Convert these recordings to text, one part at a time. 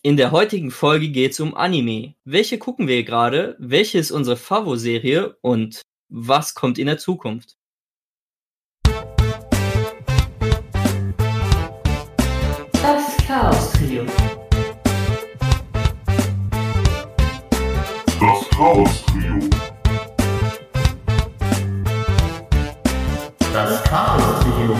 In der heutigen Folge geht's um Anime. Welche gucken wir gerade? Welche ist unsere Favo-Serie? Und was kommt in der Zukunft? Das Chaos-Trio. Das Chaos-Trio. Das Chaos-Trio.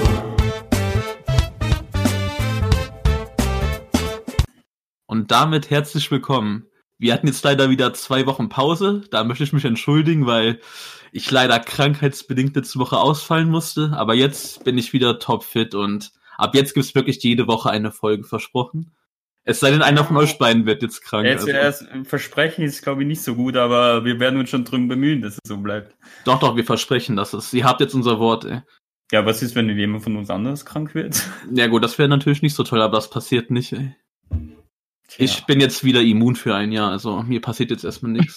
Und damit herzlich willkommen. Wir hatten jetzt leider wieder 2 Wochen Pause. Da möchte ich mich entschuldigen, weil ich leider krankheitsbedingt letzte Woche ausfallen musste. Aber jetzt bin ich wieder topfit und ab jetzt gibt es wirklich jede Woche eine Folge, versprochen. Es sei denn, einer von euch beiden wird jetzt krank. Erst Versprechen ist, glaube ich, nicht so gut, aber wir werden uns schon drum bemühen, dass es so bleibt. Doch, wir versprechen das. Ihr habt jetzt unser Wort, ey. Ja, was ist, wenn jemand von uns anders krank wird? Ja gut, das wäre natürlich nicht so toll, aber das passiert nicht, ey. Ich bin jetzt wieder immun für ein Jahr, also mir passiert jetzt erstmal nichts.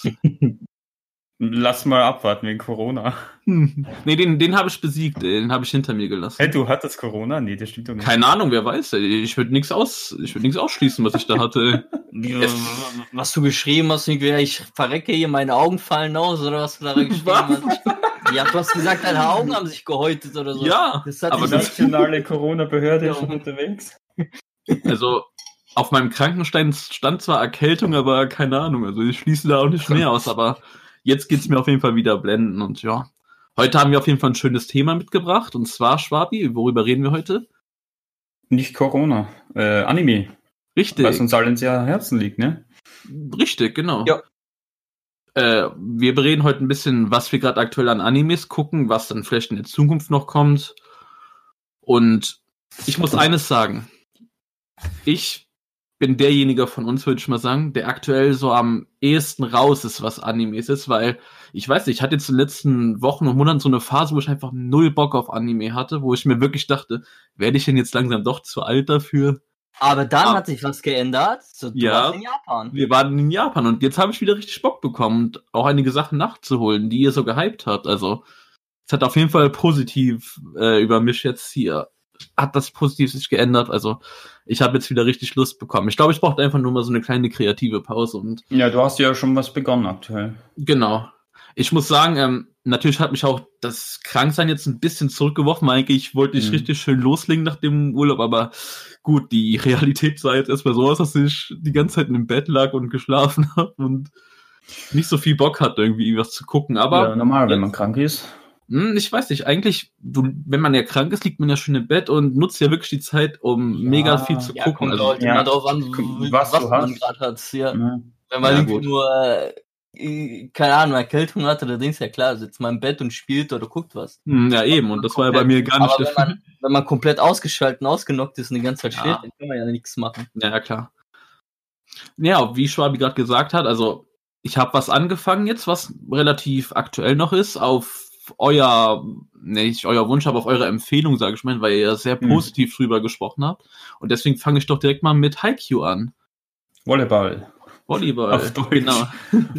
Lass mal abwarten wegen Corona. Nee, den habe ich besiegt, den habe ich hinter mir gelassen. Hey, du hattest Corona? Nee, das stimmt doch nicht. Keine Ahnung, wer weiß, ey. Ich würde nichts ausschließen, was ich da hatte. Was du geschrieben hast, ich verrecke hier, meine Augen fallen aus, oder was du da geschrieben hast? Ja, du hast gesagt, deine Augen haben sich gehäutet oder so. Ja, das hat aber die nationale Corona-Behörde schon unterwegs. Also, auf meinem Krankenstein stand zwar Erkältung, aber keine Ahnung, also ich schließe da auch nicht mehr aus, aber jetzt geht's mir auf jeden Fall wieder blenden und ja. Heute haben wir auf jeden Fall ein schönes Thema mitgebracht und zwar, Schwabi, worüber reden wir heute? Nicht Corona, Anime. Richtig. Was uns allen sehr am Herzen liegt, ne? Richtig, genau. Ja. Wir bereden heute ein bisschen, was wir gerade aktuell an Animes gucken, was dann vielleicht in der Zukunft noch kommt. Und ich muss eines sagen. Ich bin derjenige von uns, würde ich mal sagen, der aktuell so am ehesten raus ist, was Animes ist, weil, ich weiß nicht, ich hatte jetzt in den letzten Wochen und Monaten so eine Phase, wo ich einfach null Bock auf Anime hatte, wo ich mir wirklich dachte, werde ich denn jetzt langsam doch zu alt dafür? Aber dann hat sich was geändert. So, du Ja, warst in Japan. Wir waren in Japan und jetzt habe ich wieder richtig Bock bekommen und auch einige Sachen nachzuholen, die ihr so gehypt habt. Also, es hat auf jeden Fall positiv über mich jetzt hier, hat das positiv sich geändert. Also, ich habe jetzt wieder richtig Lust bekommen. Ich glaube, ich brauchte einfach nur mal so eine kleine kreative Pause und. Ja, du hast ja schon was begonnen aktuell. Genau. Ich muss sagen, natürlich hat mich auch das Kranksein jetzt ein bisschen zurückgeworfen. Eigentlich wollte ich richtig schön loslegen nach dem Urlaub, aber gut, die Realität sah jetzt erstmal so aus, dass ich die ganze Zeit im Bett lag und geschlafen habe und nicht so viel Bock hatte, irgendwie was zu gucken. Aber ja, normal, wenn man krank ist. Ich weiß nicht, eigentlich, wenn man ja krank ist, liegt man ja schon im Bett und nutzt ja wirklich die Zeit, um mega viel zu gucken. Kommt also, immer drauf an, was man gerade hat. Ja. Wenn man nur keine Ahnung, Erkältung hatte, da denkst du ja klar, sitzt man im Bett und spielt oder guckt was. Ja, eben, und das war ja bei mir gar nicht der Fall. Wenn man komplett ausgeschaltet und ausgenockt ist und die ganze Zeit steht, dann kann man ja nichts machen. Ja, klar. Ja, wie Schwabi gerade gesagt hat, also ich habe was angefangen jetzt, was relativ aktuell noch ist, auf nicht euer Wunsch, aber auf eure Empfehlung, sage ich mal, weil ihr sehr positiv drüber gesprochen habt. Und deswegen fange ich doch direkt mal mit Haikyuu an. Volleyball. Auf Deutsch. Genau.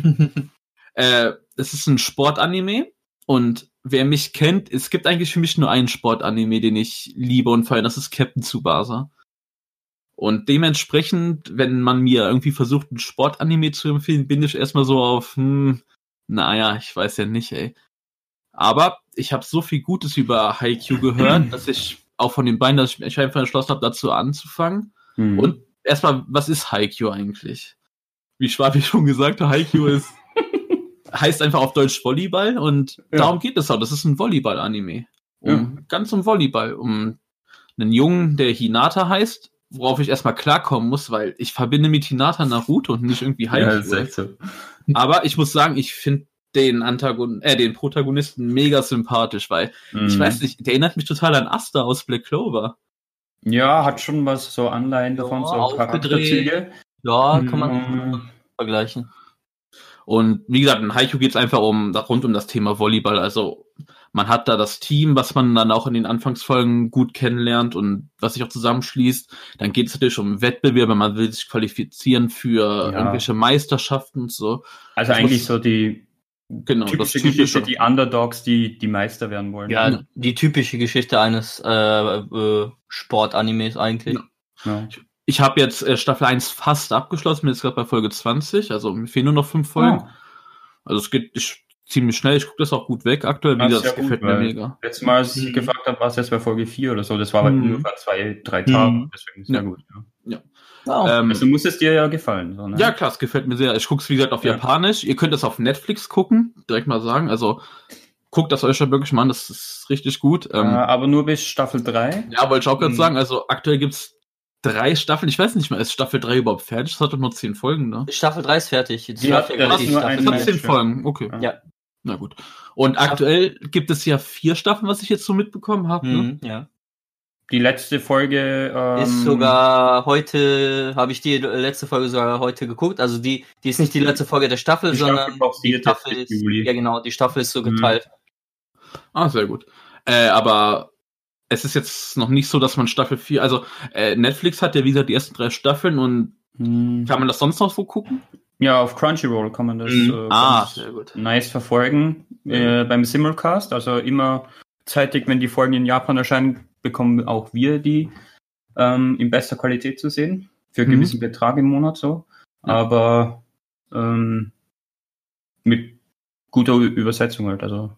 Es ist ein Sportanime und wer mich kennt, es gibt eigentlich für mich nur einen Sportanime, den ich liebe und feiere, das ist Captain Tsubasa. Und dementsprechend, wenn man mir irgendwie versucht, ein Sportanime zu empfehlen, bin ich erstmal so auf, naja, ich weiß ja nicht, ey. Aber ich habe so viel Gutes über Haikyuu gehört, dass ich auch von den beiden, dass ich mich einfach entschlossen habe, dazu anzufangen. Und erstmal, was ist Haikyuu eigentlich? Wie Schwabi schon gesagt hat, Haikyuu heißt einfach auf Deutsch Volleyball und darum geht es auch. Das ist ein Volleyball-Anime. Ganz um Volleyball, um einen Jungen, der Hinata heißt, worauf ich erstmal klarkommen muss, weil ich verbinde mit Hinata Naruto und nicht irgendwie Haikyuu. Ja, das ist echt so. Aber ich muss sagen, ich finde den Protagonisten mega sympathisch, weil ich weiß nicht, der erinnert mich total an Asta aus Black Clover. Ja, hat schon was so Anleihen davon, so Charakterzüge. Ja, kann man vergleichen. Und wie gesagt, in Haikyuu geht es einfach rund um das Thema Volleyball. Also man hat da das Team, was man dann auch in den Anfangsfolgen gut kennenlernt und was sich auch zusammenschließt. Dann geht es natürlich um Wettbewerbe, man will sich qualifizieren für irgendwelche Meisterschaften und so. Also eigentlich so die typische das Geschichte, die Underdogs, die Meister werden wollen. Ja, die typische Geschichte eines Sportanimes eigentlich. Ja. Ich habe jetzt Staffel 1 fast abgeschlossen, bin jetzt gerade bei Folge 20, also mir fehlen nur noch 5 Folgen. Also es geht ziemlich schnell, ich gucke das auch gut weg aktuell, das gefällt mir mega. Letztes Mal, als ich gefragt habe, war es jetzt bei Folge 4 oder so, das war aber nur vor 2-3 Tagen, deswegen sehr gut. Ja. Also muss es dir ja gefallen. So, ne? Ja klar, es gefällt mir sehr. Ich gucke es wie gesagt auf Japanisch, ihr könnt es auf Netflix gucken, direkt mal sagen, also guckt das euch ja wirklich mal an, das ist richtig gut. Aber nur bis Staffel 3? Ja, wollte ich auch gerade sagen, also aktuell gibt's 3 Staffeln, ich weiß nicht mehr, ist Staffel 3 überhaupt fertig? Das hat doch nur 10 Folgen, ne? Staffel 3 ist fertig. Die hat nur 10 Folgen, okay. Ja. Na gut. Und aktuell gibt es ja 4 Staffeln, was ich jetzt so mitbekommen habe. Ne? Ja. Die letzte Folge ist sogar heute, habe ich die letzte Folge sogar heute geguckt. Also die ist nicht die letzte Folge der Staffel, sondern die Staffel ist, ja genau, die Staffel ist so geteilt. Sehr gut. Aber es ist jetzt noch nicht so, dass man Staffel 4, also Netflix hat ja wie gesagt die ersten 3 Staffeln und kann man das sonst noch wo gucken? Ja, auf Crunchyroll kann man das sehr gut. Nice verfolgen. Beim Simulcast, also immer zeitig, wenn die Folgen in Japan erscheinen, bekommen auch wir die in bester Qualität zu sehen. Für einen gewissen Betrag im Monat so. Ja. Aber mit guter Übersetzung halt. Also,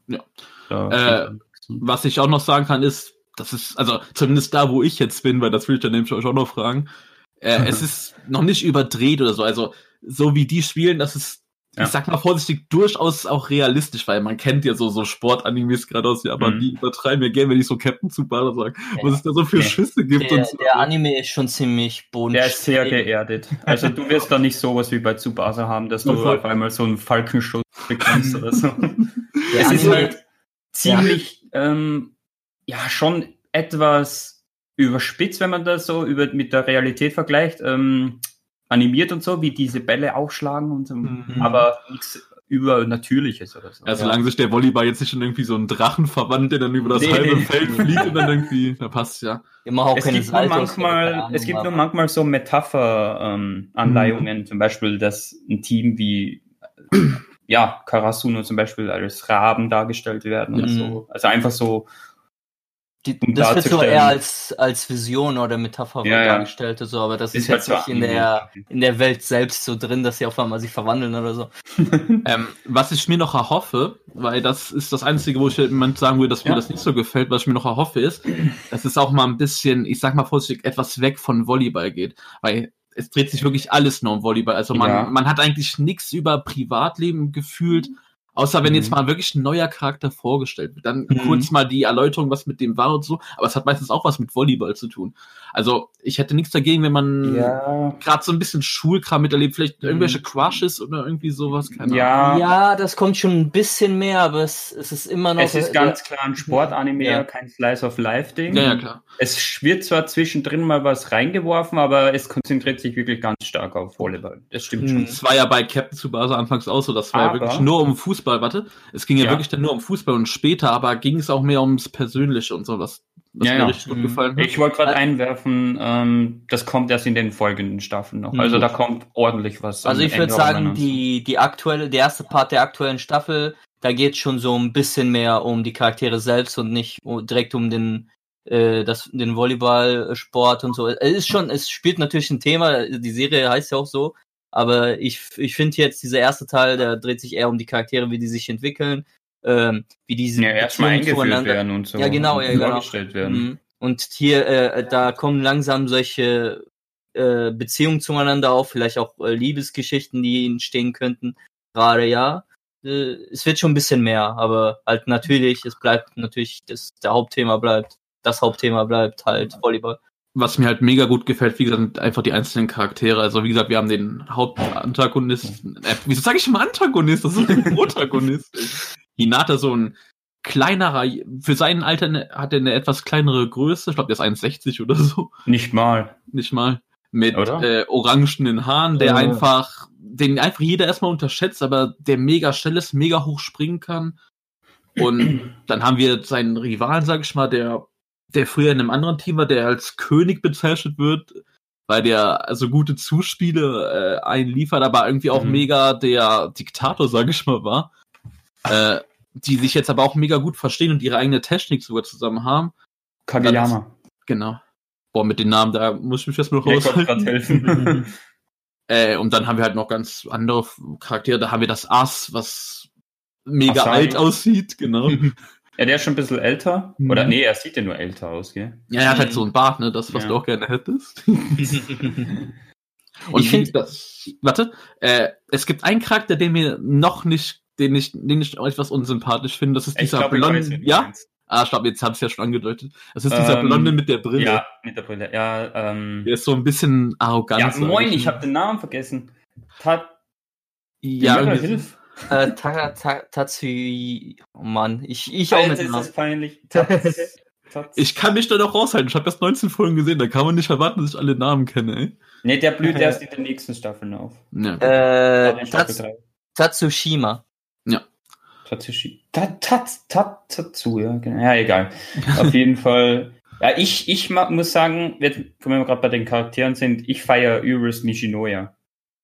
was ich auch noch sagen kann, ist, das ist, also zumindest da, wo ich jetzt bin, weil das will ich dann nämlich euch auch noch fragen, es ist noch nicht überdreht oder so. Also so wie die spielen, das ist, ich sag mal vorsichtig, durchaus auch realistisch, weil man kennt ja so Sportanimes gerade aus Japan, die übertreiben ja gerne, wenn ich so Captain Tsubasa sage, was es da so für Schüsse gibt. Der Anime ist schon ziemlich bodenständig. Der ist sehr geerdet. Also du wirst da nicht sowas wie bei Tsubasa haben, dass du auf einmal so einen Falkenschuss bekommst oder so. Es ist halt ziemlich, schon etwas überspitzt, wenn man das so mit der Realität vergleicht, animiert und so, wie diese Bälle aufschlagen und so, aber nichts Übernatürliches oder so. Ja, solange sich der Volleyball jetzt nicht in irgendwie so einen Drachen verwandelt, der dann über das halbe Feld fliegt und dann irgendwie, da passt ja. Immer auch es gibt nur manchmal so Metapher-Anleihungen, zum Beispiel, dass ein Team wie Karasuno zum Beispiel als Raben dargestellt werden oder so. Also einfach so das wird so eher als Vision oder Metapher dargestellt, so, aber das ist jetzt nicht in der Welt selbst so drin, dass sie auf einmal sich verwandeln oder so. Was ich mir noch erhoffe, weil das ist das Einzige, wo ich im Moment sagen würde, dass mir das nicht so gefällt, was ich mir noch erhoffe, ist, dass es auch mal ein bisschen, ich sag mal vorsichtig, etwas weg von Volleyball geht, weil es dreht sich wirklich alles nur um Volleyball, also man hat eigentlich nichts über Privatleben gefühlt, außer wenn jetzt mal wirklich ein neuer Charakter vorgestellt wird. Dann kurz mal die Erläuterung, was mit dem war und so. Aber es hat meistens auch was mit Volleyball zu tun. Also ich hätte nichts dagegen, wenn man gerade so ein bisschen Schulkram miterlebt. Vielleicht irgendwelche Crushes oder irgendwie sowas. Keine Ahnung. Ja, das kommt schon ein bisschen mehr, aber es ist immer noch... Es ist ganz klar ein Sportanime, kein Slice-of-Life-Ding. Ja, klar. Es wird zwar zwischendrin mal was reingeworfen, aber es konzentriert sich wirklich ganz stark auf Volleyball. Das stimmt schon. Das war ja bei Captain Tsubasa anfangs auch so. Das war ja wirklich nur um Fußball. Es ging ja wirklich dann nur um Fußball und später, aber ging es auch mehr ums Persönliche und so, was mir richtig gut gefallen hat. Ich wollte gerade einwerfen, das kommt erst in den folgenden Staffeln noch. Also da kommt ordentlich was. Also ich würde sagen, der erste Part der aktuellen Staffel, da geht es schon so ein bisschen mehr um die Charaktere selbst und nicht direkt um den Volleyballsport und so. Es spielt natürlich ein Thema, die Serie heißt ja auch so, aber ich finde jetzt, dieser erste Teil, der dreht sich eher um die Charaktere, wie die sich entwickeln, wie diese erstmal eingeführt werden und so. Ja, genau. Vorgestellt werden. Und hier, da kommen langsam solche Beziehungen zueinander auf, vielleicht auch Liebesgeschichten, die entstehen könnten. Gerade, es wird schon ein bisschen mehr, aber halt natürlich, es bleibt natürlich, das Hauptthema bleibt halt Volleyball. Was mir halt mega gut gefällt, wie gesagt, sind einfach die einzelnen Charaktere. Also wie gesagt, wir haben den Hauptantagonisten. Wieso sage ich immer Antagonist? Das ist ein Protagonist. Hinata, so ein kleinerer, für sein Alter hat er eine etwas kleinere Größe. Ich glaube, der ist 1,60 oder so. Nicht mal. Mit orangenen Haaren, den einfach jeder erstmal unterschätzt, aber der mega schnell ist, mega hoch springen kann. Und dann haben wir seinen Rivalen, sag ich mal, der früher in einem anderen Team war, der als König bezeichnet wird, weil der also gute Zuspiele einliefert, aber irgendwie auch mega der Diktator, sag ich mal, war. Die sich jetzt aber auch mega gut verstehen und ihre eigene Technik sogar zusammen haben. Kageyama. Genau. Boah, mit den Namen, da muss ich mich erst mal Ja, ich wollte raushalten. gerade helfen. Und dann haben wir halt noch ganz andere Charaktere. Da haben wir das Ass, was mega Asari. alt aussieht, genau. Ja, der ist schon ein bisschen älter. Mhm. Oder nee, er sieht ja nur älter aus, gell? Ja, er hat halt so ein Bart, ne? Das, was Ja. du auch gerne hättest. Und Ich finde, warte, es gibt einen Charakter, den ich etwas unsympathisch finde. Das ist Ich dieser glaube, ich weiß, Blonde. wen du Ja? meinst. Ich glaube, jetzt hab's ja schon angedeutet. Das ist dieser Blonde mit der Brille. Ja, mit der Brille. Ja, Der ist so ein bisschen arrogant. ja, sag moin, ich ich mal. habe den Namen vergessen. Ja, Jüngere irgendwie Hilf. Tatsui, oh Mann, ich auch Alter, mit ist Namen. das peinlich. Ich kann mich da noch raushalten. Ich habe erst 19 Folgen gesehen. Da kann man nicht erwarten, dass ich alle Namen kenne, ey. Ne, der blüht erst in den nächsten Staffeln auf. Ja. In Staffel 3. Tatsushima. Tatsushi. Tatsu, ja, genau. Ja, egal. Auf jeden Fall. Ja, ich muss sagen, wenn wir gerade bei den Charakteren sind, ich feiere Urus Nishinoya.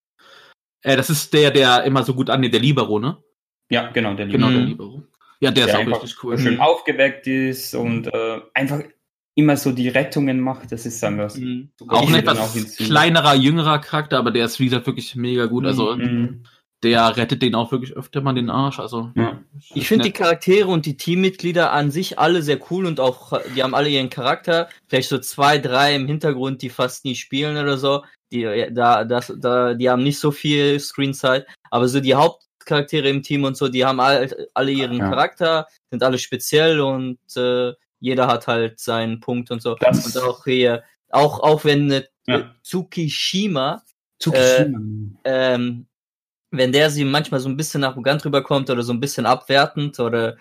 Das ist der immer so gut annimmt, der Libero, ne? Ja, genau, der Genau, der Mhm. Libero. Ja, der ist auch einfach richtig cool. schön aufgeweckt ist und einfach immer so die Rettungen macht. Das ist dann was. Mhm. Auch Ich ein will dann etwas hinzu. kleinerer, jüngerer Charakter, aber der ist, wie gesagt, wirklich mega gut. Also, Mhm. der rettet den auch wirklich öfter mal den Arsch. Also, Ja. Ich finde die nett. Charaktere und die Teammitglieder an sich alle sehr cool und auch, die haben alle ihren Charakter. Vielleicht so 2, 3 im Hintergrund, die fast nie spielen oder so. Die haben nicht so viel Screenzeit, aber so die Hauptcharaktere im Team und so, die haben alle ihren Ja. Charakter, sind alle speziell und jeder hat halt seinen Punkt und so. Das- Und auch hier, auch wenn Ja. Tsukishima, Tsukishima. wenn der sie manchmal so ein bisschen arrogant rüberkommt oder so ein bisschen abwertend oder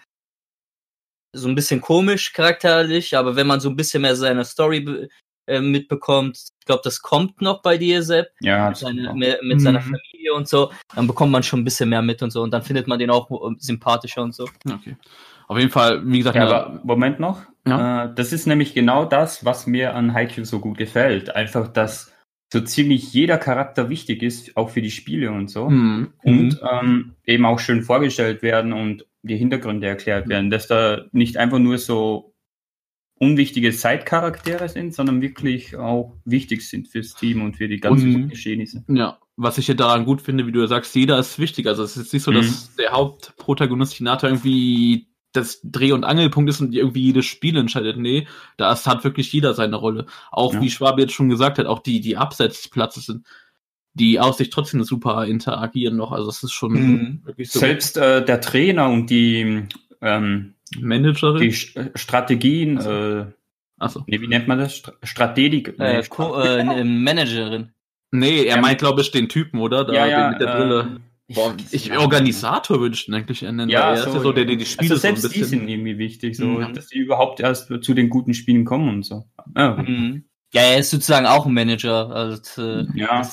so ein bisschen komisch charakterlich, aber wenn man so ein bisschen mehr seine Story mitbekommt, ich glaube, das kommt noch bei dir, Sepp, Ja, mit seiner Familie und so, dann bekommt man schon ein bisschen mehr mit und so und dann findet man den auch sympathischer und so. Okay. Auf jeden Fall, wie gesagt, Ja, aber Moment noch. Ja. Das ist nämlich genau das, was mir an Haikyuu so gut gefällt. Einfach, dass so ziemlich jeder Charakter wichtig ist, auch für die Spiele und so. Mhm. Und eben auch schön vorgestellt werden und die Hintergründe erklärt werden. Dass da nicht einfach nur so unwichtige Side-Charaktere sind, sondern wirklich auch wichtig sind fürs Team und für die ganzen Geschehnisse. Ja, was ich hier daran gut finde, wie du ja sagst, jeder ist wichtig. Also es ist nicht so, dass der Hauptprotagonist Hinata irgendwie das Dreh- und Angelpunkt ist und irgendwie jedes Spiel entscheidet. Nee, da hat wirklich jeder seine Rolle. Auch Ja. wie Schwabe jetzt schon gesagt hat, auch die Absetzplätze sind, die aus sich trotzdem super interagieren noch. Also es ist schon wirklich so. Selbst der Trainer und die Managerin? Strategien, Achso. nee, wie nennt man das? Strategie. Managerin. Nee, er Ja, meint, glaube ich, den Typen, oder? Den mit der Brille. Boah, Organisator würde ich den eigentlich nennen, Ja, weil er ist ja so, der die Spiele also selbst so ein bisschen... die sind irgendwie wichtig, so, Mhm. dass die überhaupt erst zu den guten Spielen kommen und so. Ja, Mhm. Ja, er ist sozusagen auch ein Manager. Also Ja.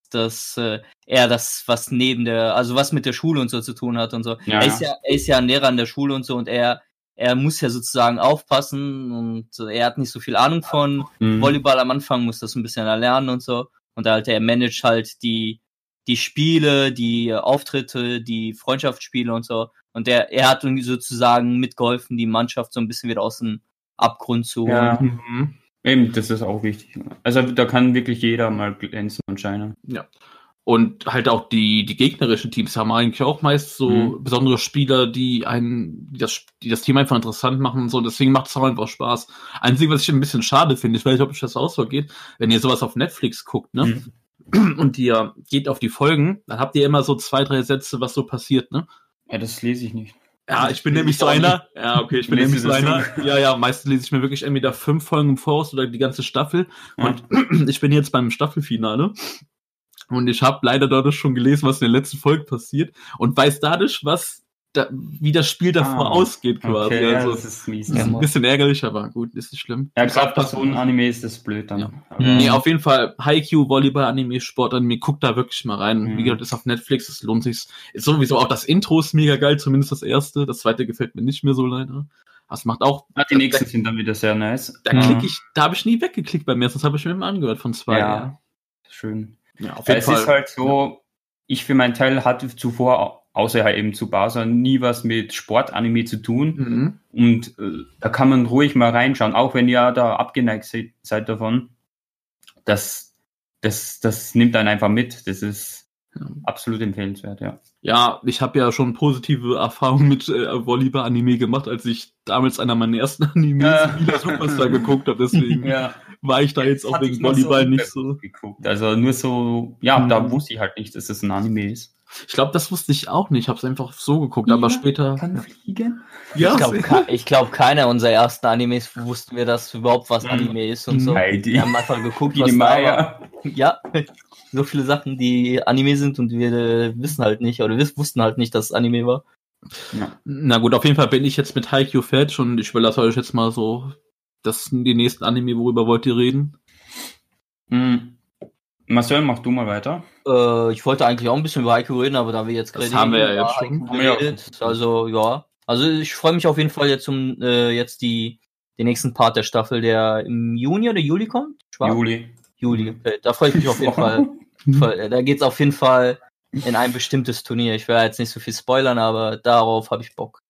er das, was neben also was mit der Schule und so zu tun hat und so. Ja. Er ist ja ein Lehrer an der Schule und so und er muss ja sozusagen aufpassen und er hat nicht so viel Ahnung von Volleyball am Anfang, muss das ein bisschen erlernen und so. Und er managt halt die Spiele, die Auftritte, die Freundschaftsspiele und so. Und er hat irgendwie sozusagen mitgeholfen, die Mannschaft so ein bisschen wieder aus dem Abgrund zu holen. Ja. Mhm. Eben, das ist auch wichtig. Also da kann wirklich jeder mal glänzen und scheinen. Ja. Und halt auch die gegnerischen Teams haben eigentlich auch meist so besondere Spieler, die das Team einfach interessant machen und so. Deswegen macht es auch einfach Spaß. Einzige, was ich ein bisschen schade finde, ich weiß nicht, ob euch das auch so geht, wenn ihr sowas auf Netflix guckt, ne? Und ihr geht auf die Folgen, dann habt ihr immer so 2, 3 Sätze, was so passiert, ne? Ja, das lese ich nicht. Ja, ich bin nämlich so einer. Ja, okay, ich bin nämlich so einer. Ja, meistens lese ich mir wirklich entweder 5 Folgen im Voraus oder die ganze Staffel. Und ich bin jetzt beim Staffelfinale. Und ich habe leider dadurch schon gelesen, was in der letzten Folge passiert. Und weiß dadurch, wie das Spiel davor ausgeht quasi. Okay, also, das ist mies. ist ein bisschen ärgerlich, aber gut, ist nicht schlimm. Ja, gerade bei so einem Anime ist das blöd dann. Ja. Aber Nee, auf jeden Fall Haikyuu, Volleyball-Anime, Sport-Anime, guckt da wirklich mal rein. Wie gesagt, ist auf Netflix, es lohnt sich. Ist sowieso auch das Intro ist mega geil, zumindest das erste. Das zweite gefällt mir nicht mehr so leider. Das macht auch... die nächsten sind dann wieder sehr nice. Da habe ich nie weggeklickt beim ersten, das habe ich mir immer angehört von 2. Ja, schön. Ja, auf Ja, jeden Fall. Es ist halt so, ich für meinen Teil hatte zuvor außer halt eben Tsubasa, nie was mit Sportanime zu tun. Und da kann man ruhig mal reinschauen, auch wenn ihr da abgeneigt seid davon. Das nimmt einen einfach mit. Das ist absolut empfehlenswert, ja. Ja, ich habe ja schon positive Erfahrungen mit Volleyball-Anime gemacht, als ich damals einer meiner ersten Animes Mila Superstar geguckt habe, deswegen war ich da jetzt auch wegen Volleyball so nicht so geguckt. Also nur so, da wusste ich halt nicht, dass es ein Anime ist. Ich glaube, das wusste ich auch nicht. Ich habe es einfach so geguckt, aber später... Kann fliegen? Ja, ich glaube, keiner unserer ersten Animes wussten wir, dass überhaupt was Anime ist und so. Heidi. Wir haben einfach geguckt, was da war. Ja, so viele Sachen, die Anime sind und wir wissen halt nicht, oder wir wussten halt nicht, dass es Anime war. Ja. Na gut, auf jeden Fall bin ich jetzt mit Haikyuu fertig und ich überlasse euch jetzt mal so, das sind die nächsten Anime, worüber wollt ihr reden? Marcel, mach du mal weiter. Ich wollte eigentlich auch ein bisschen über Haikyuu reden, aber da wir jetzt gerade haben wir ja jetzt schon geredet, also ja. Also ich freue mich auf jeden Fall jetzt jetzt den nächsten Part der Staffel, der im Juni oder Juli kommt? Juli. Okay. Da freue ich mich auf jeden Fall. Da geht's auf jeden Fall in ein bestimmtes Turnier. Ich will jetzt nicht so viel spoilern, aber darauf habe ich Bock.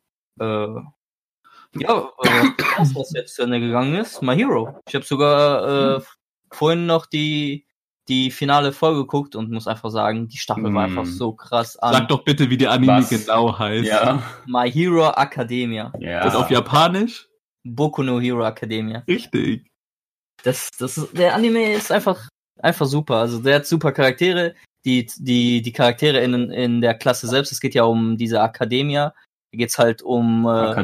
Was jetzt zu Ende gegangen ist, My Hero. Ich habe sogar vorhin noch die finale Folge geguckt und muss einfach sagen, die Staffel war einfach so krass an. Sag doch bitte, wie der Anime genau heißt. Ja. My Hero Academia. Ja. Das auf Japanisch? Boku no Hero Academia. Richtig. Der Anime ist einfach super. Also der hat super Charaktere. Die Charaktere in der Klasse selbst, es geht ja um diese Academia. Da geht's halt um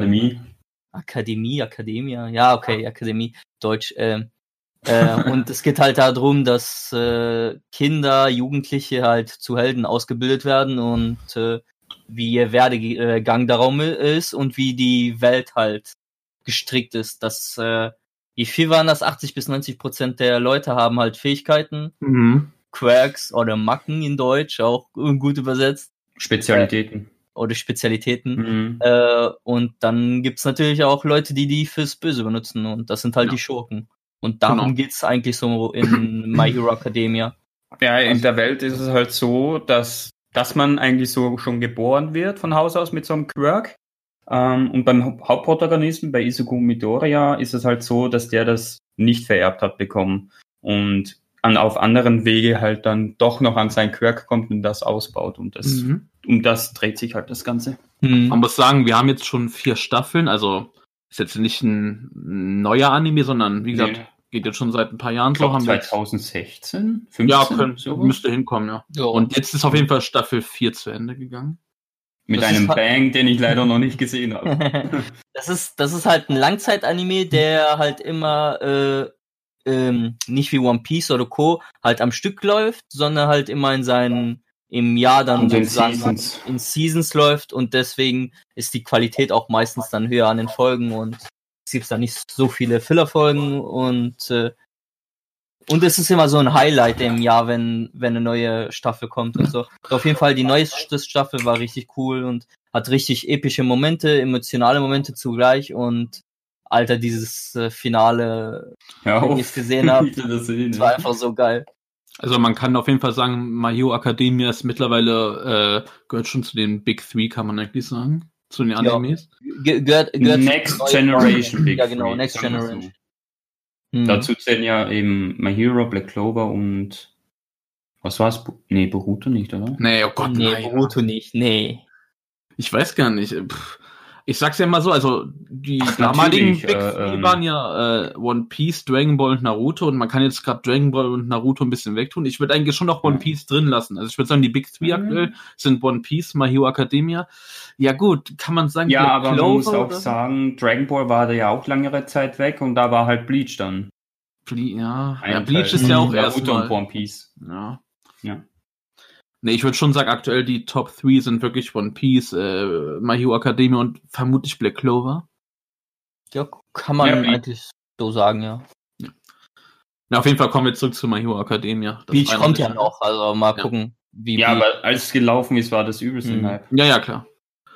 Academia. Ja, okay, Akademie, Deutsch. Und es geht halt darum, dass Kinder, Jugendliche halt zu Helden ausgebildet werden und wie ihr Werdegang darum ist und wie die Welt halt gestrickt ist. Dass wie viel waren das? 80-90% der Leute haben halt Fähigkeiten, Quirks oder Macken in Deutsch, auch gut übersetzt. Spezialitäten. Oder Spezialitäten. Und dann gibt's natürlich auch Leute, die fürs Böse benutzen und das sind halt die Schurken. Und darum geht's eigentlich so in My Hero Academia. Ja, in der Welt ist es halt so, dass man eigentlich so schon geboren wird von Haus aus mit so einem Quirk. Und beim Hauptprotagonisten, bei Izuku Midoriya, ist es halt so, dass der das nicht vererbt hat bekommen und auf anderen Wege halt dann doch noch an sein Quirk kommt und das ausbaut. Und um das dreht sich halt das Ganze. Man muss sagen, wir haben jetzt schon 4 Staffeln, also ist jetzt nicht ein neuer Anime, sondern wie gesagt, geht jetzt schon seit ein paar Jahren so. 2016? 15? Ja, müsste hinkommen, ja. Und jetzt ist auf jeden Fall Staffel 4 zu Ende gegangen. Mit einem Bang, den ich leider noch nicht gesehen habe. Das ist halt ein Langzeit-Anime, der halt immer nicht wie One Piece oder Co. halt am Stück läuft, sondern halt immer im Jahr dann in Seasons läuft und deswegen ist die Qualität auch meistens dann höher an den Folgen und es gibt dann nicht so viele Filler-Folgen und es ist immer so ein Highlight im Jahr, wenn eine neue Staffel kommt und so. Auf jeden Fall, die neueste Staffel war richtig cool und hat richtig epische Momente, emotionale Momente zugleich und Alter, dieses Finale, wenn ich es gesehen habe, das war einfach so geil. Also man kann auf jeden Fall sagen, My Hero Academia ist mittlerweile, gehört schon zu den Big Three, kann man eigentlich sagen, zu den Animes. Gehört Next Generation Big Three. Ja genau, Three, Next Generation. Dazu zählen ja eben My Hero, Black Clover und was war's? Boruto nicht, oder? Nee, oh Gott, nein. Boruto nicht, nee. Ich weiß gar nicht. Ich sag's ja mal so, also die damaligen Big Three waren ja One Piece, Dragon Ball und Naruto und man kann jetzt gerade Dragon Ball und Naruto ein bisschen wegtun. Ich würde eigentlich schon noch One Piece drin lassen. Also ich würde sagen, die Big Three aktuell sind One Piece, My Hero Academia. Ja gut, kann man sagen. Ja, aber man muss auch sagen, Dragon Ball war da ja auch längere Zeit weg und da war halt Bleach dann. Bleach ist ja auch Naruto und One Piece. Ja. Nee, ich würde schon sagen, aktuell die Top 3 sind wirklich One Piece, My Hero Academia und vermutlich Black Clover. Ja, kann man eigentlich so sagen, ja. Na, auf jeden Fall kommen wir zurück zu My Hero Academia. Bleach kommt ja noch, also mal gucken, wie. Ja, aber als es gelaufen ist, war das übelst im Hype. Ja, klar.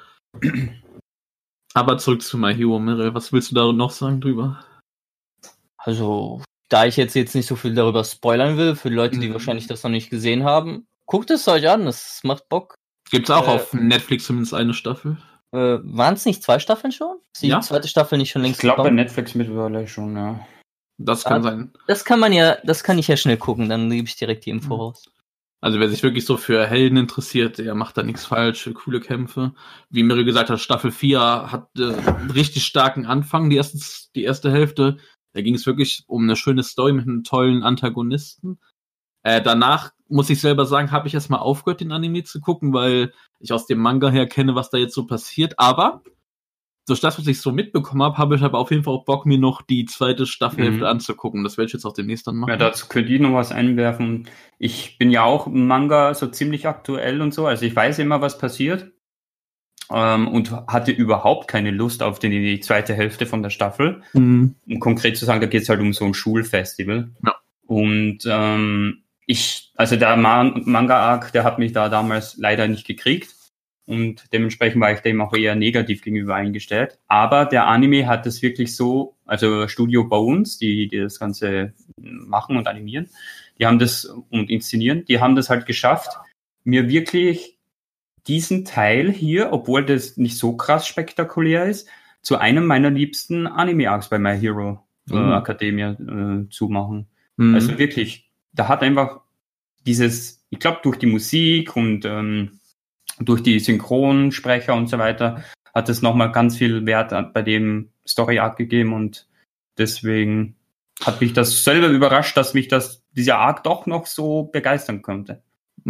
Aber zurück zu My Hero, Mirel, was willst du da noch sagen drüber? Also, da ich jetzt nicht so viel darüber spoilern will, für die Leute, die wahrscheinlich das noch nicht gesehen haben, guckt es euch an, es macht Bock. Gibt's auch auf Netflix zumindest eine Staffel? Waren es nicht 2 Staffeln schon? Ist die zweite Staffel nicht schon längst Ich glaube bei gekommen? Netflix mittlerweile schon, ja. Das kann sein. Das kann ich ja schnell gucken, dann gebe ich direkt die Info raus. Also wer sich wirklich so für Helden interessiert, der macht da nichts falsch, coole Kämpfe. Wie Miri gesagt hat, Staffel 4 hat einen richtig starken Anfang, die erste Hälfte. Da ging es wirklich um eine schöne Story mit einem tollen Antagonisten. Danach, muss ich selber sagen, habe ich erstmal aufgehört, den Anime zu gucken, weil ich aus dem Manga her kenne, was da jetzt so passiert. Aber durch das, was ich so mitbekommen habe ich aber auf jeden Fall auch Bock, mir noch die zweite Staffelhälfte anzugucken. Das werde ich jetzt auch demnächst dann machen. Ja, dazu könnte ich noch was einwerfen. Ich bin ja auch im Manga so ziemlich aktuell und so. Also ich weiß immer, was passiert. Und hatte überhaupt keine Lust auf die zweite Hälfte von der Staffel. Um konkret zu sagen, da geht es halt um so ein Schulfestival. Ja. Und also der Manga-Arc, der hat mich da damals leider nicht gekriegt. Und dementsprechend war ich dem auch eher negativ gegenüber eingestellt. Aber der Anime hat es wirklich so, also Studio Bones, die das Ganze machen und animieren, die haben das und inszenieren, die haben das halt geschafft, mir wirklich diesen Teil hier, obwohl das nicht so krass spektakulär ist, zu einem meiner liebsten Anime-Arcs bei My Hero Academia zu machen. Also wirklich, da hat einfach dieses, ich glaube durch die Musik und durch die Synchronsprecher und so weiter, hat es nochmal ganz viel Wert bei dem Story-Arc gegeben und deswegen hat mich das selber überrascht, dass mich dieser Arc doch noch so begeistern konnte.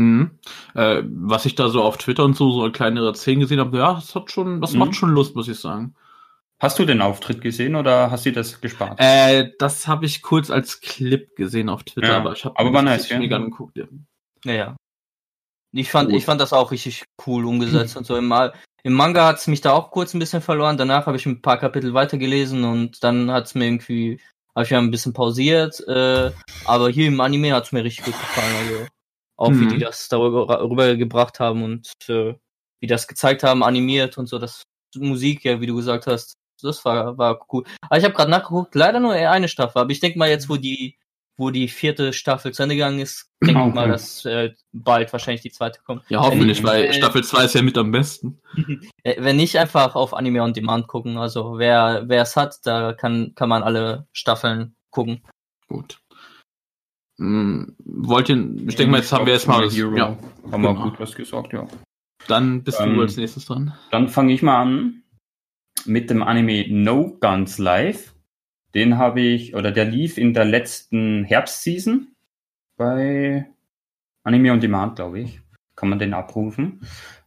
Was ich da so auf Twitter und so kleinere Szenen gesehen habe, ja, das macht schon Lust, muss ich sagen. Hast du den Auftritt gesehen oder hast du das gespart? Das habe ich kurz als Clip gesehen auf Twitter, aber ich habe war nice, mega angeguckt. Ja. Ich fand das auch richtig cool umgesetzt und so. Im Manga hat's mich da auch kurz ein bisschen verloren. Danach habe ich ein paar Kapitel weitergelesen und dann habe ich ja ein bisschen pausiert. Aber hier im Anime hat's mir richtig gut gefallen. Also auch wie die das darüber gebracht haben und wie das gezeigt haben, animiert und so. Das Musik, ja, wie du gesagt hast, das war cool. Aber ich habe gerade nachgeguckt, leider nur eine Staffel. Aber ich denke mal jetzt, wo die 4. Staffel zu Ende gegangen ist, denke ich mal, dass bald wahrscheinlich die 2. kommt. Ja, hoffentlich, weil Staffel 2 ist ja mit am besten. Wenn nicht, einfach auf Anime on Demand gucken. Also wer es hat, da kann man alle Staffeln gucken. Gut. Ich denke mal, jetzt haben wir erstmal das. Ja, haben wir gut was gesagt, ja. Dann bist du als nächstes dran. Dann fange ich mal an mit dem Anime No Guns Live. Der lief in der letzten Herbstseason bei Anime on Demand, glaube ich. Kann man den abrufen.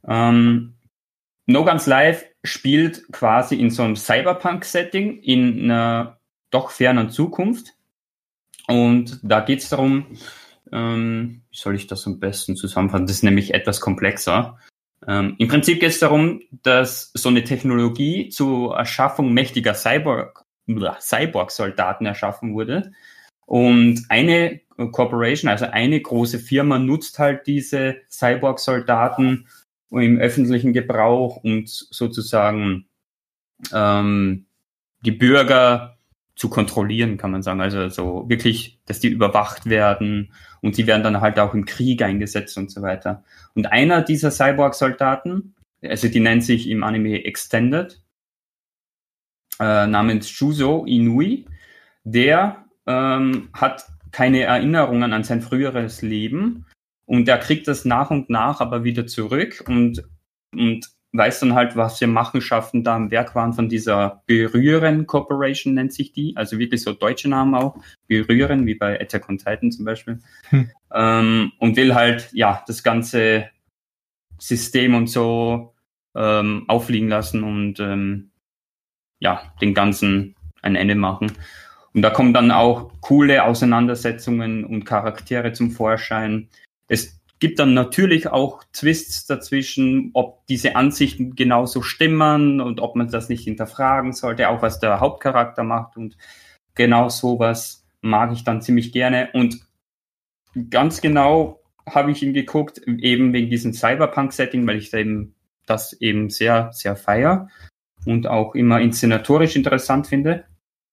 No Guns Live spielt quasi in so einem Cyberpunk-Setting in einer doch fernen Zukunft. Und da geht es darum, wie soll ich das am besten zusammenfassen? Das ist nämlich etwas komplexer. Im Prinzip geht es darum, dass so eine Technologie zur Erschaffung mächtiger Cyborg-Soldaten erschaffen wurde. Und eine Corporation, also eine große Firma, nutzt halt diese Cyborg-Soldaten im öffentlichen Gebrauch und sozusagen die Bürger zu kontrollieren, kann man sagen. Also so wirklich, dass die überwacht werden und sie werden dann halt auch im Krieg eingesetzt und so weiter. Und einer dieser Cyborg-Soldaten, also die nennt sich im Anime Extended, namens Juzo Inui, der hat keine Erinnerungen an sein früheres Leben und er kriegt das nach und nach aber wieder zurück und weiß dann halt, was für Machenschaften da am Werk waren von dieser Berühren Corporation, nennt sich die, also wirklich so deutsche Namen auch, Berühren, wie bei Attack on Titan zum Beispiel, und will halt, ja, das ganze System und so auffliegen lassen und den Ganzen ein Ende machen. Und da kommen dann auch coole Auseinandersetzungen und Charaktere zum Vorschein. Es gibt dann natürlich auch Twists dazwischen, ob diese Ansichten genauso stimmen und ob man das nicht hinterfragen sollte, auch was der Hauptcharakter macht. Und genau sowas mag ich dann ziemlich gerne. Und ganz genau habe ich ihn geguckt, eben wegen diesem Cyberpunk-Setting, weil ich das eben sehr, sehr feiere und auch immer inszenatorisch interessant finde.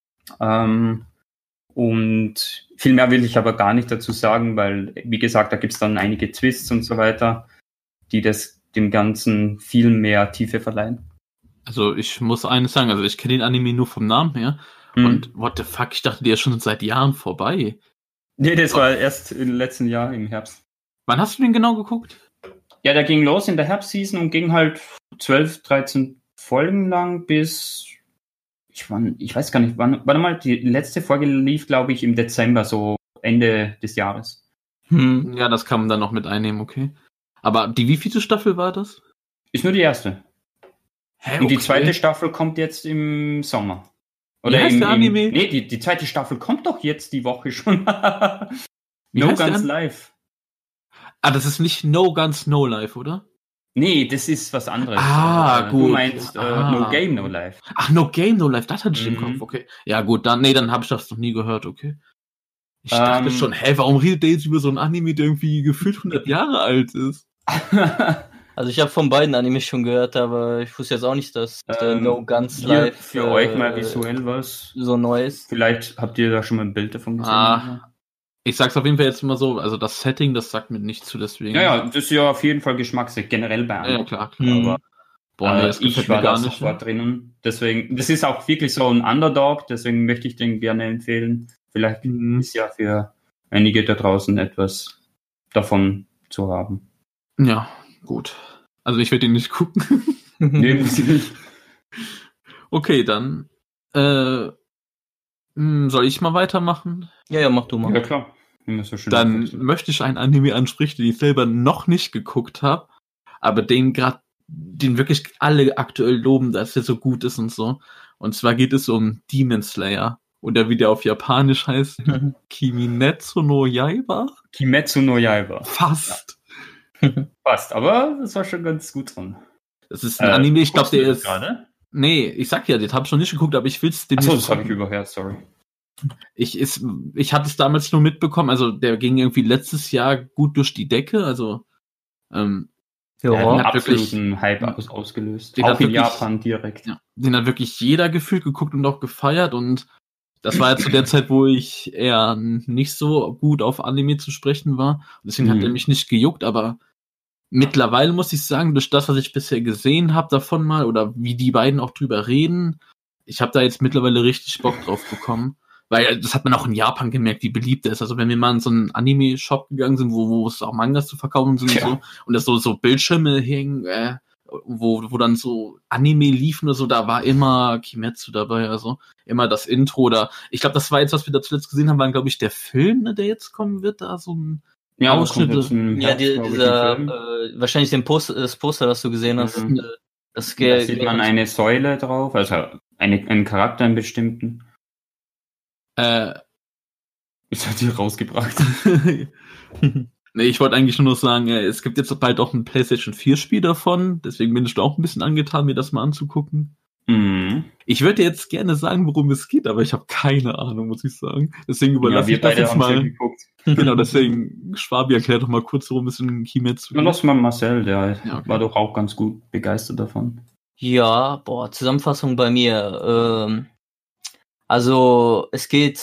Und viel mehr will ich aber gar nicht dazu sagen, weil, wie gesagt, da gibt es dann einige Twists und so weiter, die das dem Ganzen viel mehr Tiefe verleihen. Also ich muss eines sagen, also ich kenne den Anime nur vom Namen her und what the fuck, ich dachte, der ist schon seit Jahren vorbei. Nee, das war erst im letzten Jahr im Herbst. Wann hast du den genau geguckt? Ja, der ging los in der Herbstseason und ging halt 12, 13 Folgen lang bis, ich weiß gar nicht, wann, warte mal, die letzte Folge lief, glaube ich, im Dezember, so Ende des Jahres. Ja, das kann man dann noch mit einnehmen, okay. Aber die wievielte Staffel war das? Ist nur die erste. Hä, Und die zweite Staffel kommt jetzt im Sommer. Oder Wie heißt der Anime? Nee, die zweite Staffel kommt doch jetzt die Woche schon. Wie No heißt der Guns Live. Ah, das ist nicht No Guns, No Life, oder? Nee, das ist was anderes. Gut. Du meinst No Game, No Life. Ach, No Game, No Life, das hatte ich im Mhm. Kopf, okay. Ja gut, dann habe ich das noch nie gehört, okay. Ich dachte schon, warum redet der jetzt über so einen Anime, der irgendwie gefühlt 100 Jahre alt ist? Also ich habe von beiden Animes schon gehört, aber ich wusste jetzt auch nicht, dass No Guns Live für euch mal visuell was. so neu ist. Vielleicht habt ihr da schon mal ein Bild davon gesehen. Ich sag's auf jeden Fall jetzt mal so, also das Setting, das sagt mir nichts zu, deswegen. Ja, das ist ja auf jeden Fall Geschmackssache, generell bei anderen. Ja, klar. Aber das gefällt ich mir war gar da nicht. sofort drinnen. Deswegen, das ist auch wirklich so ein Underdog, deswegen möchte ich den gerne empfehlen. Vielleicht ist ja für einige da draußen etwas davon zu haben. Ja, gut. Also ich werde ihn nicht gucken. Nee, nicht. Okay, dann soll ich mal weitermachen? Ja, mach du mal. Ja, klar. Immer so schön Dann aufwechseln. möchte ich einen Anime ansprechen, den ich selber noch nicht geguckt habe, aber den wirklich alle aktuell loben, dass er so gut ist und so. Und zwar geht es um Demon Slayer. Oder wie der auf Japanisch heißt, Kimetsu no Yaiba? Kimetsu no Yaiba. Fast. Fast, aber das war schon ganz gut dran. Das ist ein Anime, ich glaube, der ist... Gerade? Nee, ich sag ja, den habe ich noch nicht geguckt, aber ich will's dem Achso, nicht das habe ich gucken. überhört, sorry. Ich hatte es damals nur mitbekommen, also der ging irgendwie letztes Jahr gut durch die Decke, also Der hat Ja, einen hat wirklich- absoluten Hype ausgelöst. Den Auch hat in wirklich- Japan direkt. ja, den hat wirklich jeder gefühlt geguckt und auch gefeiert und das war ja zu der Zeit, wo ich eher nicht so gut auf Anime zu sprechen war. Deswegen hat er mich nicht gejuckt, aber mittlerweile muss ich sagen, durch das, was ich bisher gesehen habe davon mal oder wie die beiden auch drüber reden, ich habe da jetzt mittlerweile richtig Bock drauf bekommen. Weil das hat man auch in Japan gemerkt, wie beliebt er ist. Also wenn wir mal in so einen Anime-Shop gegangen sind, wo es auch Mangas zu verkaufen sind und so, und da so Bildschirme hängen, wo dann so Anime liefen oder so, da war immer Kimetsu dabei, also immer das Intro oder ich glaube, das war jetzt, was wir da zuletzt gesehen haben, war, glaube ich, der Film, ne, der jetzt kommen wird, da so ein Ausschnitte. Wahrscheinlich das Poster, das du gesehen hast. Da sieht man eine Säule drauf, also einen Charakter, einen bestimmten. Das hat sie rausgebracht. Nee, ich wollte eigentlich nur noch sagen, es gibt jetzt bald auch ein PlayStation 4-Spiel davon, deswegen bin ich da auch ein bisschen angetan, mir das mal anzugucken. Mhm. Ich würde jetzt gerne sagen, worum es geht, aber ich habe keine Ahnung, muss ich sagen. Deswegen überlasse ich das jetzt mal. Geguckt. Genau, deswegen, Schwabi, erklär doch mal kurz, worum es in Kimetsu Dann lass mal Marcel, der Ja, okay. war doch auch ganz gut begeistert davon. Ja, Zusammenfassung bei mir. Also es geht,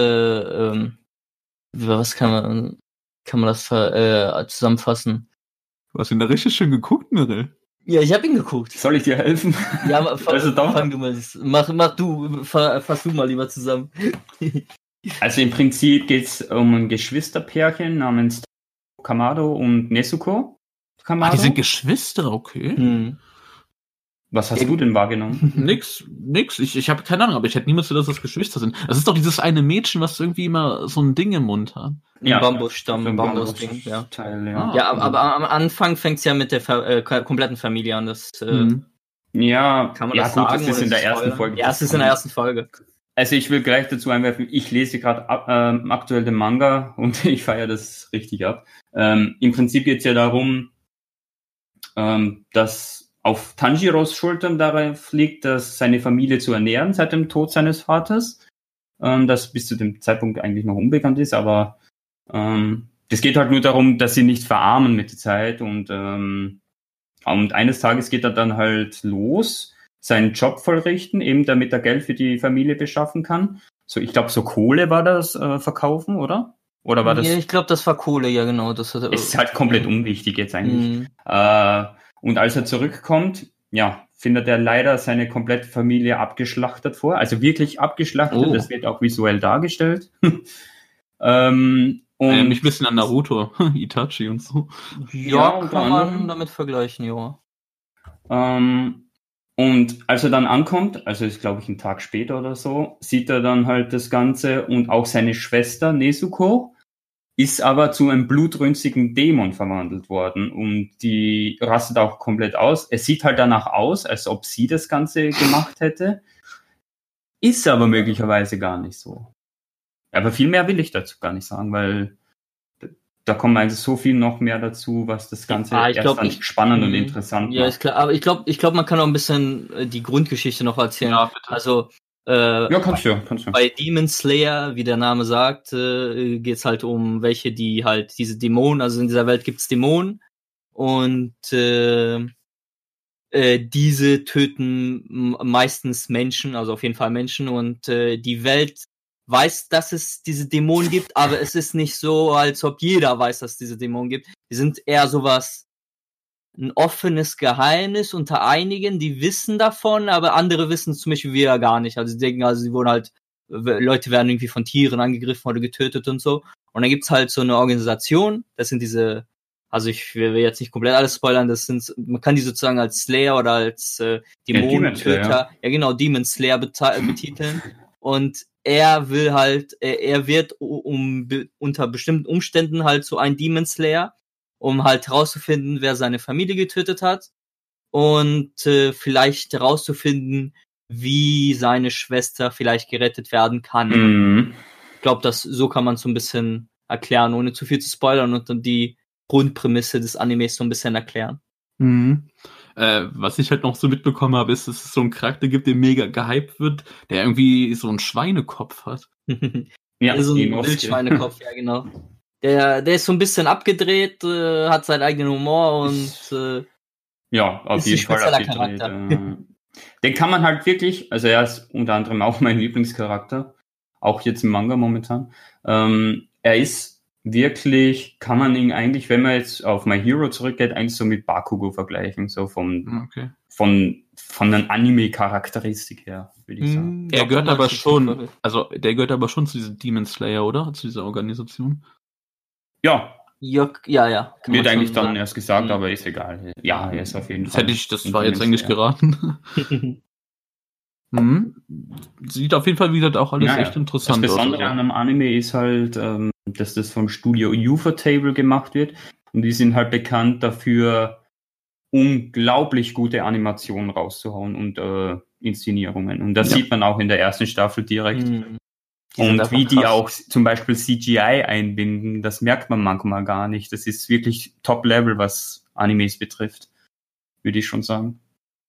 was kann man das zusammenfassen? Du hast ihn da richtig schön geguckt, Mirel. Ja, ich habe ihn geguckt. Soll ich dir helfen? Ja, Also doch. fang du mal. Fass du mal lieber zusammen. Also im Prinzip geht es um ein Geschwisterpärchen namens Kamado und Nezuko Kamado. Die sind Geschwister, okay. Was hast du denn wahrgenommen? Nix. Ich habe keine Ahnung, aber ich hätte niemals gedacht, dass das Geschwister sind. Das ist doch dieses eine Mädchen, was irgendwie immer so ein Ding im Mund hat. Ja, Bambusstamm, so ein Bambusding, ja. Teil, ja. Ja, aber am Anfang fängt's ja mit der kompletten Familie an. Das Ja, kann man ja das gut, sagen. das ist in der ersten Folge? Folge. Ja, es ist in der ersten Folge. Also ich will gleich dazu einwerfen, ich lese gerade aktuell den Manga und ich feiere das richtig ab. Im Prinzip geht es ja darum, dass auf Tanjiros Schultern darauf liegt, dass seine Familie zu ernähren seit dem Tod seines Vaters, das bis zu dem Zeitpunkt eigentlich noch unbekannt ist, aber das geht halt nur darum, dass sie nicht verarmen mit der Zeit und eines Tages geht er dann halt los, seinen Job vollrichten, eben damit er Geld für die Familie beschaffen kann. So, ich glaube, so Kohle war das verkaufen, oder? Oder war das? Ja, ich glaube, das war Kohle, ja genau. Das ist halt komplett unwichtig jetzt eigentlich. Und Und als er zurückkommt, ja, findet er leider seine komplette Familie abgeschlachtet vor. Also wirklich abgeschlachtet. Das wird auch visuell dargestellt. Und mich ein bisschen an Naruto, Itachi und so. Ja, kann man damit vergleichen, ja. Und als er dann ankommt, also ist glaube ich ein Tag später oder so, sieht er dann halt das Ganze und auch seine Schwester Nezuko ist aber zu einem blutrünstigen Dämon verwandelt worden und die rastet auch komplett aus. Es sieht halt danach aus, als ob sie das Ganze gemacht hätte, ist aber möglicherweise gar nicht so. Aber viel mehr will ich dazu gar nicht sagen, weil da kommt eigentlich so viel noch mehr dazu, was das Ganze spannend und interessant macht. Ja, ist klar. Aber ich glaube, man kann auch ein bisschen die Grundgeschichte noch erzählen. Ja, bitte. Also kannst du. Bei Demon Slayer, wie der Name sagt, geht's halt um welche, die halt diese Dämonen, also in dieser Welt gibt's Dämonen und diese töten meistens Menschen, also auf jeden Fall Menschen und die Welt weiß, dass es diese Dämonen gibt, aber es ist nicht so, als ob jeder weiß, dass es diese Dämonen gibt. Die sind eher sowas, ein offenes Geheimnis unter einigen, die wissen davon, aber andere wissen es zum Beispiel wir gar nicht. Also sie denken, sie wurden halt, Leute werden irgendwie von Tieren angegriffen oder getötet und so. Und dann gibt's halt so eine Organisation, das sind diese, also ich will jetzt nicht komplett alles spoilern, man kann die sozusagen als Slayer oder als Dämonentöter, ja genau, Demon Slayer betiteln. Und er will halt, er wird unter bestimmten Umständen halt so ein Demon Slayer, um halt herauszufinden, wer seine Familie getötet hat und vielleicht herauszufinden, wie seine Schwester vielleicht gerettet werden kann. Mhm. Ich glaube, so kann man so ein bisschen erklären, ohne zu viel zu spoilern und dann die Grundprämisse des Animes so ein bisschen erklären. Mhm. Was ich halt noch so mitbekommen habe, ist, dass es so einen Charakter gibt, der mega gehypt wird, der irgendwie so einen Schweinekopf hat. Ja, so ein Wildschweinekopf, ja genau. Der ist so ein bisschen abgedreht, hat seinen eigenen Humor und ja, auf jeden Fall abgedreht. Den kann man halt wirklich, also er ist unter anderem auch mein Lieblingscharakter, auch jetzt im Manga momentan. Er ist wirklich, kann man ihn eigentlich, wenn man jetzt auf My Hero zurückgeht, eigentlich so mit Bakugo vergleichen, so von den Anime-Charakteristik her, würde ich sagen. Der gehört aber schon zu diesem Demon Slayer, oder? Zu dieser Organisation? Ja. Ja. Wird eigentlich dann erst gesagt, aber ist egal. Ja, er ist auf jeden Fall. Das war jetzt eigentlich geraten. Sieht auf jeden Fall, wie gesagt, auch alles echt interessant aus. Das Besondere an einem Anime ist halt, dass das vom Studio Ufotable gemacht wird. Und die sind halt bekannt dafür, unglaublich gute Animationen rauszuhauen und Inszenierungen. Und das sieht man auch in der ersten Staffel direkt. Und wie die auch zum Beispiel CGI einbinden, das merkt man manchmal gar nicht. Das ist wirklich Top-Level, was Animes betrifft, würde ich schon sagen.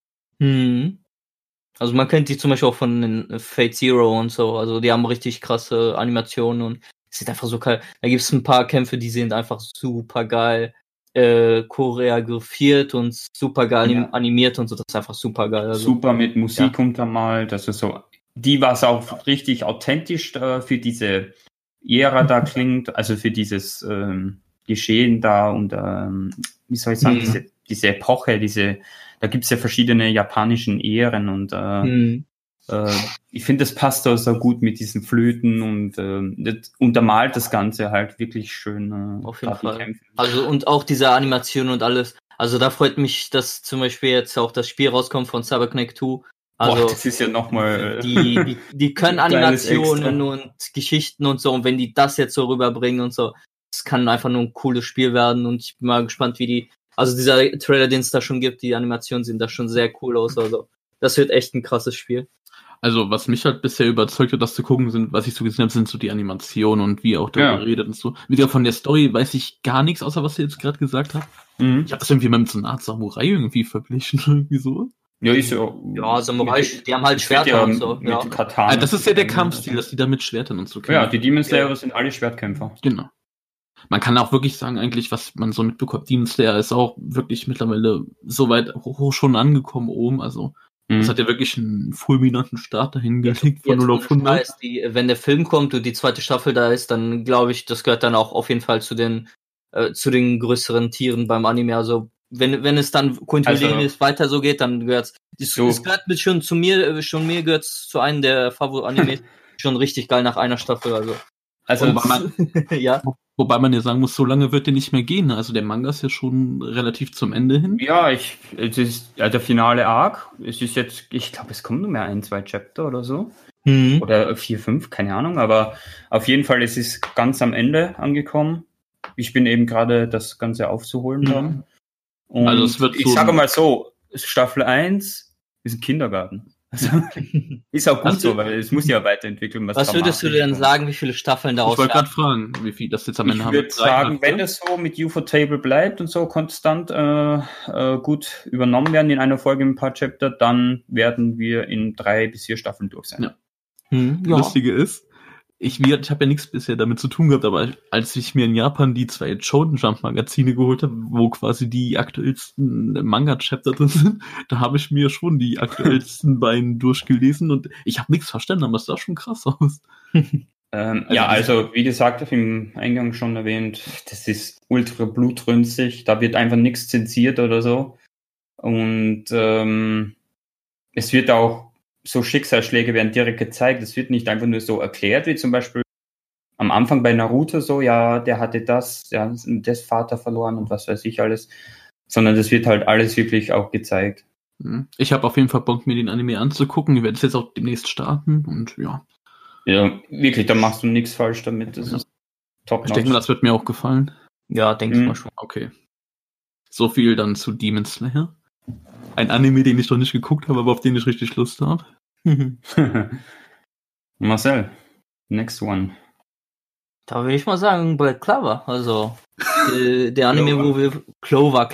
Also man kennt die zum Beispiel auch von den Fate Zero und so. Also die haben richtig krasse Animationen und es sieht einfach so geil. Da gibt es ein paar Kämpfe, die sind einfach super geil choreografiert und super geil animiert und so. Das ist einfach super geil. Also, super mit Musik untermalt. Das ist so. Die, was auch richtig authentisch für diese Ära da klingt, also für dieses Geschehen da und wie soll ich sagen, diese Epoche, da gibt's ja verschiedene japanischen Ehren und ich finde, das passt da so gut mit diesen Flöten und untermalt das Ganze halt wirklich schön. Auf jeden Fall. Kämpfen. Also und auch diese Animation und alles. Also da freut mich, dass zum Beispiel jetzt auch das Spiel rauskommt von Cyberpunk 2. Also das ist ja nochmal die können Animationen und Geschichten und so und wenn die das jetzt so rüberbringen und so, es kann einfach nur ein cooles Spiel werden und ich bin mal gespannt, also dieser Trailer, den es da schon gibt, die Animationen sehen da schon sehr cool aus, also das wird echt ein krasses Spiel. Also was mich halt bisher überzeugt hat, das zu gucken, was ich so gesehen habe, sind so die Animationen und wie auch darüber redet und so. Wieder von der Story weiß ich gar nichts, außer was ihr jetzt gerade gesagt habt. Ich habe das irgendwie mal mit so einer Art Samurai irgendwie verglichen, irgendwie so. Ja, ist ja. Ja, Samurai, die haben halt Schwerter und so. Mit Katana. Das ist ja der Kampfstil, dass die da mit Schwertern und so kämpfen. Ja, die Demon Slayer sind alle Schwertkämpfer. Genau. Man kann auch wirklich sagen, eigentlich, was man so mitbekommt, Demon Slayer ist auch wirklich mittlerweile so weit hoch schon angekommen oben, also das hat ja wirklich einen fulminanten Start dahin gelegt von 0 auf 100. Wenn der Film kommt und die zweite Staffel da ist, dann glaube ich, das gehört dann auch auf jeden Fall zu den größeren Tieren beim Anime. Also wenn es dann kontinuierlich weiter so geht, dann gehört's. Es gehört schon mir gehört's zu einem der Favorit-Animes schon richtig geil nach einer Staffel, also wobei man ja sagen muss, so lange wird der nicht mehr gehen. Also der Manga ist ja schon relativ zum Ende hin. Ja, es ist der finale Arc. Es ist jetzt, ich glaube, es kommen nur mehr 1-2 Chapter oder so. Oder 4, 5, keine Ahnung. Aber auf jeden Fall, es ist ganz am Ende angekommen. Ich bin eben gerade das Ganze aufzuholen dran. Und also es wird ich sage mal so, Staffel 1 ist ein Kindergarten. Also, ist auch gut so, weil es muss ja weiterentwickeln. Was würdest du denn sagen, wie viele Staffeln da Ich wollte gerade fragen, wie viel das jetzt am Ende haben. Ich würde sagen, wenn das so mit Ufotable bleibt und so konstant gut übernommen werden in einer Folge ein paar Chapter, dann werden wir in 3 bis 4 Staffeln durch sein. Ja. Lustige ist, ich habe ja nichts bisher damit zu tun gehabt, aber als ich mir in Japan die 2 Shonen Jump Magazine geholt habe, wo quasi die aktuellsten Manga-Chapter drin sind, da habe ich mir schon die aktuellsten beiden durchgelesen und ich habe nichts verstanden, aber es sah schon krass aus. Also wie gesagt, ich habe im Eingang schon erwähnt, das ist ultra blutrünstig, da wird einfach nichts zensiert oder so und es wird auch so Schicksalsschläge werden direkt gezeigt. Es wird nicht einfach nur so erklärt, wie zum Beispiel am Anfang bei Naruto so, ja, der hatte das Vater verloren und was weiß ich alles, sondern das wird halt alles wirklich auch gezeigt. Ich habe auf jeden Fall Bock, mir den Anime anzugucken. Ich werde es jetzt auch demnächst starten und ja. Ja, wirklich, da machst du nichts falsch damit. Das ist top. Ich denke mal, das wird mir auch gefallen. Ja, denke ich mal schon. Okay. So viel dann zu Demon Slayer. Ein Anime, den ich noch nicht geguckt habe, aber auf den ich richtig Lust habe. Marcel, next one. Da würde ich mal sagen, Black Clover. Also, der Anime, wo wir... Clover.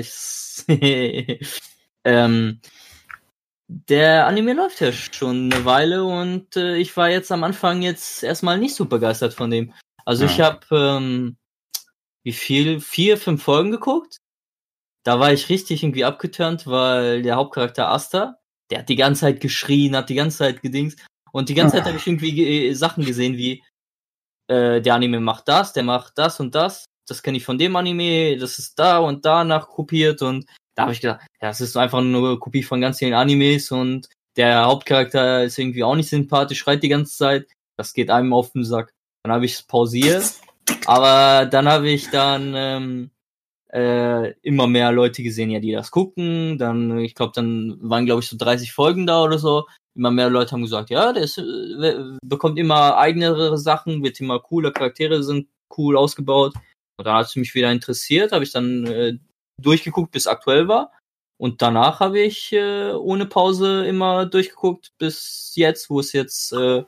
Der Anime läuft ja schon eine Weile und ich war jetzt am Anfang jetzt erstmal nicht so begeistert von dem. Also ich habe 4, 5 Folgen geguckt. Da war ich richtig irgendwie abgeturnt, weil der Hauptcharakter Asta, der hat die ganze Zeit geschrien, hat die ganze Zeit gedingst. Und die ganze Zeit habe ich irgendwie Sachen gesehen wie, der Anime macht das, der macht das und das. Das kenne ich von dem Anime, das ist da und danach kopiert. Und da habe ich gedacht, ja, das ist einfach nur eine Kopie von ganz vielen Animes. Und der Hauptcharakter ist irgendwie auch nicht sympathisch, schreit die ganze Zeit. Das geht einem auf den Sack. Dann habe ich es pausiert. Aber dann habe ich dann... immer mehr Leute gesehen, ja, die das gucken. Dann, ich glaube, dann waren, glaube ich, so 30 Folgen da oder so. Immer mehr Leute haben gesagt, ja, der bekommt immer eigenere Sachen, wird immer cooler, Charaktere sind cool ausgebaut. Und dann hat es mich wieder interessiert, habe ich dann durchgeguckt, bis aktuell war. Und danach habe ich ohne Pause immer durchgeguckt, bis jetzt, wo es jetzt die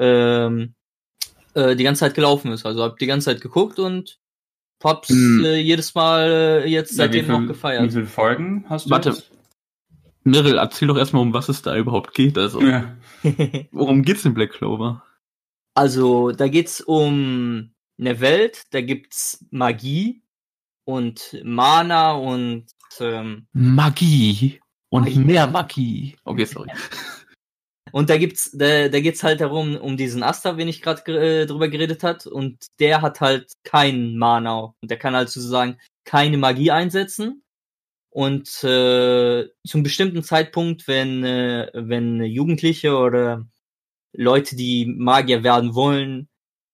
ganze Zeit gelaufen ist. Also habe die ganze Zeit geguckt und hab's jedes Mal jetzt seitdem noch gefeiert. Wie viele Folgen hast du? Warte. Mirrell, erzähl doch erstmal, um was es da überhaupt geht. Also, worum geht's in Black Clover? Also, da geht's um eine Welt, da gibt's Magie und Mana und Magie und mehr Magie. Okay, sorry. Und da geht's halt darum, um diesen Asta, den ich gerade drüber geredet hat, und der hat halt keinen Mana. Und der kann halt sozusagen keine Magie einsetzen. Und zum bestimmten Zeitpunkt, wenn Jugendliche oder Leute, die Magier werden wollen,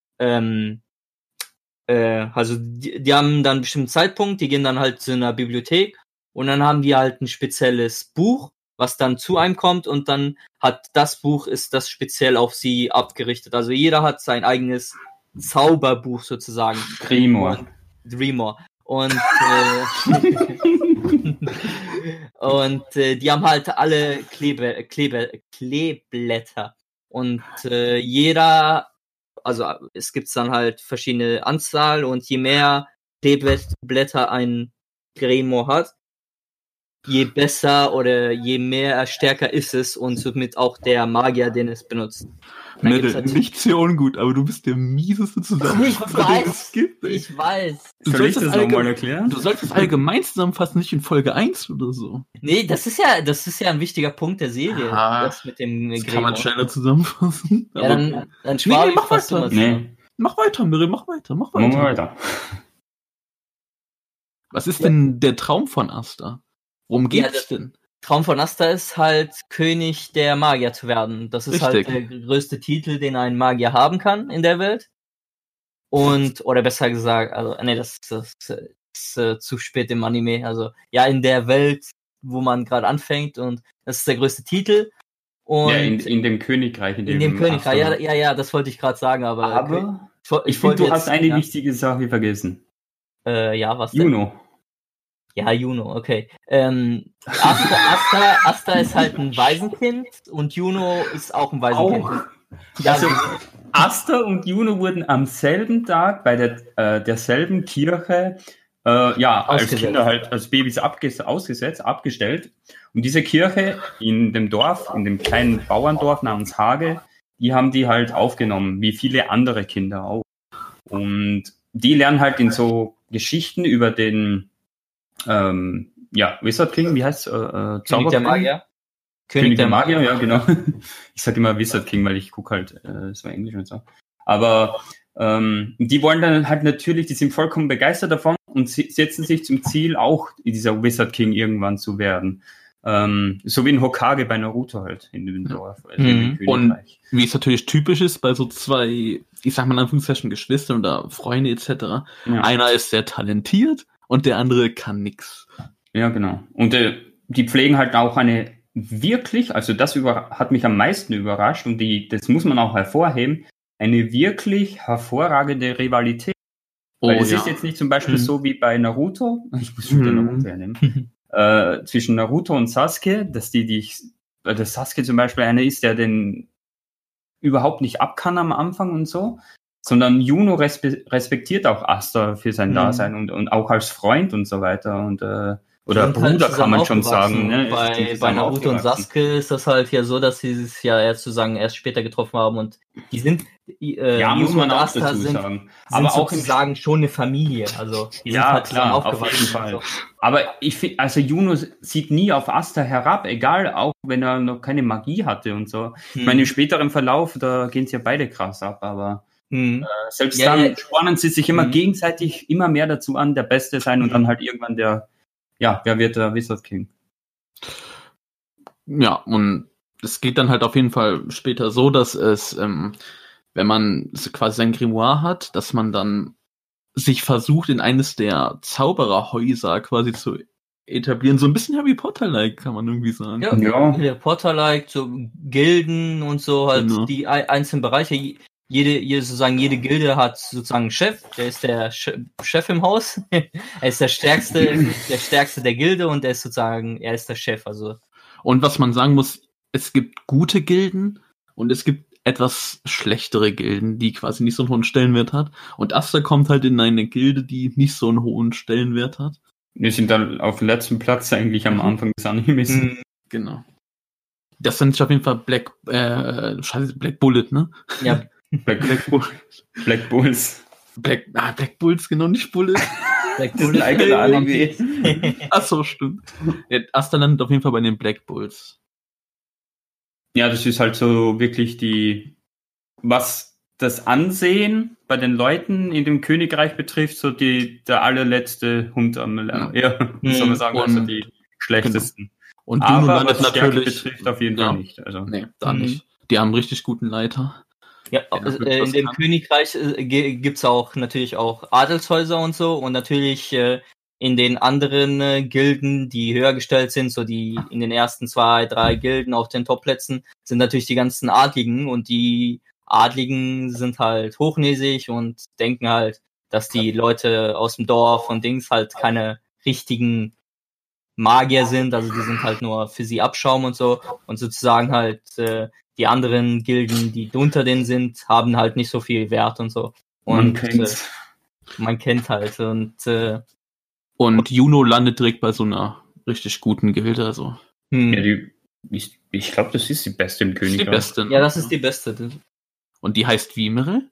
also die haben dann einen bestimmten Zeitpunkt, die gehen dann halt zu einer Bibliothek und dann haben die halt ein spezielles Buch, was dann zu einem kommt und dann hat das Buch, ist das speziell auf sie abgerichtet. Also jeder hat sein eigenes Zauberbuch sozusagen. Grimoire. Und und die haben halt alle Kleeblätter. Und jeder, also es gibt dann halt verschiedene Anzahl und je mehr Kleeblätter ein Grimoire hat, je besser oder je mehr stärker ist es und somit auch der Magier, den es benutzt. Halt nichts hier ungut, aber du bist der mieseste Zusammenfasser, den es gibt. Ich weiß. Soll ich das nochmal erklären? Du sollst es allgemein zusammenfassen, nicht in Folge 1 oder so. Nee, das ist ja ein wichtiger Punkt der Serie. Das mit dem das kann man schneller zusammenfassen. Ja, dann Schwabi, mach weiter. Mach weiter, Mirre, mach weiter. Was ist denn der Traum von Asta? Worum geht's denn? Traum von Asta ist halt, König der Magier zu werden. Das ist Richtig. halt der größte Titel, den ein Magier haben kann in der Welt. Oder besser gesagt, also, nee, das ist zu spät im Anime. Also, ja, in der Welt, wo man gerade anfängt, und das ist der größte Titel. Und ja, in dem Königreich. In dem Königreich, ja, das wollte ich gerade sagen, aber ich finde, du hast eine wichtige Sache vergessen. Ja, was denn? Juno. Ja, Juno, okay. Asta ist halt ein Waisenkind und Juno ist auch ein Waisenkind. Also, Asta und Juno wurden am selben Tag bei derselben Kirche als Kinder halt, als Babys abgestellt. Und diese Kirche in dem Dorf, in dem kleinen Bauerndorf namens Hage, die haben die halt aufgenommen, wie viele andere Kinder auch. Und die lernen halt in so Geschichten über den Wizard King, wie heißt König der Magier. König der Magier, ja, genau. Ich sag immer Wizard King, weil ich gucke halt so Englisch und so. Aber die wollen dann halt natürlich, die sind vollkommen begeistert davon und setzen sich zum Ziel, auch dieser Wizard King irgendwann zu werden. So wie ein Hokage bei Naruto halt in dem Dorf. Also in dem und wie es natürlich typisch ist bei so zwei, ich sag mal in Anführungszeichen, Geschwistern oder Freunde etc. Ja. Einer ist sehr talentiert und der andere kann nix. Ja, genau. Und die pflegen halt auch eine wirklich, also das hat mich am meisten überrascht und das muss man auch hervorheben, eine wirklich hervorragende Rivalität. Weil es ist jetzt nicht zum Beispiel so wie bei Naruto, ich muss wieder Naruto hernehmen, zwischen Naruto und Sasuke, dass dass Sasuke zum Beispiel einer ist, der den überhaupt nicht ab kann am Anfang und so, sondern Juno respektiert auch Asta für sein Dasein und auch als Freund und so weiter und oder Bruder halt kann man schon sagen. Ne? Bei Naruto und Sasuke ist das halt ja so, dass sie es ja erst später getroffen haben und die sind muss man auch dazu sagen. Aber auch sozusagen schon eine Familie. Also die sind halt klar, auf jeden Fall. So. Aber ich finde, also Juno sieht nie auf Asta herab, egal, auch wenn er noch keine Magie hatte und so. Ich meine, im späteren Verlauf, da gehen sie ja beide krass ab, aber selbst dann spornen sie sich immer gegenseitig immer mehr dazu an, der Beste sein und dann halt irgendwann wer wird der Wizard King? Ja, und es geht dann halt auf jeden Fall später so, dass es, wenn man quasi sein Grimoire hat, dass man dann sich versucht, in eines der Zaubererhäuser quasi zu etablieren. So ein bisschen Harry Potter-like, kann man irgendwie sagen. Ja. Harry Potter-like, so Gilden und so halt die einzelnen Bereiche. Jede Gilde hat sozusagen einen Chef, der ist der Chef im Haus. Er ist der Stärkste der Gilde und er ist der Chef. Also. Und was man sagen muss, es gibt gute Gilden und es gibt etwas schlechtere Gilden, die quasi nicht so einen hohen Stellenwert hat. Und Asta kommt halt in eine Gilde, die nicht so einen hohen Stellenwert hat. Wir sind dann auf dem letzten Platz eigentlich am Anfang des Animes. Genau. Das sind auf jeden Fall Black Bullet, ne? Ja. Black Bulls. Black Bulls, genau, nicht Bullet. Black Bulls. Achso, stimmt. Asta landet auf jeden Fall bei den Black Bulls. Ja, das ist halt so wirklich was das Ansehen bei den Leuten in dem Königreich betrifft, so der allerletzte Hund am soll man sagen, also die schlechtesten. Genau. Und Juno landet was natürlich betrifft auf jeden Fall nicht. Also. Nee, da nicht. Die haben einen richtig guten Leiter. Ja, in dem Königreich gibt's auch natürlich auch Adelshäuser und so und natürlich in den anderen Gilden, die höher gestellt sind, so die in den ersten 2, 3 Gilden auf den Topplätzen, sind natürlich die ganzen Adligen und die Adligen sind halt hochnäsig und denken halt, dass die Leute aus dem Dorf und Dings halt keine richtigen Magier sind, also die sind halt nur für sie Abschaum und so und sozusagen halt die anderen Gilden, die unter denen sind, haben halt nicht so viel Wert und so. Und man kennt halt und Juno landet direkt bei so einer richtig guten Gilde, also. Ja, ich glaube, das ist die beste im Königreich. Die beste, ne? Ja, das ist die beste. Und die heißt wie, Mirre?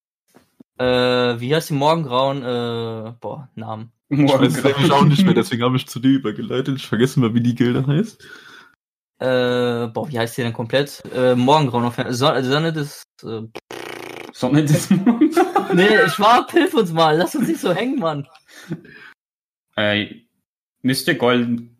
Wie heißt die? Morgengrauen? Namen. Ich weiß auch nicht mehr, deswegen habe ich zu dir übergeleitet. Ich vergesse mal, wie die Gilde heißt. Wie heißt die denn komplett? Morgengrauen. Sonne des... Sonne des Mondes? Nee, Schwab, hilf uns mal. Lass uns nicht so hängen, Mann. Müsste golden.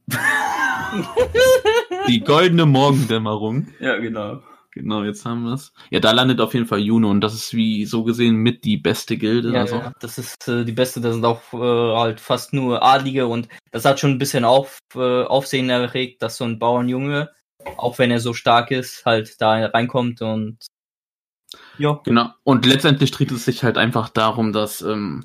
Die goldene Morgendämmerung. Ja, genau. Genau, jetzt haben wir es. Ja, da landet auf jeden Fall Juno und das ist wie so gesehen mit die beste Gilde. Ja, also. ja, das ist die beste, da sind auch halt fast nur Adlige und das hat schon ein bisschen Aufsehen erregt, dass so ein Bauernjunge, auch wenn er so stark ist, halt da reinkommt und ja. Genau, und letztendlich dreht es sich halt einfach darum, dass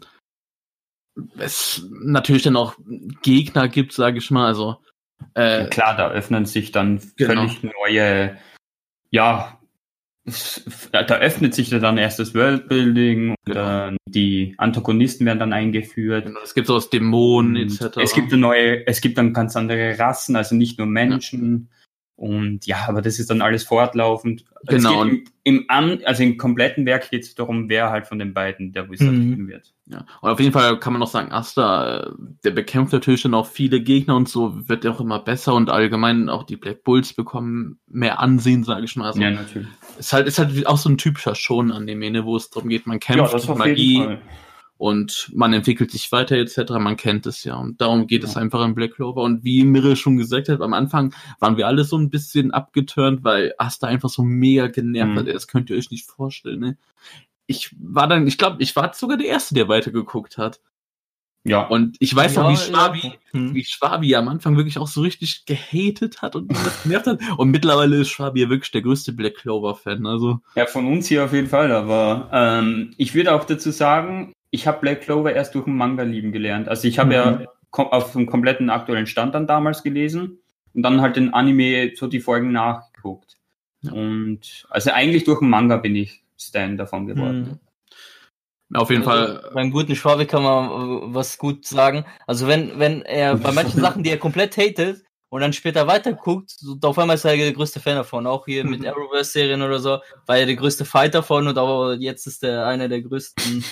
es natürlich dann auch Gegner gibt, sage ich mal, also klar, da öffnen sich dann völlig neue, ja, da öffnet sich dann erst das Worldbuilding und die Antagonisten werden dann eingeführt. Genau, es gibt so aus Dämonen etc. Es gibt dann ganz andere Rassen, also nicht nur Menschen. Ja. Und ja, aber das ist dann alles fortlaufend. Genau. Im kompletten Werk geht es darum, wer halt von den beiden der Wizard wird. Ja. Und auf jeden Fall kann man noch sagen, Asta, der bekämpft natürlich dann auch viele Gegner und so wird auch immer besser und allgemein auch die Black Bulls bekommen mehr Ansehen, sage ich mal. Also, ja, natürlich. Ist halt auch so ein typischer Shonen-Anime, wo es darum geht, man kämpft mit Magie und man entwickelt sich weiter etc. Man kennt es ja und darum geht es einfach in Black Clover und wie Mirre schon gesagt hat, am Anfang waren wir alle so ein bisschen abgeturnt, weil Asta einfach so mega genervt hat. Das könnt ihr euch nicht vorstellen, ne? Ich glaube, ich war sogar der Erste, der weitergeguckt hat. Ja. Und ich weiß noch, wie Schwabi am Anfang wirklich auch so richtig gehatet hat und das genervt hat. Und mittlerweile ist Schwabi ja wirklich der größte Black Clover-Fan. Also. Ja, von uns hier auf jeden Fall, aber ich würde auch dazu sagen, ich habe Black Clover erst durch den Manga lieben gelernt. Also ich habe ja auf dem kompletten aktuellen Stand dann damals gelesen und dann halt den Anime so die Folgen nachgeguckt. Ja. Und also eigentlich durch den Manga bin ich Stan davon geworden. Auf jeden Fall. Beim guten Schwabe kann man was gut sagen. Also wenn er bei manchen Sachen, die er komplett hatet und dann später weiterguckt, so, auf einmal ist er der größte Fan davon. Auch hier mit Arrowverse-Serien oder so, war er der größte Fight davon und aber jetzt ist er einer der größten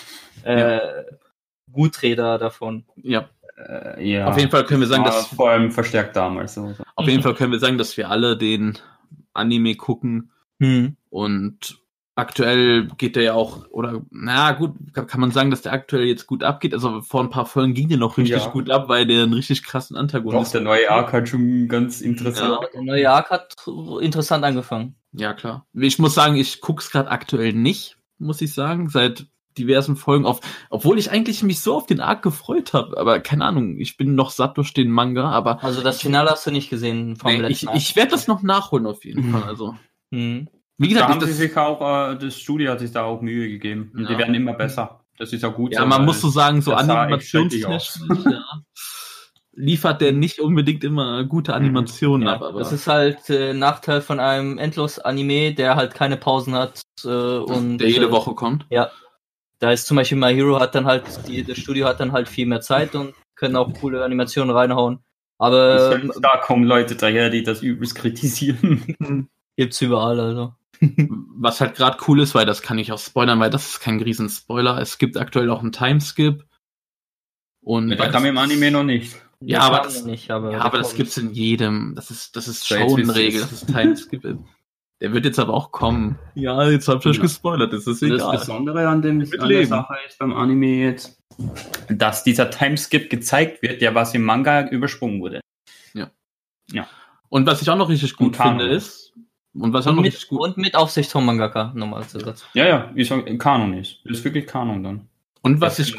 Guträder davon. Ja. Ja. Auf jeden Fall können wir sagen, dass vor allem verstärkt damals. So. Auf jeden Fall können wir sagen, dass wir alle den Anime gucken und aktuell geht der ja auch, oder, na gut, kann man sagen, dass der aktuell jetzt gut abgeht. Also vor ein paar Folgen ging der noch richtig gut ab, weil der einen richtig krassen Antagonist hat. Der neue Arc hat schon ganz interessant. Ja, der neue Arc hat interessant angefangen. Ja, klar. Ich muss sagen, ich guck's gerade aktuell nicht, muss ich sagen, seit diversen Folgen obwohl ich eigentlich mich so auf den Arc gefreut habe, aber keine Ahnung, ich bin noch satt durch den Manga, aber... Also das Finale hast du nicht gesehen vom letzten Arc. Ich werde das noch nachholen auf jeden Fall, also... Wie gesagt, da haben sie sich auch, das Studio hat sich da auch Mühe gegeben. Und die werden immer besser. Das ist auch gut. Ja, so, man muss so sagen, so animationstechnisch liefert der nicht unbedingt immer gute Animationen ab. Aber das ist halt Nachteil von einem Endlos-Anime, der halt keine Pausen hat. Und der jede Woche kommt. Ja. Da ist zum Beispiel My Hero hat dann halt, das Studio hat dann halt viel mehr Zeit und können auch coole Animationen reinhauen. Aber da kommen Leute daher, die das übelst kritisieren. Gibt's überall, also. Was halt gerade cool ist, weil das kann ich auch spoilern, weil das ist kein Riesen-Spoiler. Es gibt aktuell auch einen Timeskip. Und das kam im Anime noch nicht. Ja, aber das gibt's in jedem. Das ist Shonen-Regel, das ist Timeskip. Der wird jetzt aber auch kommen. Ja, jetzt hab ich euch gespoilert, das ist egal. Das Besondere an der Sache ist beim Anime jetzt, dass dieser Timeskip gezeigt wird, der was im Manga übersprungen wurde. Ja. Und was ich auch noch richtig gut finde ist, und mit Aufsicht vom Mangaka nochmal zu Satz. Ja, ich sag, Kanon ist. Das ist wirklich Kanon dann. Und was ich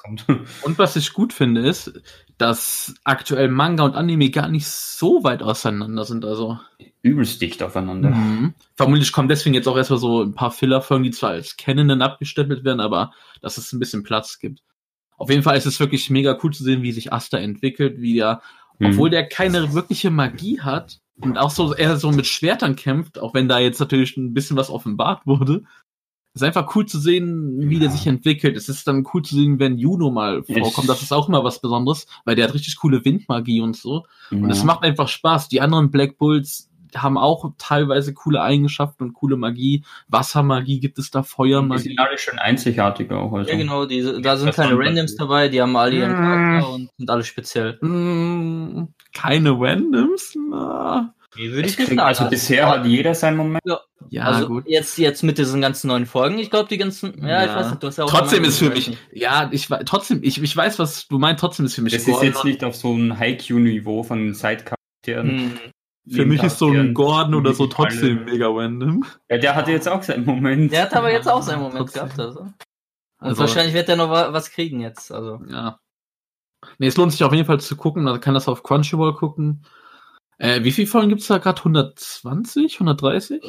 gut finde ist, dass aktuell Manga und Anime gar nicht so weit auseinander sind, also übelst dicht aufeinander. Vermutlich kommen deswegen jetzt auch erstmal so ein paar Filler-Folgen, die zwar als Canon abgestempelt werden, aber dass es ein bisschen Platz gibt. Auf jeden Fall ist es wirklich mega cool zu sehen, wie sich Asta entwickelt, wie der, obwohl der keine wirkliche Magie hat, und auch so eher so mit Schwertern kämpft, auch wenn da jetzt natürlich ein bisschen was offenbart wurde. Es ist einfach cool zu sehen, wie der sich entwickelt. Es ist dann cool zu sehen, wenn Juno mal vorkommt. Das ist auch immer was Besonderes, weil der hat richtig coole Windmagie und so. Und es macht einfach Spaß. Die anderen Black Bulls haben auch teilweise coole Eigenschaften und coole Magie. Wassermagie gibt es da, Feuermagie. Die sind alle schon einzigartig auch. Also. Ja, genau. Da sind keine Randoms dabei. Die haben alle ihren Charakter und sind alle speziell. Keine Randoms? Wie würde ich nicht sagen. Also bisher hat jeder seinen Moment. Ja. Ja, also gut. jetzt mit diesen ganzen neuen Folgen, ich glaube, die ganzen, ich weiß nicht, du hast ja auch trotzdem gemeint, ist für mich, ich weiß, was du meinst, trotzdem ist für mich Das ist jetzt nicht auf so ein Haikyuu-Niveau von Side-Charakteren. Für mich ist so ein Gordon oder so wirklich alle- trotzdem mega random. Ja, der hatte jetzt auch seinen Moment. Der hat aber jetzt auch seinen Moment trotzdem. gehabt, also. Und Also- wahrscheinlich wird er noch was kriegen jetzt, also. Ja. Nee, es lohnt sich auf jeden Fall zu gucken, man kann das auf Crunchyroll gucken. Wie viele Folgen gibt's da gerade? 120? 130?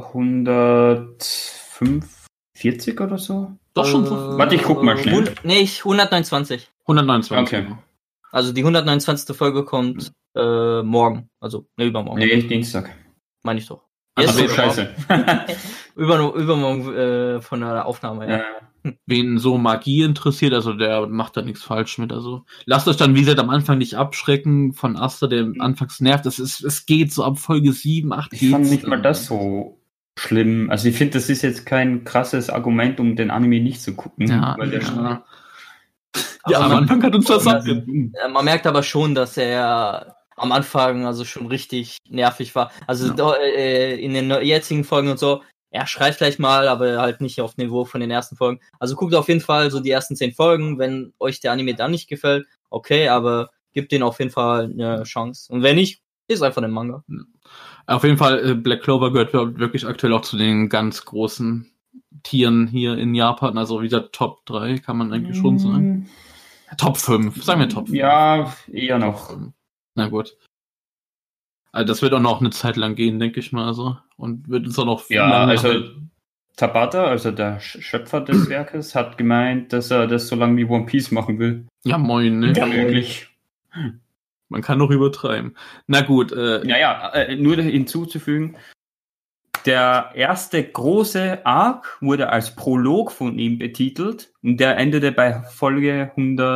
145 oder so? Doch schon so. Warte, ich guck mal schnell. 129. 129. Okay. Also die 129. Folge kommt morgen, also übermorgen. Nee, Dienstag. Meine ich doch. Also Jetzt scheiße. Übermorgen von der Aufnahme, ja. Wen so Magie interessiert, also der macht da nichts falsch mit. Also lasst euch dann, wie gesagt, am Anfang nicht abschrecken von Asta, der anfangs nervt. Es geht so ab Folge 7, 8 Ich fand nicht mal das so schlimm. Also ich finde, das ist jetzt kein krasses Argument, um den Anime nicht zu gucken. Ja, weil der ja. Aber Ja, am Anfang hat uns das abge... man merkt aber schon, dass er am Anfang also schon richtig nervig war. Also in den jetzigen Folgen und so, er schreit vielleicht mal, aber halt nicht auf Niveau von den ersten Folgen. Also guckt auf jeden Fall so die ersten 10 Folgen. Wenn euch der Anime dann nicht gefällt, okay, aber gebt denen auf jeden Fall eine Chance. Und wenn nicht, ist einfach ein Manga. Auf jeden Fall, Black Clover gehört wirklich aktuell auch zu den ganz großen Tieren hier in Japan. Also wieder Top 3, kann man eigentlich schon sagen. Top 5, sagen wir Top 5. Ja, eher noch. Na gut. Also das wird auch noch eine Zeit lang gehen, denke ich mal so. Und wird uns auch noch Ja, lange also halten. Tabata, also der Schöpfer des Werkes, hat gemeint, dass er das so lange wie One Piece machen will. Ja, moin, ne? Ja, möglich. Man kann doch übertreiben. Na gut, Nur hinzuzufügen, der erste große Arc wurde als Prolog von ihm betitelt und der endete bei Folge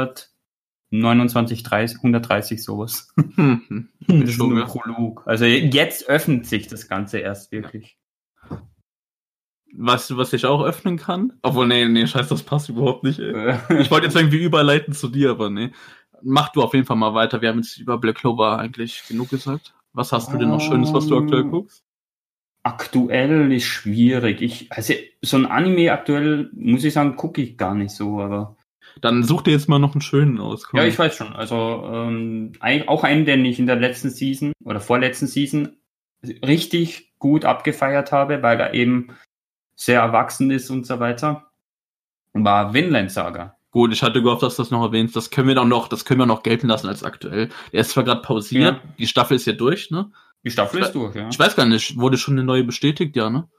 129, sowas. Das ist nur ein Prolog. Also jetzt öffnet sich das Ganze erst wirklich. Weißt du, was ich auch öffnen kann? Obwohl, nee, scheiß, das passt überhaupt nicht, ey. Ich wollte jetzt irgendwie überleiten zu dir, aber nee. Mach du auf jeden Fall mal weiter. Wir haben jetzt über Black Clover eigentlich genug gesagt. Was hast du denn noch Schönes, was du aktuell guckst? Aktuell ist schwierig. Also so ein Anime aktuell, muss ich sagen, gucke ich gar nicht so, aber... Dann such dir jetzt mal noch einen schönen aus. Komm. Ja, ich weiß schon. Also auch einen, den ich in der letzten Season oder vorletzten Season richtig gut abgefeiert habe, weil er eben sehr erwachsen ist und so weiter, war Vinland Saga. Gut, ich hatte gehofft, dass du das noch erwähnst. Das können wir noch gelten lassen als aktuell. Der ist zwar gerade pausiert, Ja. Die Staffel ist ja durch, ne? Die Staffel ist durch, ja. Ich weiß gar nicht, wurde schon eine neue bestätigt, ja, ne?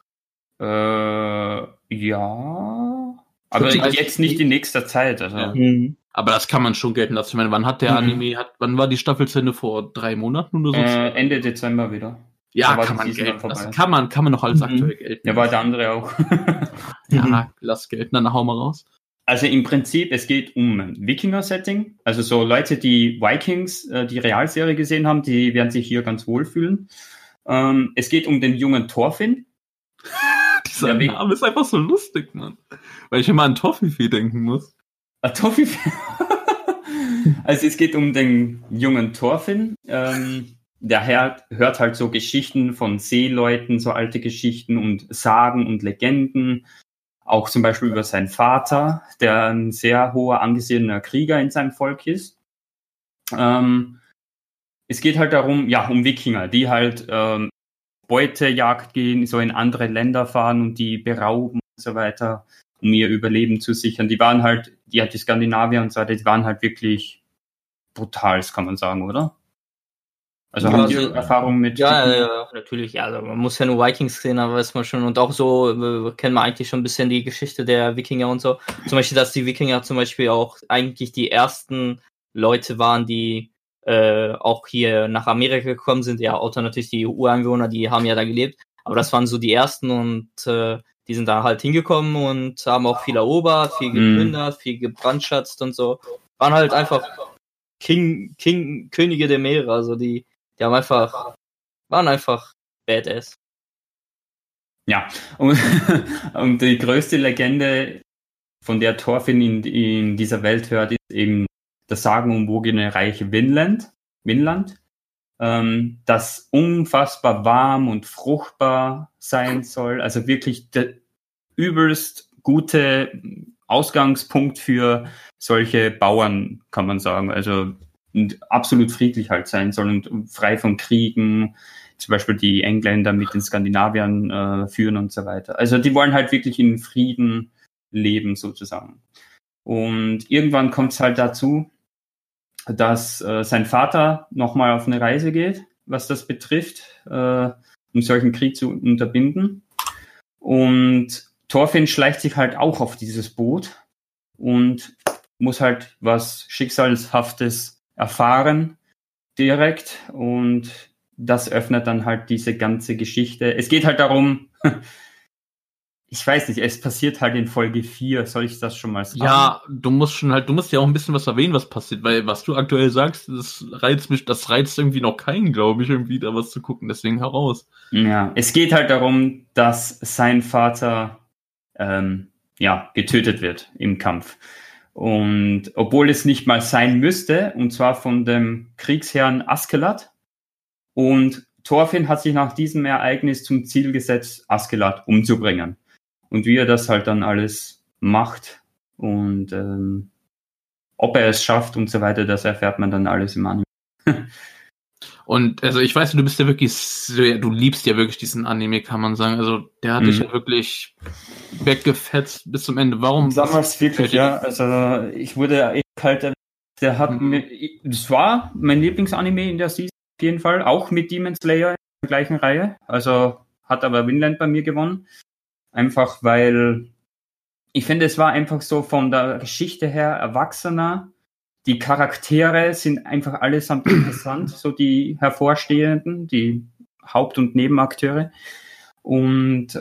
Ja. Aber Also, jetzt nicht in nächster Zeit. Also. Ja. Aber das kann man schon gelten lassen. Ich meine, wann hat der Anime, wann war die Staffel zu Ende? Vor 3 Monaten oder so? Ende Dezember wieder. Ja, da kann war die man Season gelten. dann Das vorbei. kann man noch als aktuell gelten. Ja, war der andere auch. Ja, lass gelten, dann hau mal raus. Also im Prinzip, es geht um ein Wikinger-Setting. Also so Leute, die Vikings, die Realserie gesehen haben, die werden sich hier ganz wohlfühlen. Es geht um den jungen Thorfinn. Dieser Name ist einfach so lustig, Mann. Weil ich immer an Toffifee denken muss. Toffifee? Also es geht um den jungen Thorfinn. Der hört halt so Geschichten von Seeleuten, so alte Geschichten und Sagen und Legenden. Auch zum Beispiel über seinen Vater, der ein sehr hoher angesehener Krieger in seinem Volk ist. Es geht halt darum, ja, um Wikinger, die halt Beutejagd gehen, so in andere Länder fahren und die berauben und so weiter, um ihr Überleben zu sichern. Die Skandinavier und so weiter, die waren halt wirklich brutal, kann man sagen, oder? Also Ja, haben die Erfahrung mit... Ja, natürlich. Ja, also man muss ja nur Vikings sehen, aber weiß man schon. Und auch so kennt man eigentlich schon ein bisschen die Geschichte der Wikinger und so. Zum Beispiel, dass die Wikinger zum Beispiel auch eigentlich die ersten Leute waren, die auch hier nach Amerika gekommen sind. Ja, außer natürlich die Ureinwohner, die haben ja da gelebt. Aber das waren so die ersten und die sind da halt hingekommen und haben auch viel erobert, viel geplündert, viel gebrandschatzt und so. Waren halt einfach Könige der Meere, also die waren einfach badass. Ja, und die größte Legende, von der Thorfinn in dieser Welt hört, ist eben das sagenumwogene Reich Vinland. das unfassbar warm und fruchtbar sein soll. Also wirklich der übelst gute Ausgangspunkt für solche Bauern, kann man sagen. Also und absolut friedlich halt sein soll und frei von Kriegen, zum Beispiel die Engländer mit den Skandinaviern führen und so weiter. Also die wollen halt wirklich in Frieden leben sozusagen. Und irgendwann kommt es halt dazu, dass sein Vater nochmal auf eine Reise geht, was das betrifft, um solchen Krieg zu unterbinden. Und Thorfinn schleicht sich halt auch auf dieses Boot und muss halt was Schicksalshaftes erfahren direkt. Und das öffnet dann halt diese ganze Geschichte. Es geht halt darum, ich weiß nicht, es passiert halt in Folge 4. Soll ich das schon mal sagen? Ja, du musst ja auch ein bisschen was erwähnen, was passiert, weil was du aktuell sagst, das reizt irgendwie noch keinen, glaube ich, irgendwie da was zu gucken, deswegen heraus. Ja, es geht halt darum, dass sein Vater getötet wird im Kampf. Und obwohl es nicht mal sein müsste, und zwar von dem Kriegsherrn Askeladd. Und Thorfinn hat sich nach diesem Ereignis zum Ziel gesetzt, Askeladd umzubringen. Und wie er das halt dann alles macht und ob er es schafft und so weiter, das erfährt man dann alles im Anime. Und also ich weiß, du bist ja wirklich, du liebst ja wirklich diesen Anime, kann man sagen. Also der hat dich ja wirklich weggefetzt bis zum Ende. Warum? Damals wirklich, ja. Also ich wurde kalt. Der hat mir, das war mein Lieblingsanime in der Season auf jeden Fall, auch mit Demon Slayer in der gleichen Reihe. Also hat aber Vinland bei mir gewonnen. Einfach weil ich finde, es war einfach so von der Geschichte her erwachsener. Die Charaktere sind einfach allesamt interessant, so die hervorstehenden, die Haupt- und Nebenakteure. Und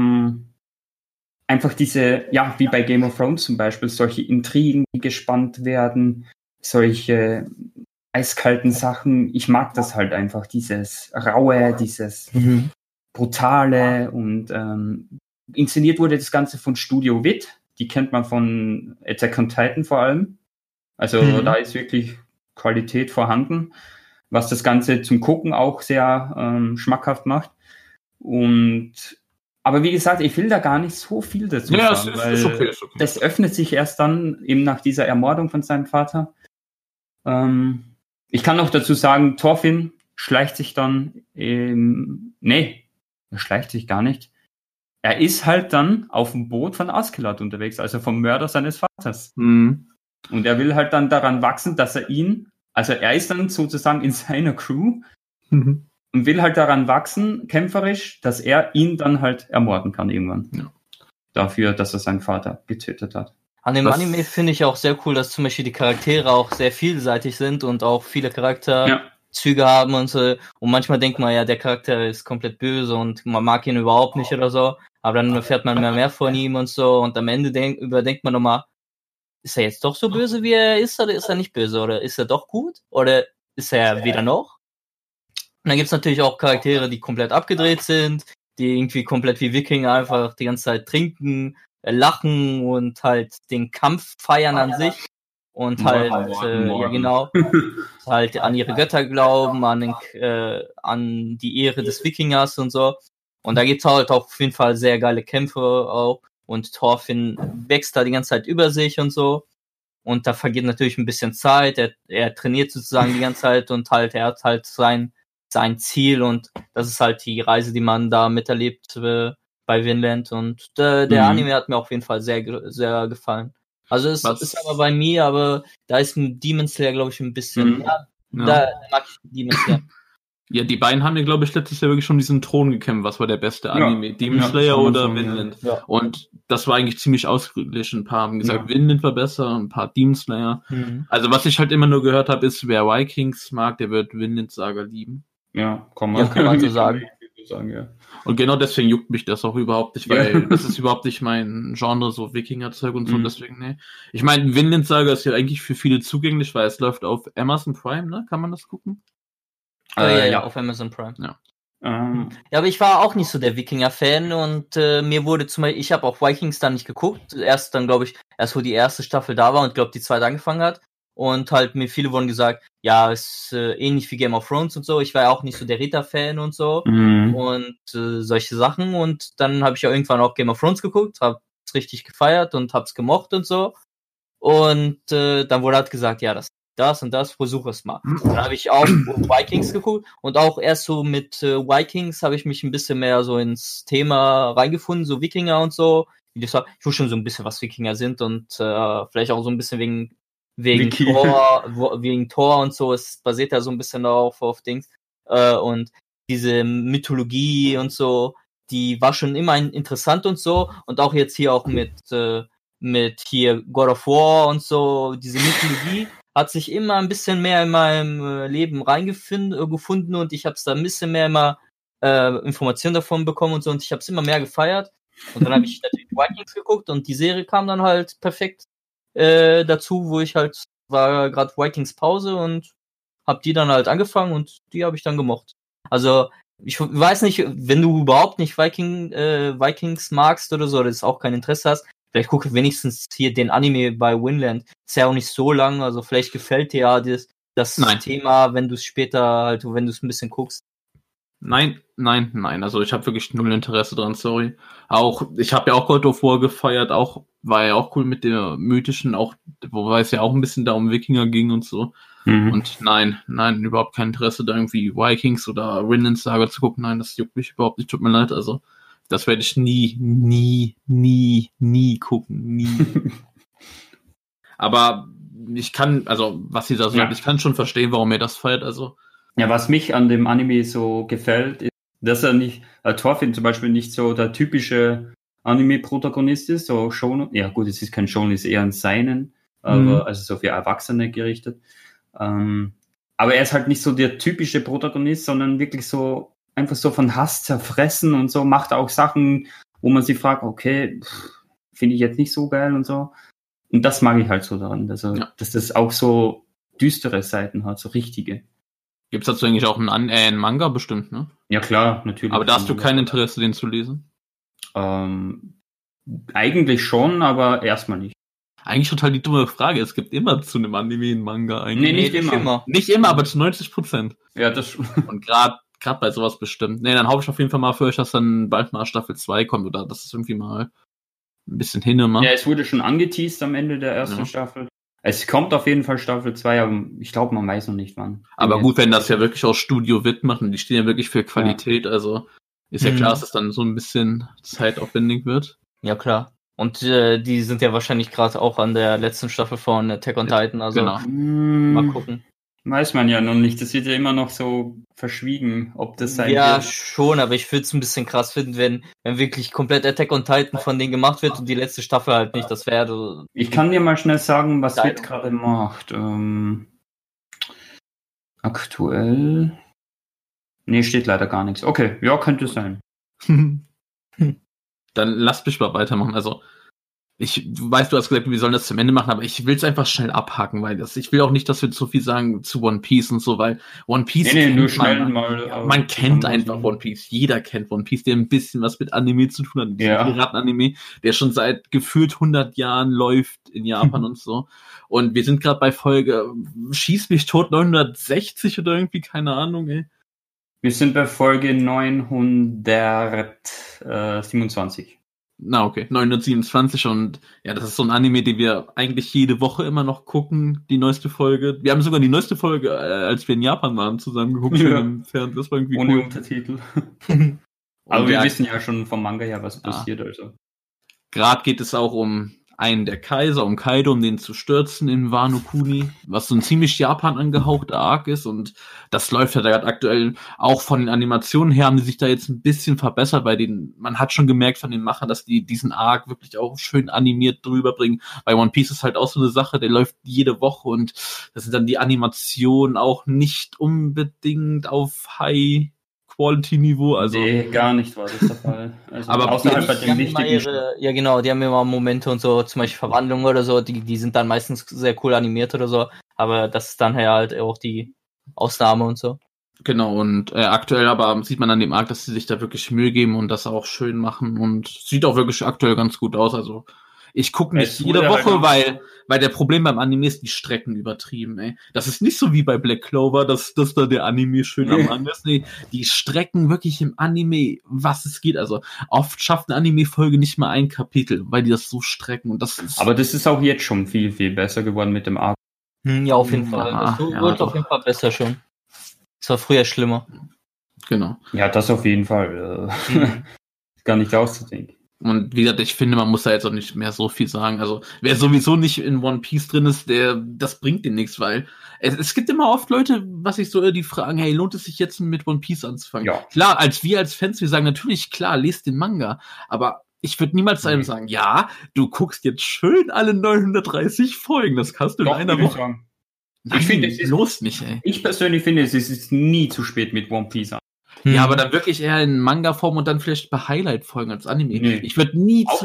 einfach diese, ja, wie bei Game of Thrones zum Beispiel, solche Intrigen, die gespannt werden, solche eiskalten Sachen. Ich mag das halt einfach, dieses Raue, dieses Brutale und inszeniert wurde das Ganze von Studio Wit. Die kennt man von Attack on Titan vor allem. Also da ist wirklich Qualität vorhanden, was das Ganze zum Gucken auch sehr schmackhaft macht. Aber wie gesagt, ich will da gar nicht so viel dazu sagen, weil ist okay. Das öffnet sich erst dann eben nach dieser Ermordung von seinem Vater. Ich kann noch dazu sagen, Thorfinn schleicht sich dann er schleicht sich gar nicht. Er ist halt dann auf dem Boot von Askeladd unterwegs, also vom Mörder seines Vaters. Und er will halt dann daran wachsen, dass er er ist dann sozusagen in seiner Crew und will halt daran wachsen, kämpferisch, dass er ihn dann halt ermorden kann irgendwann. Ja. Dafür, dass er seinen Vater getötet hat. An dem Anime finde ich auch sehr cool, dass zum Beispiel die Charaktere auch sehr vielseitig sind und auch viele Charakterzüge haben und so. Und manchmal denkt man ja, der Charakter ist komplett böse und man mag ihn überhaupt nicht oder so. Aber dann erfährt man mehr von ihm und so. Und am Ende überdenkt man nochmal, ist er jetzt doch so böse, wie er ist, oder ist er nicht böse? Oder ist er doch gut? Oder ist er weder noch? Und dann gibt's natürlich auch Charaktere, die komplett abgedreht sind, die irgendwie komplett wie Wikinger einfach die ganze Zeit trinken, lachen und halt den Kampf feiern an sich. Und halt, halt an ihre Götter glauben, an die Ehre des Wikingers und so. Und da gibt's halt auch auf jeden Fall sehr geile Kämpfe auch. Und Thorfinn wächst da die ganze Zeit über sich und so. Und da vergeht natürlich ein bisschen Zeit. Er trainiert sozusagen die ganze Zeit und halt, er hat halt sein Ziel. Und das ist halt die Reise, die man da miterlebt bei Vinland. Und der Anime hat mir auf jeden Fall sehr, sehr gefallen. Also es ist aber bei mir, aber da ist ein Demon Slayer, glaube ich, ein bisschen, da mag ich Demon Slayer. Ja, die beiden haben ja, glaube ich, letztes Jahr wirklich schon diesen Thron gekämpft. Was war der beste Anime? Demon Slayer oder Vinland? Ja. Und das war eigentlich ziemlich ausgeglichen. Ein paar haben gesagt, Vinland war besser, ein paar Demon Slayer. Also was ich halt immer nur gehört habe, ist, wer Vikings mag, der wird Vinland Saga lieben. Ja, kann man so sagen. Ja. Und genau deswegen juckt mich das auch überhaupt nicht, weil das ist überhaupt nicht mein Genre, so Wikinger-Zeug und so, deswegen, nee. Ich meine, Vinland Saga ist ja eigentlich für viele zugänglich, weil es läuft auf Amazon Prime, ne? Kann man das gucken? Ja, auf Amazon Prime. Ja. Ja, aber ich war auch nicht so der Wikinger-Fan und mir wurde zum Beispiel, ich habe auch Vikings dann nicht geguckt, erst dann, glaube ich, wo die erste Staffel da war und glaube die zweite angefangen hat. und halt mir viele wurden gesagt, ja, ist ähnlich wie Game of Thrones und so. Ich war ja auch nicht so der Ritter-Fan und so und solche Sachen. Und dann habe ich ja irgendwann auch Game of Thrones geguckt, habe es richtig gefeiert und hab's gemocht und so. Und dann wurde halt gesagt, ja, das und das, versuch es mal. Dann habe ich auch Vikings geguckt und auch erst so mit Vikings habe ich mich ein bisschen mehr so ins Thema reingefunden, so Wikinger und so. Ich wusste schon so ein bisschen, was Wikinger sind und vielleicht auch so ein bisschen wegen Thor und so. Es basiert ja so ein bisschen auf Dings. Und diese Mythologie und so, die war schon immer interessant und so. Und auch jetzt hier auch mit hier God of War und so, diese Mythologie hat sich immer ein bisschen mehr in meinem Leben gefunden und ich habe da ein bisschen mehr immer Informationen davon bekommen und so und ich habe es immer mehr gefeiert. Und dann habe ich natürlich Vikings geguckt und die Serie kam dann halt perfekt dazu, wo ich halt war gerade Vikings Pause und habe die dann halt angefangen und die habe ich dann gemocht. Also ich weiß nicht, wenn du überhaupt nicht Vikings magst oder so, oder das auch kein Interesse hast, vielleicht gucke wenigstens hier den Anime bei Winland. Ist ja auch nicht so lang, also vielleicht gefällt dir ja das Thema, wenn du es später halt, wenn du es ein bisschen guckst. Nein. Also ich habe wirklich null Interesse dran, sorry. Ich habe ja auch God of War gefeiert, war ja auch cool mit der mythischen, auch wobei es ja auch ein bisschen da um Wikinger ging und so. Und nein, überhaupt kein Interesse da irgendwie Vikings oder Vinland Saga zu gucken. Nein, das juckt mich überhaupt nicht, tut mir leid. Also das werde ich nie gucken, nie. Aber ich kann, also was sie da sagt, ich kann schon verstehen, warum er das feiert, also. Ja, was mich an dem Anime so gefällt, ist, dass er nicht, Thorfinn zum Beispiel nicht so der typische Anime-Protagonist ist, so Shonen, ja gut, es ist kein Shonen, ist eher ein Seinen, aber also so für Erwachsene gerichtet. Aber er ist halt nicht so der typische Protagonist, sondern wirklich so einfach so von Hass zerfressen und so, macht auch Sachen, wo man sich fragt, okay, finde ich jetzt nicht so geil und so. Und das mag ich halt so daran, dass das auch so düstere Seiten hat, so richtige. Gibt's dazu eigentlich auch einen Manga bestimmt, ne? Ja klar, natürlich. Aber da hast du kein Interesse, den zu lesen? Eigentlich schon, aber erstmal nicht. Eigentlich total die dumme Frage. Es gibt immer zu einem Anime einen Manga eigentlich. Nee, nicht immer. Nicht immer, aber zu 90%. Ja, das schon. Und gerade bei sowas bestimmt. Nee, dann hoffe ich auf jeden Fall mal für euch, dass dann bald mal Staffel 2 kommt oder dass es irgendwie mal ein bisschen hinmacht. Ja, es wurde schon angeteased am Ende der ersten Staffel. Es kommt auf jeden Fall Staffel 2, aber ich glaube, man weiß noch nicht wann. Aber gut, wenn das ja wirklich aus Studio Witt macht und die stehen ja wirklich für Qualität, also ist ja klar, dass es dann so ein bisschen zeitaufwendig wird. Ja, klar. Und die sind ja wahrscheinlich gerade auch an der letzten Staffel von Attack on Titan, also mal gucken. Weiß man ja noch nicht, das wird ja immer noch so verschwiegen, ob das sein wird. Ja, schon, aber ich würde es ein bisschen krass finden, wenn wirklich komplett Attack on Titan von denen gemacht wird und die letzte Staffel halt nicht, das wäre... Ich kann dir mal schnell sagen, was Witt gerade macht. Aktuell... Nee, steht leider gar nichts. Okay, ja, könnte sein. Dann lass mich mal weitermachen, also ich weiß, du hast gesagt, wir sollen das zum Ende machen, aber ich will es einfach schnell abhaken, weil ich will auch nicht, dass wir zu viel sagen zu One Piece und so, weil One Piece man kennt einfach One Piece. Jeder kennt One Piece, der ein bisschen was mit Anime zu tun hat. Piraten-Anime, der schon seit gefühlt 100 Jahren läuft in Japan und so. Und wir sind gerade bei Folge, schieß mich tot, 960 oder irgendwie, keine Ahnung, ey. Wir sind bei Folge 927. Na okay, 927 und ja, das ist so ein Anime, den wir eigentlich jede Woche immer noch gucken, die neueste Folge. Wir haben sogar die neueste Folge, als wir in Japan waren, zusammen geguckt. Das war irgendwie ohne Untertitel. Aber wir wissen ja schon vom Manga her, was passiert. Also. Gerade geht es auch um einen der Kaiser, um Kaido, um den zu stürzen in Wano Kuni, was so ein ziemlich Japan angehauchter Arc ist und das läuft ja gerade aktuell auch von den Animationen her, haben die sich da jetzt ein bisschen verbessert, weil man hat schon gemerkt von den Machern, dass die diesen Arc wirklich auch schön animiert drüber bringen. Bei One Piece ist halt auch so eine Sache, der läuft jede Woche und das sind dann die Animationen auch nicht unbedingt auf High Quality-Niveau, also. Nee, gar nicht war das der Fall. Also aber außerhalb bei den wichtigen. Ja, genau, die haben immer Momente und so, zum Beispiel Verwandlungen oder so, die sind dann meistens sehr cool animiert oder so, aber das ist dann halt auch die Ausnahme und so. Genau, und aktuell aber sieht man an dem Arc, dass sie sich da wirklich Mühe geben und das auch schön machen und sieht auch wirklich aktuell ganz gut aus, also Ich gucke nicht jede Woche, weil der Problem beim Anime ist, die Strecken übertrieben, ey. Das ist nicht so wie bei Black Clover, dass da der Anime schön am Anfang ist. Nee, die Strecken wirklich im Anime, was es geht. Also oft schafft eine Anime-Folge nicht mal ein Kapitel, weil die das so strecken. Und das ist. Aber das ist auch jetzt schon viel, viel besser geworden mit dem Art. Ja, auf jeden Fall. Das wird auf jeden Fall besser schon. Das war früher schlimmer. Genau. Ja, das auf jeden Fall. Gar nicht auszudenken. Und wie gesagt, ich finde, man muss da jetzt auch nicht mehr so viel sagen. Also, wer sowieso nicht in One Piece drin ist, das bringt dem nichts, weil es gibt immer oft Leute, die fragen, hey, lohnt es sich jetzt mit One Piece anzufangen? Ja. Klar, als Fans, wir sagen natürlich, klar, lest den Manga, aber ich würde niemals einem sagen, ja, du guckst jetzt schön alle 930 Folgen, das kannst du in einer Woche. Nein, ich finde, bloß nicht, ey. Ich persönlich finde, es ist nie zu spät mit One Piece. Ja, aber dann wirklich eher in Manga-Form und dann vielleicht bei Highlight-Folgen als Anime. Nee. Ich würde nie zu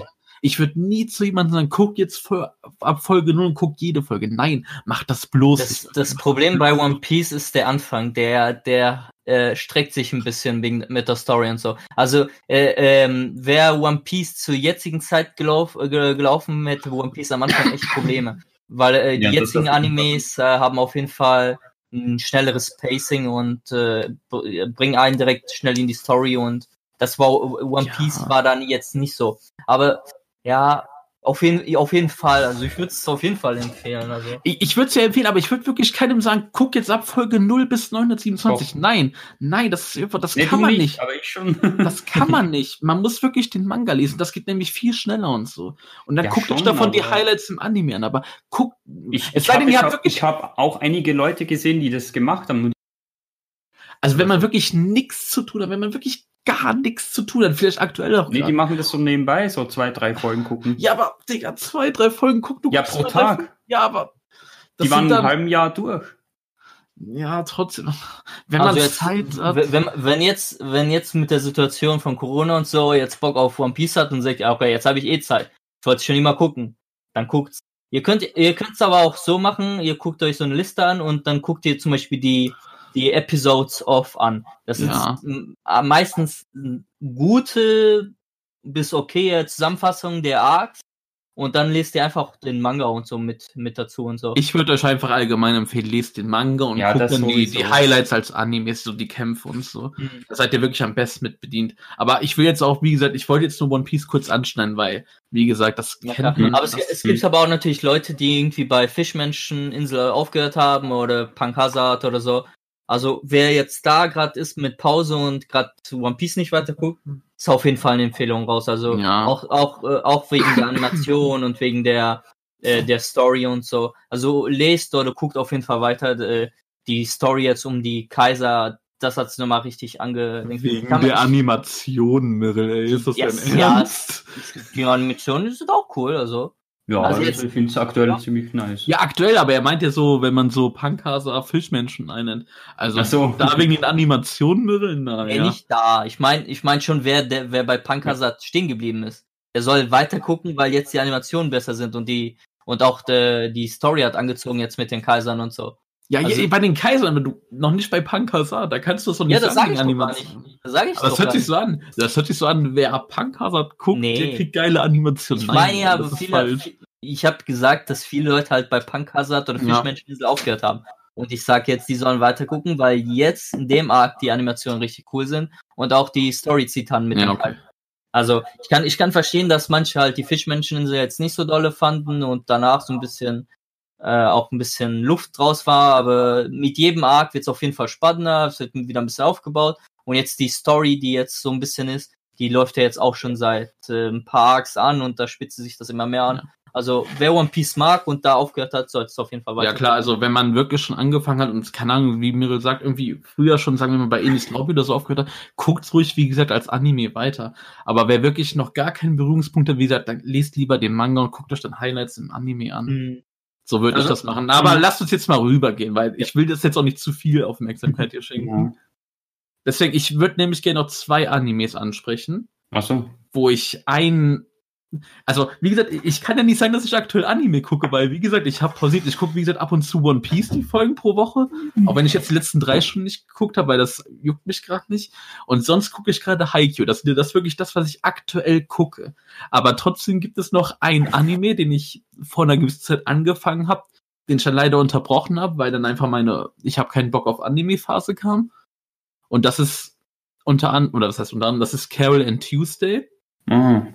jemandem sagen, guck jetzt ab Folge 0 und guck jede Folge. Nein, mach das bloß. Das Problem bei One Piece ist der Anfang, der streckt sich ein bisschen mit der Story und so. Also wäre One Piece zur jetzigen Zeit gelaufen, hätte One Piece am Anfang echt Probleme. Weil die jetzigen Animes haben auf jeden Fall ein schnelleres Pacing und bringen einen direkt schnell in die Story und das war One Piece war dann jetzt nicht so. Aber ja, auf jeden Fall. Also ich würde es auf jeden Fall empfehlen. Also. Ich würde es ja empfehlen, aber ich würde wirklich keinem sagen, guck jetzt ab Folge 0 bis 927. Doch. Nein, das kann man nicht. Aber ich schon. Das kann man nicht. Man muss wirklich den Manga lesen. Das geht nämlich viel schneller und so. Und dann guckt euch davon die Highlights im Anime an. Aber guckt. Ich habe auch einige Leute gesehen, die das gemacht haben. Also wenn man wirklich nichts zu tun hat, wenn man wirklich gar nichts zu tun hat, vielleicht aktuell auch. Nee, die machen das so nebenbei, so 2-3 Folgen gucken. Ja, aber, Digga, 2-3 Folgen gucken. Ja, pro Tag. Ja, aber. Die waren ein halben Jahr durch. Ja, trotzdem. Wenn man jetzt Zeit hat. Wenn jetzt mit der Situation von Corona und so jetzt Bock auf One Piece hat und sagt, okay, jetzt habe ich Zeit. Ich wollte schon immer gucken. Dann guckt's. Ihr könnt's aber auch so machen, ihr guckt euch so eine Liste an und dann guckt ihr zum Beispiel die Episodes of an. Das ist meistens gute bis okay Zusammenfassung der Arcs und dann lest ihr einfach den Manga und so mit dazu und so. Ich würde euch einfach allgemein empfehlen, lest den Manga und guckt dann die Highlights als Animes, so die Kämpfe und so. Da seid ihr wirklich am besten mit bedient. Aber ich will jetzt auch, wie gesagt, ich wollte jetzt nur One Piece kurz anschneiden, weil, wie gesagt, das kennt man. Aber es gibt aber auch natürlich Leute, die irgendwie bei Fischmenscheninsel aufgehört haben oder Punk Hazard oder so. Also wer jetzt da gerade ist mit Pause und gerade One Piece nicht weiter guckt, ist auf jeden Fall eine Empfehlung raus. Also auch wegen der Animation und wegen der Story und so. Also lest oder guckt auf jeden Fall weiter. Die Story jetzt um die Kaiser, das hat's nochmal richtig angelenkt. Wegen der Animation, Mirrell, ey, ist das denn ernst? Die Animation ist auch cool, also. Ja, also ich finde es aktuell ziemlich nice. Ja, aktuell, aber er meint ja so, wenn man so Punkhasa Fischmenschen einnennt. Also da wegen den Animationen, Mirrell? Nicht da. Ich mein schon, wer bei Punkhasa stehen geblieben ist. Der soll weiter gucken, weil jetzt die Animationen besser sind und auch die Story hat angezogen jetzt mit den Kaisern und so. Ja, also, bei den Kaisern, wenn du noch nicht bei Punkhasa, da kannst du es doch nicht sagen. Das sag ich doch das hört sich so an. Das hört sich so an, wer Punkhasa guckt, der kriegt geile Animationen. Ich meine ja, ich habe gesagt, dass viele Leute halt bei Punkhasa oder Fischmenscheninsel aufgehört haben. Und ich sag jetzt, die sollen weiter gucken, weil jetzt in dem Arc die Animationen richtig cool sind und auch die Story zieht dann mit dem Arc. Also ich kann verstehen, dass manche halt die Fischmenscheninsel jetzt nicht so dolle fanden und danach so ein bisschen auch ein bisschen Luft draus war, aber mit jedem Arc wird es auf jeden Fall spannender, es wird wieder ein bisschen aufgebaut und jetzt die Story, die jetzt so ein bisschen ist, die läuft ja jetzt auch schon seit ein paar Arcs an und da spitzt sich das immer mehr an. Ja. Also wer One Piece mag und da aufgehört hat, soll es auf jeden Fall weiter. Ja klar, also wenn man wirklich schon angefangen hat und keine Ahnung, wie Mirrell sagt, irgendwie früher schon, sagen wir mal, bei Enis Lobby oder so aufgehört hat, guckt's ruhig, wie gesagt, als Anime weiter. Aber wer wirklich noch gar keinen Berührungspunkt hat, wie gesagt, dann lest lieber den Manga und guckt euch dann Highlights im Anime an. So würde ich das machen. Aber lasst uns jetzt mal rübergehen, weil ich will das jetzt auch nicht zu viel Aufmerksamkeit hier schenken. Deswegen, ich würde nämlich gerne noch 2 Animes ansprechen. Ach so. Wo ich einen Also, wie gesagt, ich kann ja nicht sagen, dass ich aktuell Anime gucke, weil, wie gesagt, ich habe pausiert. Ich gucke, wie gesagt, ab und zu One Piece die Folgen pro Woche. Auch wenn ich jetzt die letzten 3 Stunden nicht geguckt habe, weil das juckt mich gerade nicht. Und sonst gucke ich gerade Haikyuu. Das ist wirklich das, was ich aktuell gucke. Aber trotzdem gibt es noch ein Anime, den ich vor einer gewissen Zeit angefangen habe, den ich dann leider unterbrochen habe, weil dann einfach ich habe keinen Bock auf Anime-Phase kam. Und das ist das ist Carol and Tuesday. Mhm.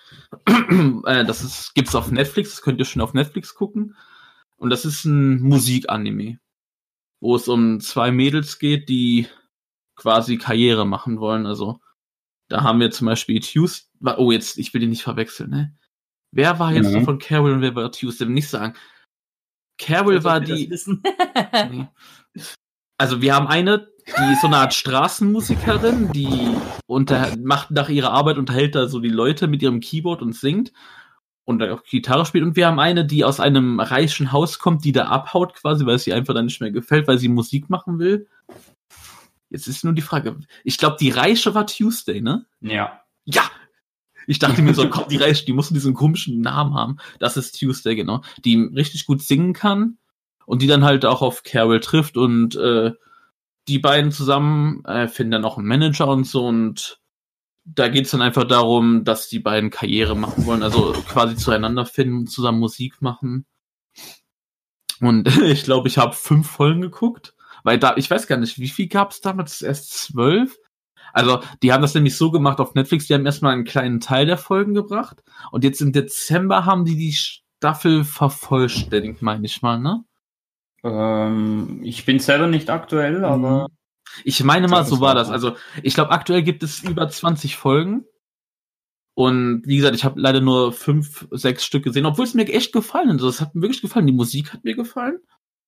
Gibt's auf Netflix, das könnt ihr schon auf Netflix gucken. Und das ist ein Musikanime, wo es um 2 Mädels geht, die quasi Karriere machen wollen. Also, da haben wir zum Beispiel Tuesday. Oh, jetzt, ich will die nicht verwechseln, ne? Wer war jetzt so von Carol und wer war Tuesday? Nicht sagen. Carol war die. Nee. Also, wir haben eine, die ist so eine Art Straßenmusikerin, die macht nach ihrer Arbeit, unterhält da so die Leute mit ihrem Keyboard und singt und auch Gitarre spielt. Und wir haben eine, die aus einem reichen Haus kommt, die da abhaut quasi, weil es ihr einfach dann nicht mehr gefällt, weil sie Musik machen will. Jetzt ist nur die Frage, ich glaube, die Reiche war Tuesday, ne? Ja. Ja! Ich dachte mir so, komm, die Reiche, die muss diesen komischen Namen haben. Das ist Tuesday, genau. Die richtig gut singen kann und die dann halt auch auf Carol trifft und die beiden zusammen finden dann auch einen Manager und so und da geht's dann einfach darum, dass die beiden Karriere machen wollen, also quasi zueinander finden, zusammen Musik machen. Und ich glaube, ich habe 5 Folgen geguckt, weil ich weiß gar nicht, wie viel gab's damals? Erst 12? Also, die haben das nämlich so gemacht auf Netflix, die haben erstmal einen kleinen Teil der Folgen gebracht und jetzt im Dezember haben die Staffel vervollständigt, meine ich mal, ne? Ich bin selber nicht aktuell, aber... Ich meine mal, so war das. Also, ich glaube, aktuell gibt es über 20 Folgen. Und wie gesagt, ich habe leider nur 5, 6 Stück gesehen, obwohl es mir echt gefallen hat. Also, es hat mir wirklich gefallen. Die Musik hat mir gefallen.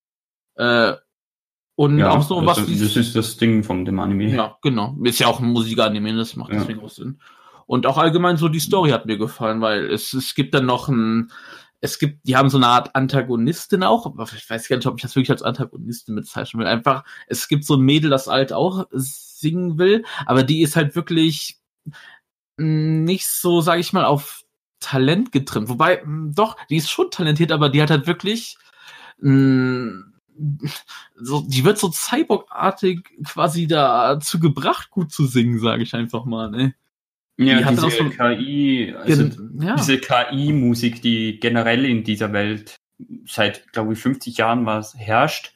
Und ja, auch so was. Das ist das Ding von dem Anime. Ja, genau. Ist ja auch ein Musikanime, das macht deswegen auch Sinn. Und auch allgemein so die Story hat mir gefallen, weil es gibt dann noch die haben so eine Art Antagonistin auch, aber ich weiß gar nicht, ob ich das wirklich als Antagonistin bezeichnen will. Einfach, es gibt so ein Mädel, das halt auch singen will, aber die ist halt wirklich nicht so, sag ich mal, auf Talent getrimmt. Wobei, doch, die ist schon talentiert, aber die hat halt wirklich die wird so Cyborg-artig quasi dazu gebracht, gut zu singen, sage ich einfach mal, ne? Ja, diese KI, diese KI-Musik, die generell in dieser Welt seit, glaube ich, 50 Jahren herrscht,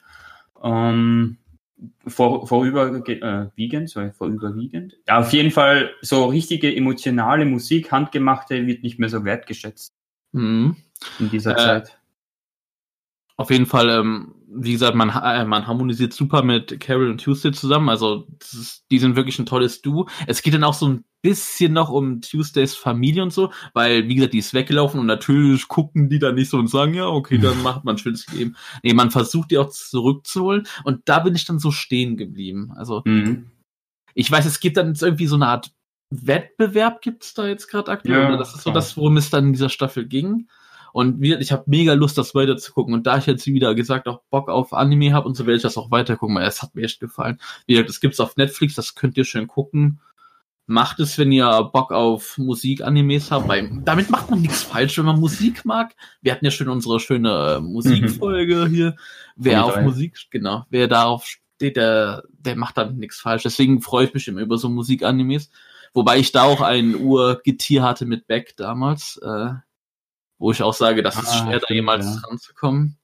vorüberwiegend. Ja, auf jeden Fall so richtige emotionale Musik, handgemachte, wird nicht mehr so wertgeschätzt in dieser Zeit. Auf jeden Fall, wie gesagt, man harmonisiert super mit Carol und Tuesday zusammen. Also die sind wirklich ein tolles Duo. Es geht dann auch so ein bisschen noch um Tuesdays Familie und so, weil, wie gesagt, die ist weggelaufen und natürlich gucken die dann nicht so und sagen, ja, okay, dann macht man ein schönes Leben. Nee, man versucht die auch zurückzuholen und da bin ich dann so stehen geblieben. Also ich weiß, es gibt dann jetzt irgendwie so eine Art Wettbewerb, gibt's da jetzt gerade aktuell. Ja, das ist so das, worum es dann in dieser Staffel ging. Und ich habe mega Lust, das weiter zu gucken. Und da ich jetzt wieder gesagt auch Bock auf Anime habe und so, werde ich das auch weiter gucken, weil es hat mir echt gefallen. Wie gesagt, das gibt's auf Netflix, das könnt ihr schön gucken. Macht es, wenn ihr Bock auf Musik-Animes habt, weil damit macht man nichts falsch, wenn man Musik mag. Wir hatten ja schon unsere schöne Musikfolge hier. Wer darauf steht, der macht damit nichts falsch. Deswegen freue ich mich immer über so Musik-Animes. Wobei ich da auch ein Urgetier hatte mit Beck damals, wo ich auch sage, das ist schwer, da jemals ranzukommen.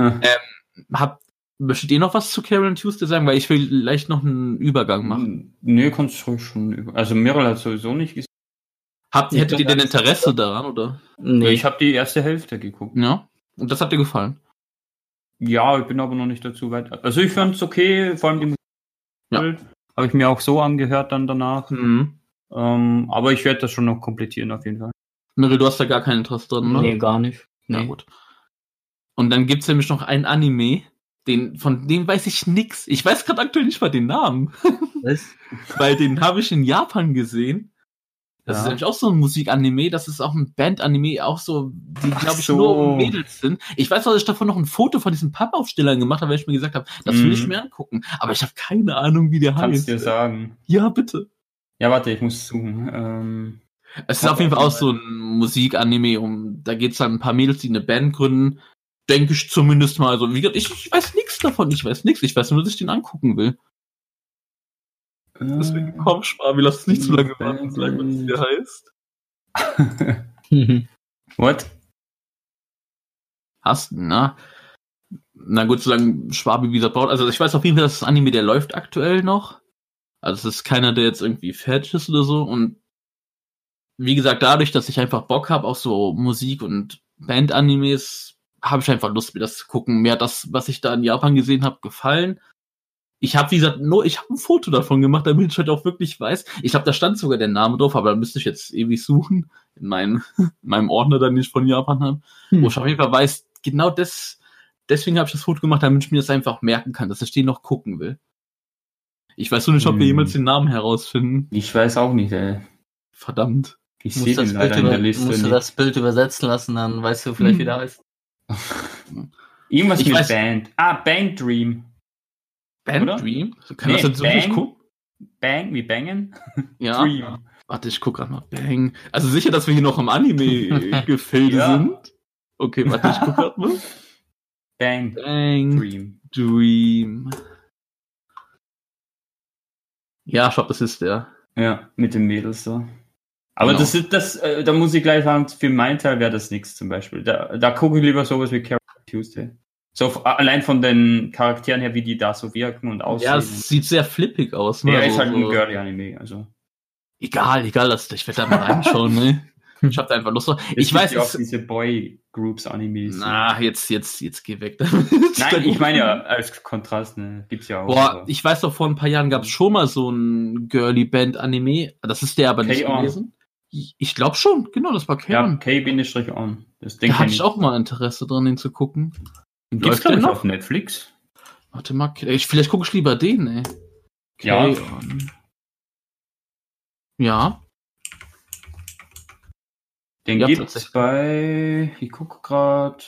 Möchtet ihr noch was zu Carol and Tuesday sagen? Weil ich will vielleicht noch einen Übergang machen. Nee, kannst du ruhig schon. Also Meryl hat sowieso nicht gesehen. Hättet ihr denn Interesse daran, oder? Nee, ich habe die erste Hälfte geguckt. Ja, und das hat dir gefallen? Ja, ich bin aber noch nicht dazu weit. Also ich fand es okay, vor allem die Musik. Ja. Habe ich mir auch so angehört dann danach. Aber ich werde das schon noch komplettieren auf jeden Fall. Meryl, du hast da gar kein Interesse dran, oder? Nee, gar nicht. Nee. Ja, gut. Und dann gibt's nämlich noch ein Anime, von dem weiß ich nix. Ich weiß gerade aktuell nicht mal den Namen. Was? Weil den habe ich in Japan gesehen. Das ist nämlich auch so ein Musikanime, das ist auch ein Band-Anime, auch so, die, glaube ich, nur um Mädels sind. Ich weiß, dass ich davon noch ein Foto von diesen Pappaufstellern gemacht habe, weil ich mir gesagt habe, das will ich mir angucken. Aber ich habe keine Ahnung, wie der heißt. Kannst dir sagen. Ja, bitte. Ja, warte, ich muss suchen. Es ist auf jeden Fall auch so ein Musikanime, da geht's dann ein paar Mädels, die eine Band gründen. Denke ich zumindest mal. Also, wie gesagt, ich weiß nichts davon. Ich weiß nur, dass ich den angucken will. Deswegen komm, Schwabi, lass es nicht zu lange warten, sagen, was es hier heißt. What? Na gut, solange Schwabi wieder baut. Also ich weiß auf jeden Fall, dass das Anime, der läuft aktuell noch. Also es ist keiner, der jetzt irgendwie fertig ist oder so. Und wie gesagt, dadurch, dass ich einfach Bock habe auf so Musik- und Band-Animes, habe ich einfach Lust, mir das zu gucken. Mir hat das, was ich da in Japan gesehen habe, gefallen. Ich habe, wie gesagt, ich habe ein Foto davon gemacht, damit ich halt auch wirklich weiß. Ich glaube, da stand sogar der Name drauf, aber da müsste ich jetzt ewig suchen. In meinem Ordner, den ich von Japan habe. Wo ich auf jeden Fall weiß, genau deswegen habe ich das Foto gemacht, damit ich mir das einfach merken kann, dass ich den noch gucken will. Ich weiß nur nicht, ob wir jemals den Namen herausfinden. Ich weiß auch nicht, ey. Verdammt. Ich sehe den leider in der Liste nicht. Musst du das Bild übersetzen lassen, dann weißt du vielleicht, wie der heißt. Irgendwas mit Band. Band Dream. Band oder? Dream? Kann das jetzt wirklich gucken? Bang, wie bangen? Ja. Dream. Warte, ich guck gerade mal. Bang. Also sicher, dass wir hier noch im Anime-Gefilde sind? Okay, warte, ich guck gerade mal. Bang. Dream. Ja, ich glaube, das ist der. Ja, mit den Mädels so. Aber genau. Da muss ich gleich sagen, für meinen Teil wäre das nichts zum Beispiel. Da gucke ich lieber sowas wie Carol Tuesday. So allein von den Charakteren her, wie die da so wirken und aussehen. Ja, es sieht sehr flippig aus. Ne? Ja, ist halt ein Girly-Anime, also. Egal, ich werde da mal reinschauen, ne? Ich hab da einfach Lust drauf. Ich weiß ja auch diese Boy-Groups-Animes. Na, jetzt geh weg. Nein, ich meine ja, als Kontrast, ne? Gibt's ja auch. Boah, ich weiß doch, vor ein paar Jahren gab's schon mal so ein Girly-Band-Anime. Das ist der aber nicht gewesen. Ich glaube schon, genau, das war K-On. Ja, K-On. Da hatte ich auch mal Interesse dran, den zu gucken. Gibt's glaube ich auf Netflix? Warte mal, vielleicht gucke ich lieber den, ey. K-On. Ja. Den gibt's bei... Ich gucke gerade...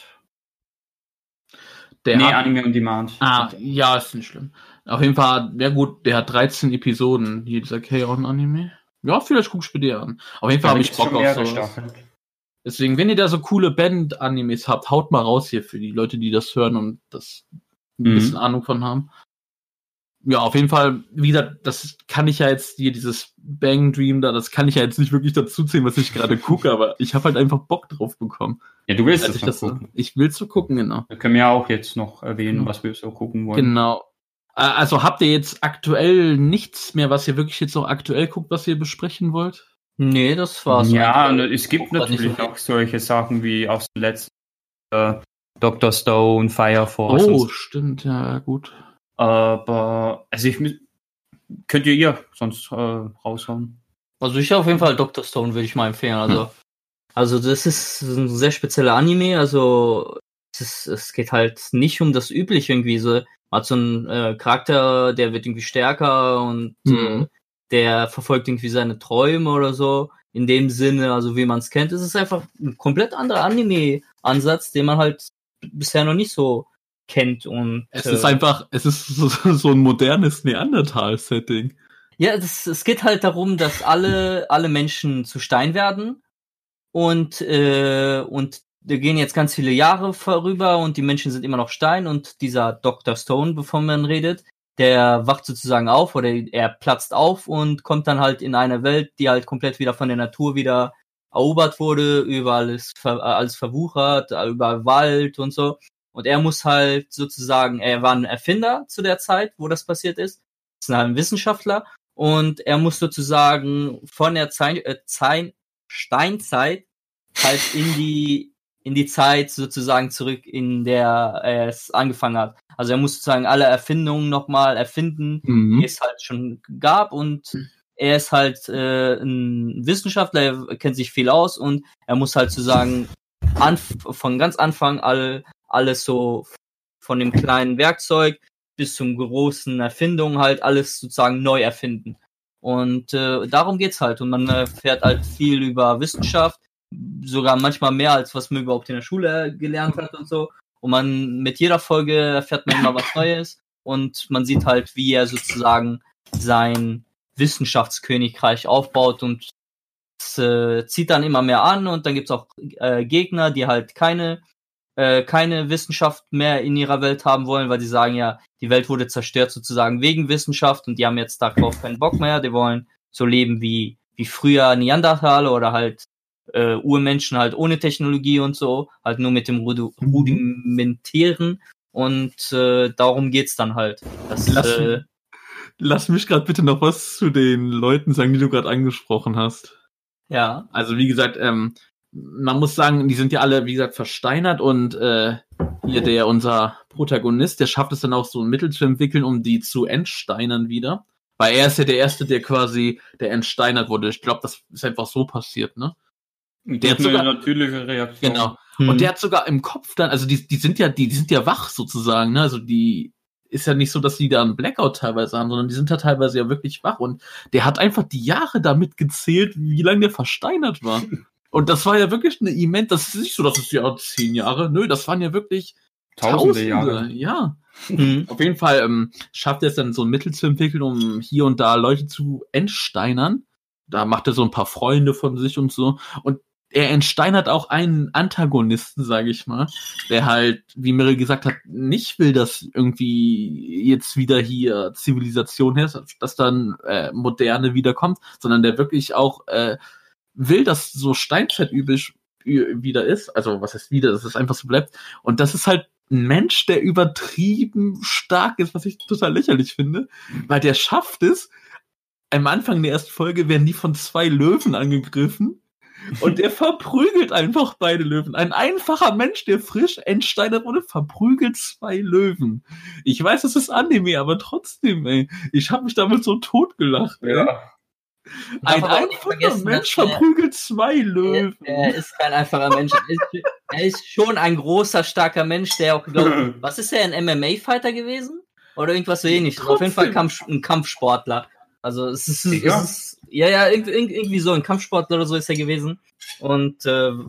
Anime on Demand. Ja, ist nicht schlimm. Auf jeden Fall, ja gut, der hat 13 Episoden, hier dieser K-On-Anime. Ja, vielleicht guck ich mir den an. Auf jeden Fall habe ich Bock auf sowas. Deswegen, wenn ihr da so coole Band-Animes habt, haut mal raus hier für die Leute, die das hören und das ein bisschen Ahnung von haben. Ja, auf jeden Fall, wie gesagt, das kann ich ja jetzt hier, dieses Bang Dream da, das kann ich ja jetzt nicht wirklich dazu zählen, was ich gerade gucke, aber ich habe halt einfach Bock drauf bekommen. Ja, du willst das gucken. Ich will so gucken, genau. Wir können ja auch jetzt noch erwähnen, was wir so gucken wollen. Genau. Also habt ihr jetzt aktuell nichts mehr, was ihr wirklich jetzt noch aktuell guckt, was ihr besprechen wollt? Nee, das war's. Ja, es gibt natürlich auch solche Sachen wie aus dem letzten Dr. Stone, Fire Force. Oh, stimmt, ja, gut. Aber, also könnt ihr sonst raushauen? Also ich auf jeden Fall Dr. Stone würde ich mal empfehlen. Also das ist ein sehr spezieller Anime, also es geht halt nicht um das Übliche irgendwie so. Man hat so einen Charakter, der wird irgendwie stärker und der verfolgt irgendwie seine Träume oder so. In dem Sinne, also wie man es kennt, es ist einfach ein komplett anderer Anime-Ansatz, den man halt bisher noch nicht so kennt. Und es ist so ein modernes Neandertal-Setting. Ja, es geht halt darum, dass alle Menschen zu Stein werden und da gehen jetzt ganz viele Jahre vorüber und die Menschen sind immer noch Stein und dieser Dr. Stone, bevor man redet, der wacht sozusagen auf oder er platzt auf und kommt dann halt in eine Welt, die halt komplett wieder von der Natur wieder erobert wurde, überall ist alles verwuchert, überall Wald und so. Und er muss halt sozusagen, er war ein Erfinder zu der Zeit, wo das passiert ist ein Wissenschaftler und er muss sozusagen von der Steinzeit halt in die Zeit sozusagen zurück, in der er es angefangen hat. Also er muss sozusagen alle Erfindungen nochmal erfinden, die es halt schon gab und er ist halt ein Wissenschaftler, er kennt sich viel aus und er muss halt sozusagen von ganz Anfang alles so von dem kleinen Werkzeug bis zum großen Erfindung halt alles sozusagen neu erfinden. Und darum geht's halt. Und man erfährt halt viel über Wissenschaft, sogar manchmal mehr, als was man überhaupt in der Schule gelernt hat und so. Und mit jeder Folge erfährt man immer was Neues. Und man sieht halt, wie er sozusagen sein Wissenschaftskönigreich aufbaut und zieht dann immer mehr an und dann gibt's auch Gegner, die halt keine Wissenschaft mehr in ihrer Welt haben wollen, weil die sagen ja, die Welt wurde zerstört sozusagen wegen Wissenschaft und die haben jetzt darauf keinen Bock mehr, die wollen so leben wie früher Neandertaler oder halt Urmenschen halt ohne Technologie und so, halt nur mit dem Rudimentären und darum geht's dann halt. Lass mich gerade bitte noch was zu den Leuten sagen, die du gerade angesprochen hast. Ja. Also wie gesagt, man muss sagen, die sind ja alle, wie gesagt, versteinert und hier unser Protagonist, der schafft es dann auch so ein Mittel zu entwickeln, um die zu entsteinern wieder. Weil er ist ja der Erste, der entsteinert wurde. Ich glaube, das ist einfach so passiert, ne? Der hat sogar eine natürliche Reaktion. Genau. Und der hat sogar im Kopf dann, also die sind ja wach sozusagen, ne? Also die ist ja nicht so, dass die da einen Blackout teilweise haben, sondern die sind da teilweise ja wirklich wach und der hat einfach die Jahre damit gezählt, wie lange der versteinert war. Und das war ja wirklich eine immense, das ist nicht so, dass es ja 10 Jahre, nö, das waren ja wirklich Tausende Jahre. Ja. Auf jeden Fall schafft er es dann so ein Mittel zu entwickeln, um hier und da Leute zu entsteinern. Da macht er so ein paar Freunde von sich und so. Und er entsteinert auch einen Antagonisten, sage ich mal, der halt, wie Meryl gesagt hat, nicht will, dass irgendwie jetzt wieder hier Zivilisation herrscht, dass dann Moderne wiederkommt, sondern der wirklich auch will, dass so steinzeitüblich wieder ist. Also was heißt wieder, dass es einfach so bleibt. Und das ist halt ein Mensch, der übertrieben stark ist, was ich total lächerlich finde, weil der schafft es, am Anfang der ersten Folge werden die von 2 Löwen angegriffen und der verprügelt einfach beide Löwen. Ein einfacher Mensch, der frisch entsteinert wurde, verprügelt 2 Löwen. Ich weiß, es ist Anime, aber trotzdem, ey. Ich habe mich damit so totgelacht. Ja. Ein einfacher Mensch verprügelt 2 Löwen. Er ist kein einfacher Mensch. Er ist schon ein großer, starker Mensch, der auch, glaube ich, was ist er, ein MMA-Fighter gewesen? Oder irgendwas so ähnliches. Auf jeden Fall ein Kampfsportler. Also es ist irgendwie so ein Kampfsportler oder so ist er gewesen. Und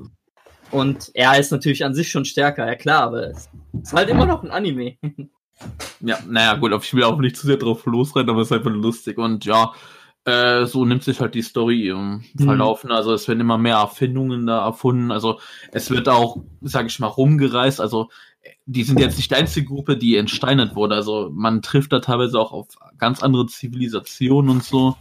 er ist natürlich an sich schon stärker, ja klar, aber es ist halt immer noch ein Anime. Ja, naja, gut, ich will auch nicht zu sehr drauf losreiten, aber es ist einfach lustig. Und ja, so nimmt sich halt die Story im Verlauf. Also es werden immer mehr Erfindungen da erfunden. Also es wird auch, sag ich mal, rumgereist. Also die sind jetzt nicht die einzige Gruppe, die entsteinert wurde. Also man trifft da teilweise auch auf ganz andere Zivilisationen und so.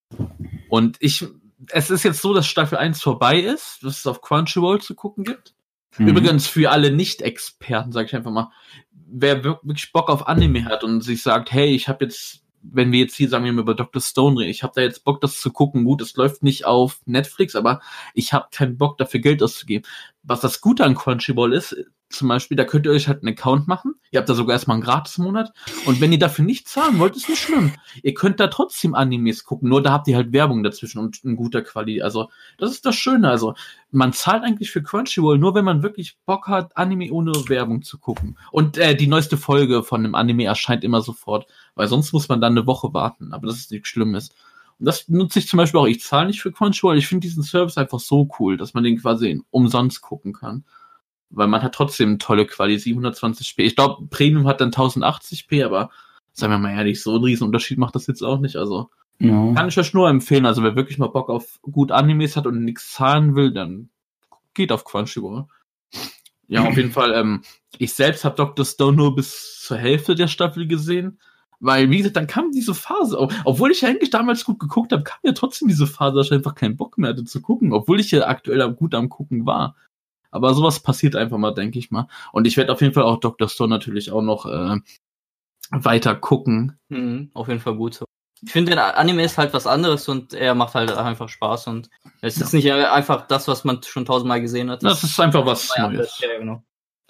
Und es ist jetzt so, dass Staffel 1 vorbei ist, dass es auf Crunchyroll zu gucken gibt. Übrigens für alle Nicht-Experten, sag ich einfach mal, wer wirklich Bock auf Anime hat und sich sagt, hey, ich habe jetzt, wenn wir jetzt hier, sagen wir mal, über Dr. Stone reden, ich habe da jetzt Bock, das zu gucken. Gut, es läuft nicht auf Netflix, aber ich habe keinen Bock, dafür Geld auszugeben. Was das Gute an Crunchyroll ist, zum Beispiel, da könnt ihr euch halt einen Account machen. Ihr habt da sogar erstmal einen Gratis-Monat. Und wenn ihr dafür nicht zahlen wollt, ist nicht schlimm. Ihr könnt da trotzdem Animes gucken. Nur da habt ihr halt Werbung dazwischen und in guter Qualität. Also, das ist das Schöne. Also, man zahlt eigentlich für Crunchyroll nur, wenn man wirklich Bock hat, Anime ohne Werbung zu gucken. Und die neueste Folge von einem Anime erscheint immer sofort. Weil sonst muss man dann eine Woche warten. Aber das ist nichts Schlimmes. Und das nutze ich zum Beispiel auch. Ich zahle nicht für Crunchyroll. Ich finde diesen Service einfach so cool, dass man den quasi umsonst gucken kann. Weil man hat trotzdem tolle Qualität, 720p. Ich glaube, Premium hat dann 1080p, aber sagen wir mal ehrlich, so einen riesen Unterschied macht das jetzt auch nicht. Also kann ich euch nur empfehlen. Also wer wirklich mal Bock auf gut Animes hat und nichts zahlen will, dann geht auf Crunchyroll. Ja, auf jeden Fall. Ich selbst habe Dr. Stone nur bis zur Hälfte der Staffel gesehen. Weil, wie gesagt, dann kam diese Phase auch. Obwohl ich ja eigentlich damals gut geguckt habe, kam ja trotzdem diese Phase, dass ich einfach keinen Bock mehr hatte zu gucken. Obwohl ich ja aktuell gut am Gucken war. Aber sowas passiert einfach mal, denke ich mal. Und ich werde auf jeden Fall auch Dr. Stone natürlich auch noch weiter gucken. Auf jeden Fall gut so. Ich finde, der Anime ist halt was anderes und er macht halt einfach Spaß und es ist nicht einfach das, was man schon 1000-mal gesehen hat. Das ist einfach was Neues. Ja, genau.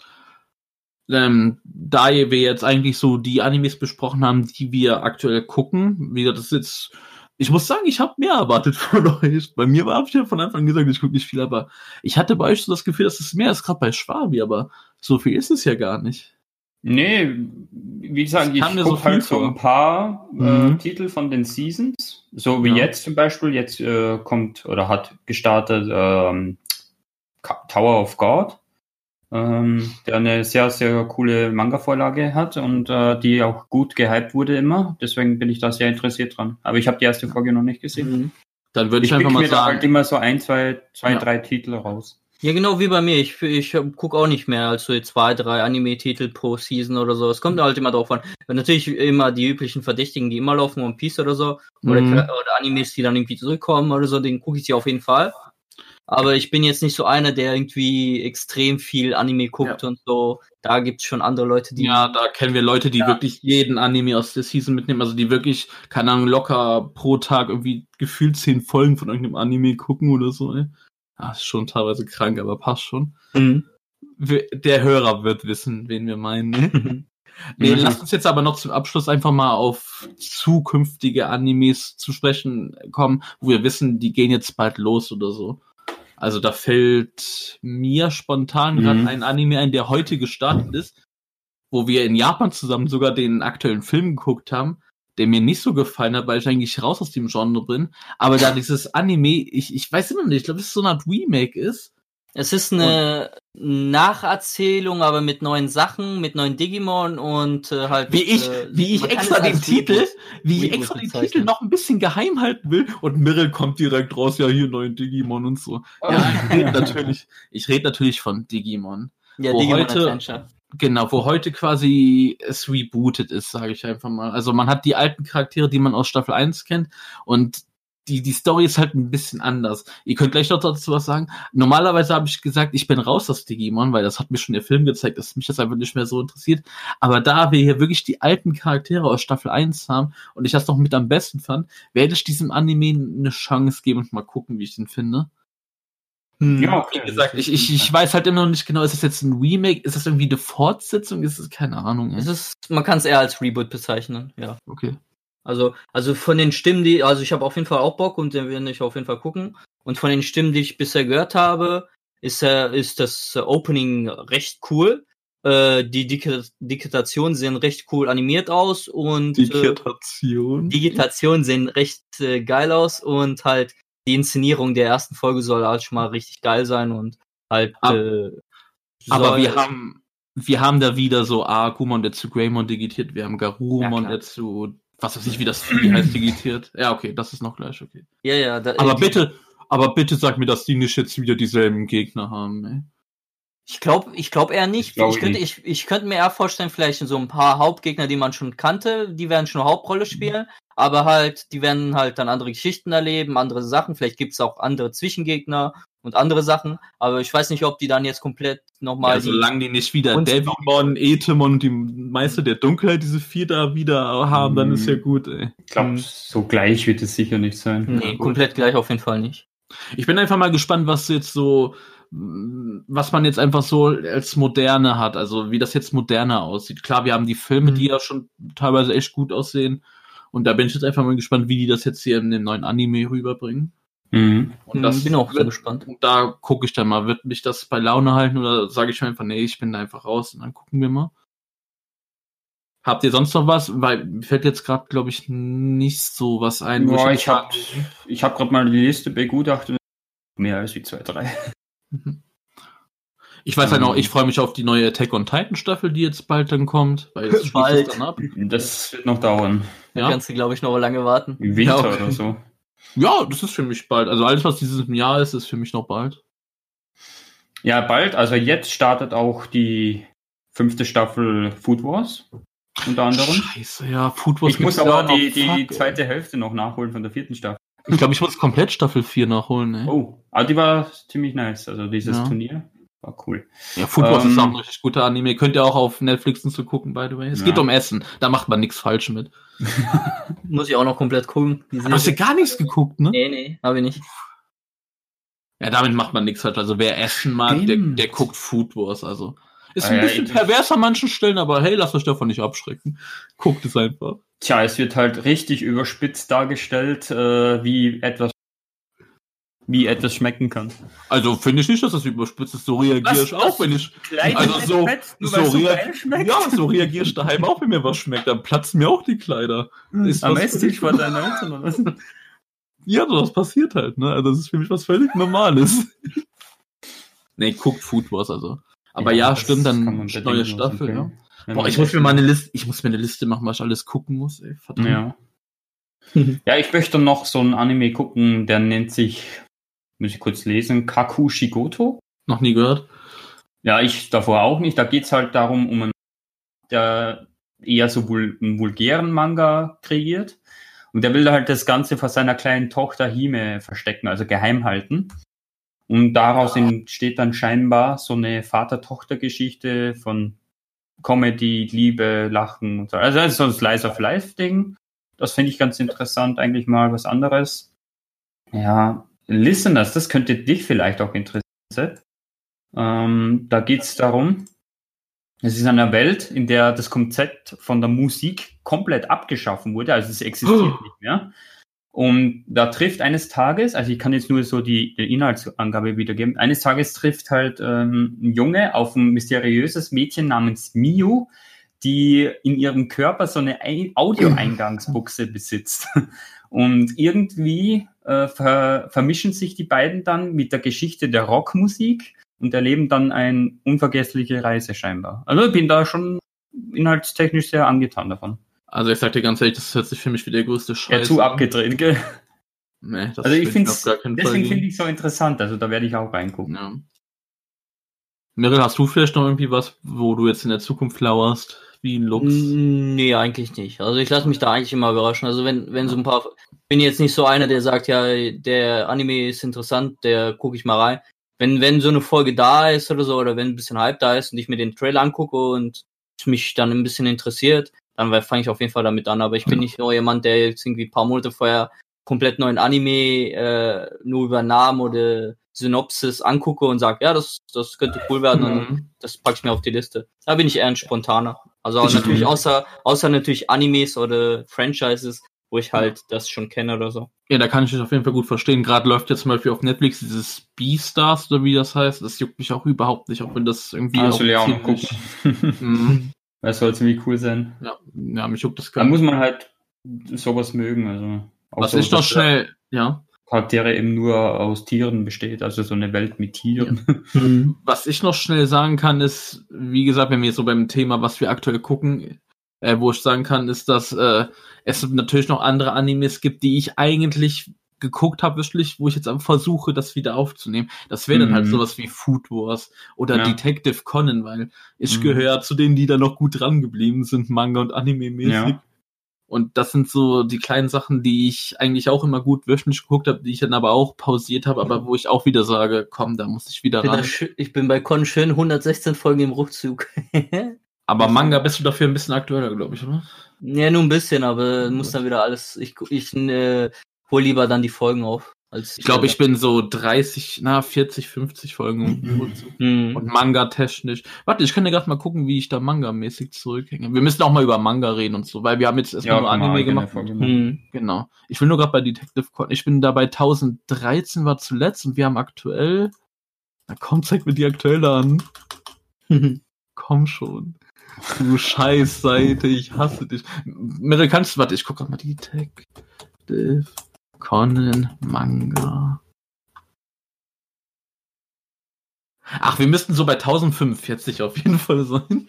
Da wir jetzt eigentlich so die Animes besprochen haben, die wir aktuell gucken, wie das ist jetzt, ich muss sagen, ich habe mehr erwartet von euch. Bei mir habe ich ja von Anfang an gesagt, ich gucke nicht viel, aber ich hatte bei euch so das Gefühl, dass es mehr ist, gerade bei Schwabi, aber so viel ist es ja gar nicht. Nee, wie gesagt, ich gucke halt so ein paar Titel von den Seasons, so wie jetzt zum Beispiel, jetzt kommt oder hat gestartet Tower of God, der eine sehr, sehr coole Manga-Vorlage hat und die auch gut gehypt wurde immer. Deswegen bin ich da sehr interessiert dran. Aber ich habe die erste Folge noch nicht gesehen. Dann würde ich Ich einfach pick mal mir da sagen, halt immer so Ja. 3 Titel raus. Ja, genau wie bei mir. Ich gucke auch nicht mehr als so 2, 3 Anime-Titel pro Season oder so. Es kommt halt immer drauf an. Und natürlich immer die üblichen Verdächtigen, die immer laufen, One Piece oder so. Oder Animes, die dann irgendwie zurückkommen oder so, den gucke ich sie auf jeden Fall. Aber ich bin jetzt nicht so einer, der irgendwie extrem viel Anime guckt und so. Da gibt's schon andere Leute, die... Ja, da kennen wir Leute, die wirklich jeden Anime aus der Season mitnehmen. Also die wirklich, keine Ahnung, locker pro Tag irgendwie gefühlt 10 Folgen von irgendeinem Anime gucken oder so. Ey. Ah, ist schon teilweise krank, aber passt schon. Mhm. Der Hörer wird wissen, wen wir meinen. Ne? Nee, lasst uns jetzt aber noch zum Abschluss einfach mal auf zukünftige Animes zu sprechen kommen, wo wir wissen, die gehen jetzt bald los oder so. Also da fällt mir spontan gerade ein Anime ein, der heute gestartet ist, wo wir in Japan zusammen sogar den aktuellen Film geguckt haben, der mir nicht so gefallen hat, weil ich eigentlich raus aus dem Genre bin. Aber da dieses Anime, ich weiß immer nicht, ich glaube, es ist so eine Art Remake ist. Es ist eine Nacherzählung, aber mit neuen Sachen, mit neuen Digimon und halt... Wie ich extra den Titel noch ein bisschen geheim halten will und Mirrell kommt direkt raus, ja, hier neuen Digimon und so. Ja, ich rede natürlich von Digimon. Ja, Digimon Adventure. Genau, wo heute quasi es rebootet ist, sage ich einfach mal. Also man hat die alten Charaktere, die man aus Staffel 1 kennt und die Story ist halt ein bisschen anders. Ihr könnt gleich noch dazu was sagen. Normalerweise habe ich gesagt, ich bin raus aus Digimon, weil das hat mir schon der Film gezeigt, dass mich das einfach nicht mehr so interessiert. Aber da wir hier wirklich die alten Charaktere aus Staffel 1 haben und ich das noch mit am besten fand, werde ich diesem Anime eine Chance geben und mal gucken, wie ich den finde. Ja, okay. Wie gesagt, ich weiß halt immer noch nicht genau, ist das jetzt ein Remake, ist das irgendwie eine Fortsetzung, ist es keine Ahnung. Man kann es eher als Reboot bezeichnen, ja. Okay. Also von den Stimmen, also ich habe auf jeden Fall auch Bock und den werde ich auf jeden Fall gucken. Und von den Stimmen, die ich bisher gehört habe, ist das Opening recht cool. Die Digitationen sehen recht cool animiert aus und Digitationen sehen recht geil aus und halt die Inszenierung der ersten Folge soll halt schon mal richtig geil sein und halt aber wir haben da wieder so Agumon, der zu Greymon digitiert, wir haben Garurumon, der zu was weiß ich, wie das Vieh heißt, digitiert. Ja, okay, das ist noch gleich, okay. Ja. Aber bitte sag mir, dass die nicht jetzt wieder dieselben Gegner haben, ey. Ich glaube eher nicht. Ich könnte mir eher vorstellen, vielleicht so ein paar Hauptgegner, die man schon kannte, die werden schon eine Hauptrolle spielen, aber halt, die werden halt dann andere Geschichten erleben, andere Sachen, vielleicht gibt's auch andere Zwischengegner und andere Sachen, aber ich weiß nicht, ob die dann jetzt komplett nochmal... Ja, solange die nicht wieder Devimon, Etemon und die Meister der Dunkelheit, diese 4 da wieder haben, dann ist ja gut, ey. Ich glaube, so gleich wird es sicher nicht sein. Nee, komplett gleich auf jeden Fall nicht. Ich bin einfach mal gespannt, was man jetzt einfach so als Moderne hat, also wie das jetzt moderner aussieht. Klar, wir haben die Filme, die ja schon teilweise echt gut aussehen und da bin ich jetzt einfach mal gespannt, wie die das jetzt hier in dem neuen Anime rüberbringen. Und das bin auch sehr gespannt. Und da gucke ich dann mal, wird mich das bei Laune halten oder sage ich mir einfach, nee, ich bin da einfach raus und dann gucken wir mal. Habt ihr sonst noch was? Weil mir fällt jetzt gerade, glaube ich, nicht so was ein. Ja, ich hab gerade mal die Liste begutachtet. Mehr als wie 2, 3. Ich weiß halt noch, ich freue mich auf die neue Attack on Titan Staffel, die jetzt bald dann kommt. Weil jetzt bald. Es dann ab. Das wird noch dauern. Ja? Da kannst du, glaube ich, noch lange warten. Im Winter oder so. Ja, das ist für mich bald. Also alles, was dieses Jahr ist für mich noch bald. Ja, bald. Also jetzt startet auch die 5. Staffel Food Wars. Unter anderem. Scheiße, ja, Food Wars. Ich muss aber die zweite Hälfte noch nachholen von der 4. Staffel. Ich glaube, ich muss komplett Staffel 4 nachholen. Ey. Oh, aber die war ziemlich nice. Also dieses Turnier war cool. Ja, Food Wars ist auch ein richtig guter Anime. Könnt ihr auch auf Netflix zu gucken, by the way. Es geht um Essen. Da macht man nichts falsch mit. Muss ich auch noch komplett gucken. Du hast ja gar nichts geguckt, ne? Nee, habe ich nicht. Ja, damit macht man nichts falsch. Also wer Essen mag, der guckt Food Wars. Also ist ein bisschen pervers an manchen Stellen, aber hey, lasst euch davon nicht abschrecken. Guckt es einfach. Tja, es wird halt richtig überspitzt dargestellt, wie etwas schmecken kann. Also finde ich nicht, dass das überspitzt ist. So reagiere ich auch, wenn ich... Also so reagiere ich daheim auch, wenn mir was schmeckt. Dann platzen mir auch die Kleider. Am Esstisch von deinen Eltern oder was? Ja, das passiert halt, ne? Also das ist für mich was völlig Normales. Nee, guckt Food Wars, also. Aber ja, stimmt, dann neue Staffel, ja. Boah, ich muss mir eine Liste machen, was ich alles gucken muss, ey. Verdammt. Ja. Ja, ich möchte noch so ein Anime gucken, der nennt sich, muss ich kurz lesen, Kakushigoto. Noch nie gehört. Ja, ich davor auch nicht. Da geht's halt darum, um einen, der eher so einen vulgären Manga kreiert. Und der will halt das Ganze vor seiner kleinen Tochter Hime verstecken, also geheim halten. Und daraus entsteht dann scheinbar so eine Vater-Tochter-Geschichte von Comedy, Liebe, Lachen und so. Also das ist so ein Slice-of-Life-Ding. Das finde ich ganz interessant, eigentlich mal was anderes. Ja, Listeners, das könnte dich vielleicht auch interessieren. Da geht's darum, es ist eine Welt, in der das Konzept von der Musik komplett abgeschaffen wurde, also es existiert nicht mehr. Und da trifft eines Tages, also ich kann jetzt nur so die Inhaltsangabe wiedergeben, eines Tages trifft halt ein Junge auf ein mysteriöses Mädchen namens Miu, die in ihrem Körper so eine Audioeingangsbuchse besitzt. Und irgendwie vermischen sich die beiden dann mit der Geschichte der Rockmusik und erleben dann eine unvergessliche Reise scheinbar. Also ich bin da schon inhaltstechnisch sehr angetan davon. Also ich sag dir ganz ehrlich, das hört sich für mich wie der größte Scheiß. Ja, zu abgedreht, gell? Nee, das also ich finde es, deswegen finde ich es so interessant, also da werde ich auch reingucken. Ja. Meryl, hast du vielleicht noch irgendwie was, wo du jetzt in der Zukunft lauerst, wie ein Lux? Nee, eigentlich nicht. Also ich lasse mich da eigentlich immer überraschen. Also wenn so ein paar, bin jetzt nicht so einer, der sagt, ja, der Anime ist interessant, der gucke ich mal rein. Wenn so eine Folge da ist oder so, oder wenn ein bisschen Hype da ist und ich mir den Trailer angucke und mich dann ein bisschen interessiert, dann fange ich auf jeden Fall damit an. Aber ich bin nicht nur jemand, der jetzt irgendwie ein paar Monate vorher komplett neuen Anime nur über Namen oder Synopsis angucke und sage, ja, das könnte cool werden und das packe ich mir auf die Liste. Da bin ich eher ein Spontaner. Also natürlich außer natürlich Animes oder Franchises, wo ich halt das schon kenne oder so. Ja, da kann ich dich auf jeden Fall gut verstehen. Gerade läuft jetzt zum Beispiel auf Netflix dieses Beastars oder wie das heißt. Das juckt mich auch überhaupt nicht, auch wenn das irgendwie auch noch gucken. Das soll ziemlich cool sein. Ja, mich juckt das gar nicht. Da muss man halt sowas mögen. Also was so, ich noch schnell, ja. Charaktere eben nur aus Tieren besteht, also so eine Welt mit Tieren. Ja. Was ich noch schnell sagen kann, ist, wie gesagt, wenn wir jetzt so beim Thema, was wir aktuell gucken, wo ich sagen kann, ist, dass es natürlich noch andere Animes gibt, die ich eigentlich geguckt habe, wirklich, wo ich jetzt versuche, das wieder aufzunehmen. Das wäre dann halt sowas wie Food Wars oder Detective Conan, weil ich gehöre zu denen, die da noch gut dran geblieben sind, Manga- und Anime-mäßig. Ja. Und das sind so die kleinen Sachen, die ich eigentlich auch immer gut wöchentlich geguckt habe, die ich dann aber auch pausiert habe, aber wo ich auch wieder sage, komm, da muss ich wieder ran. Ich bin bei Con schön 116 Folgen im Rückzug. Aber Manga bist du dafür ein bisschen aktueller, glaube ich, oder? Ja, nur ein bisschen, aber muss dann wieder alles, ich hol lieber dann die Folgen auf. Ich glaube, ich bin so 40, 50 Folgen und Manga-technisch. Warte, ich kann ja gerade mal gucken, wie ich da Manga-mäßig zurückhänge. Wir müssen auch mal über Manga reden und so, weil wir haben jetzt erstmal nur Anime gemacht. Genau. Ich will nur gerade bei Detective Conan. Ich bin da bei 1013 war zuletzt und wir haben aktuell. Na komm, zeig mir die aktuelle an. Komm schon. Du Scheißseite, ich hasse dich. Meryl, warte, ich guck grad mal Detective Conan Manga. Ach, wir müssten so bei 1045 auf jeden Fall sein.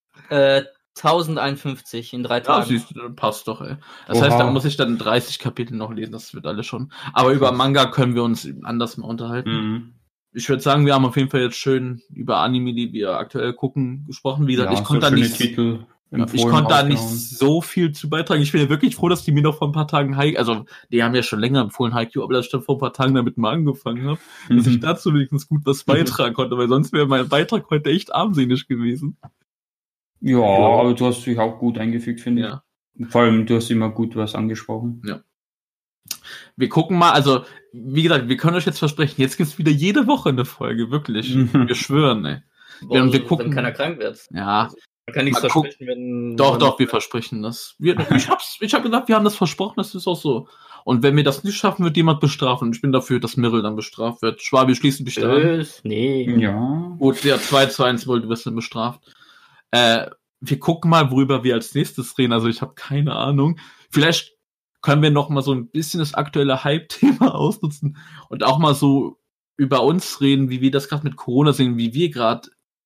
1051 in 3 Tagen. Ja, siehst, passt doch, ey. Das heißt, da muss ich dann 30 Kapitel noch lesen, das wird alles schon. Aber über Manga können wir uns anders mal unterhalten. Ich würde sagen, wir haben auf jeden Fall jetzt schön über Anime, die wir aktuell gucken, gesprochen. Wie gesagt, ich konnte da nicht so viel zu beitragen. Ich bin ja wirklich froh, dass die mir noch vor ein paar Tagen die haben ja schon länger empfohlen Haikyuu, aber dass ich dann vor ein paar Tagen damit mal angefangen habe, dass ich dazu wenigstens gut was beitragen konnte, weil sonst wäre mein Beitrag heute echt armselig gewesen. Ja, aber du hast dich auch gut eingefügt, finde ich. Vor allem, du hast immer gut was angesprochen. Ja. Wir gucken mal, also, wie gesagt, wir können euch jetzt versprechen, jetzt gibt's wieder jede Woche eine Folge, wirklich. Wir schwören, ey. Wir gucken, wenn keiner krank wird. Ja. Man kann nichts versprechen, wenn... Doch, wir versprechen das. Ich hab gesagt, wir haben das versprochen, das ist auch so. Und wenn wir das nicht schaffen, wird jemand bestraft. Und ich bin dafür, dass Meryl dann bestraft wird. Schwabi, schließen dich da an. Nee. Ja. Gut, ja, 2-1 du wirst dann bestraft. Wir gucken mal, worüber wir als nächstes reden. Also ich habe keine Ahnung. Vielleicht können wir noch mal so ein bisschen das aktuelle Hype-Thema ausnutzen und auch mal so über uns reden, wie wir das gerade mit Corona sehen, wie wir gerade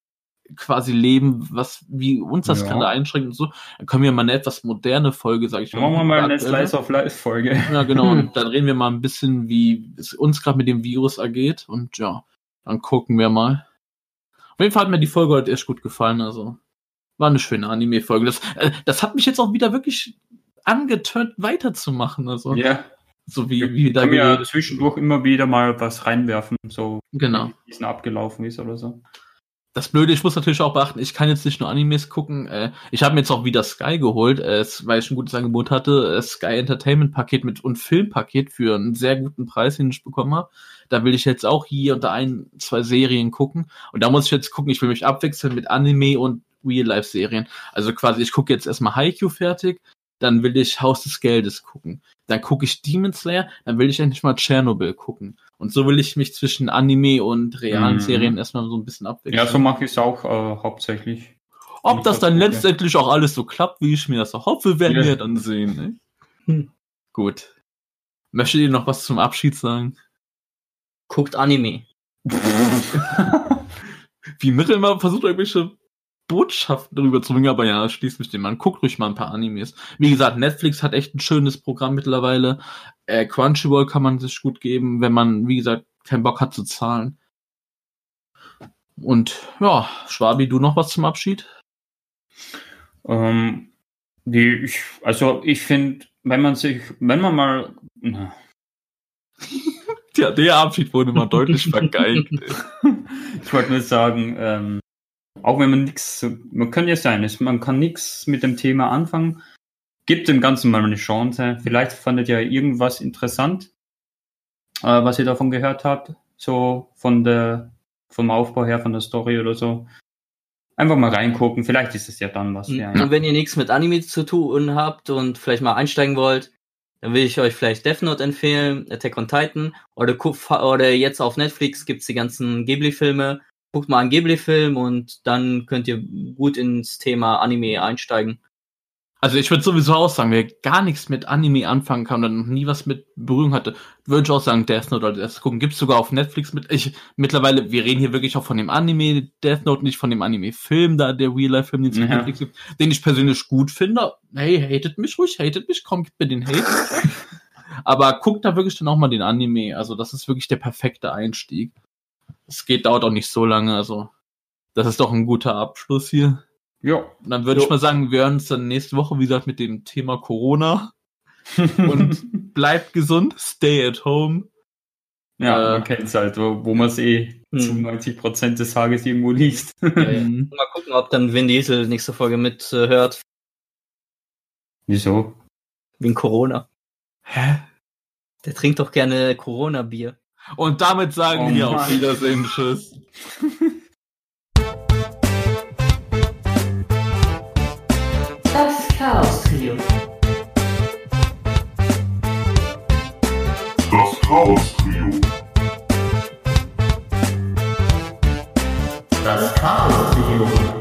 quasi leben, wie uns das gerade einschränkt und so, dann können wir mal eine etwas moderne Folge, sage ich mal. Machen wir mal eine Slice of Life Folge. Ja, genau. Und dann reden wir mal ein bisschen, wie es uns gerade mit dem Virus ergeht. Und ja, dann gucken wir mal. Auf jeden Fall hat mir die Folge heute echt gut gefallen. Also war eine schöne Anime-Folge. Das hat mich jetzt auch wieder wirklich angeturnt, weiterzumachen. Also ja. So wie da geredet. Ja zwischendurch immer wieder mal was reinwerfen, so genau. Wie es abgelaufen ist oder so. Das Blöde, ich muss natürlich auch beachten, ich kann jetzt nicht nur Animes gucken. Ich habe mir jetzt auch wieder Sky geholt, weil ich ein gutes Angebot hatte. Sky Entertainment Paket und Filmpaket für einen sehr guten Preis, den ich bekommen habe. Da will ich jetzt auch hier unter 1-2 Serien gucken. Und da muss ich jetzt gucken, ich will mich abwechseln mit Anime und Real-Life-Serien. Also quasi, ich gucke jetzt erstmal Haikyuu fertig, dann will ich Haus des Geldes gucken. Dann gucke ich Demon Slayer, dann will ich endlich mal Tschernobyl gucken. Und so will ich mich zwischen Anime und realen Serien erstmal so ein bisschen abwechseln. Ja, so mache ich es auch hauptsächlich. Ob das dann letztendlich auch alles so klappt, wie ich mir das auch hoffe, werden wir dann sehen. Ne? Gut. Möchtet ihr noch was zum Abschied sagen? Guckt Anime. Wie Mittel mal versucht, irgendwelche Botschaften darüber zu bringen, aber ja, schließt mich dem an. Guckt ruhig mal ein paar Animes. Wie gesagt, Netflix hat echt ein schönes Programm mittlerweile. Crunchyroll kann man sich gut geben, wenn man, wie gesagt, keinen Bock hat zu zahlen. Und ja, Schwabi, du noch was zum Abschied? Ich finde, wenn man mal ja, der Abschied wurde mal deutlich vergeigt. Ich wollte nur sagen, auch wenn man kann nichts mit dem Thema anfangen, gibt dem Ganzen mal eine Chance. Vielleicht fandet ihr irgendwas interessant, was ihr davon gehört habt, so vom Aufbau her, von der Story oder so. Einfach mal reingucken, vielleicht ist es ja dann was. Ja. Und wenn ihr nichts mit Anime zu tun habt und vielleicht mal einsteigen wollt, dann will ich euch vielleicht Death Note empfehlen, Attack on Titan, oder jetzt auf Netflix gibt's die ganzen Ghibli-Filme. Guckt mal einen Ghibli-Film und dann könnt ihr gut ins Thema Anime einsteigen. Also ich würde sowieso auch sagen, wer gar nichts mit Anime anfangen kann und noch nie was mit Berührung hatte, würde ich auch sagen, Death Note oder das gucken. Gibt's sogar auf Netflix mittlerweile, wir reden hier wirklich auch von dem Anime Death Note, nicht von dem Anime-Film, da der Real-Life-Film, den es auf Netflix gibt, den ich persönlich gut finde. Hey, hatet mich, komm, gib mir den Hate. Aber guckt da wirklich dann auch mal den Anime, also das ist wirklich der perfekte Einstieg. Es dauert auch nicht so lange, also das ist doch ein guter Abschluss hier. Ja. Und dann würde ich mal sagen, wir hören uns dann nächste Woche, wie gesagt, mit dem Thema Corona. Und bleibt gesund, stay at home. Ja, man kennt es halt, wo man es zu 90% des Tages irgendwo liest. Ja. Mal gucken, ob dann Vin Diesel nächste Folge mithört. Wieso? Wegen Corona. Hä? Der trinkt doch gerne Corona-Bier. Und damit sagen wir auf Wiedersehen. Tschüss. Das Chaos-Trio. Das Chaos-Trio. Das Chaos-Trio.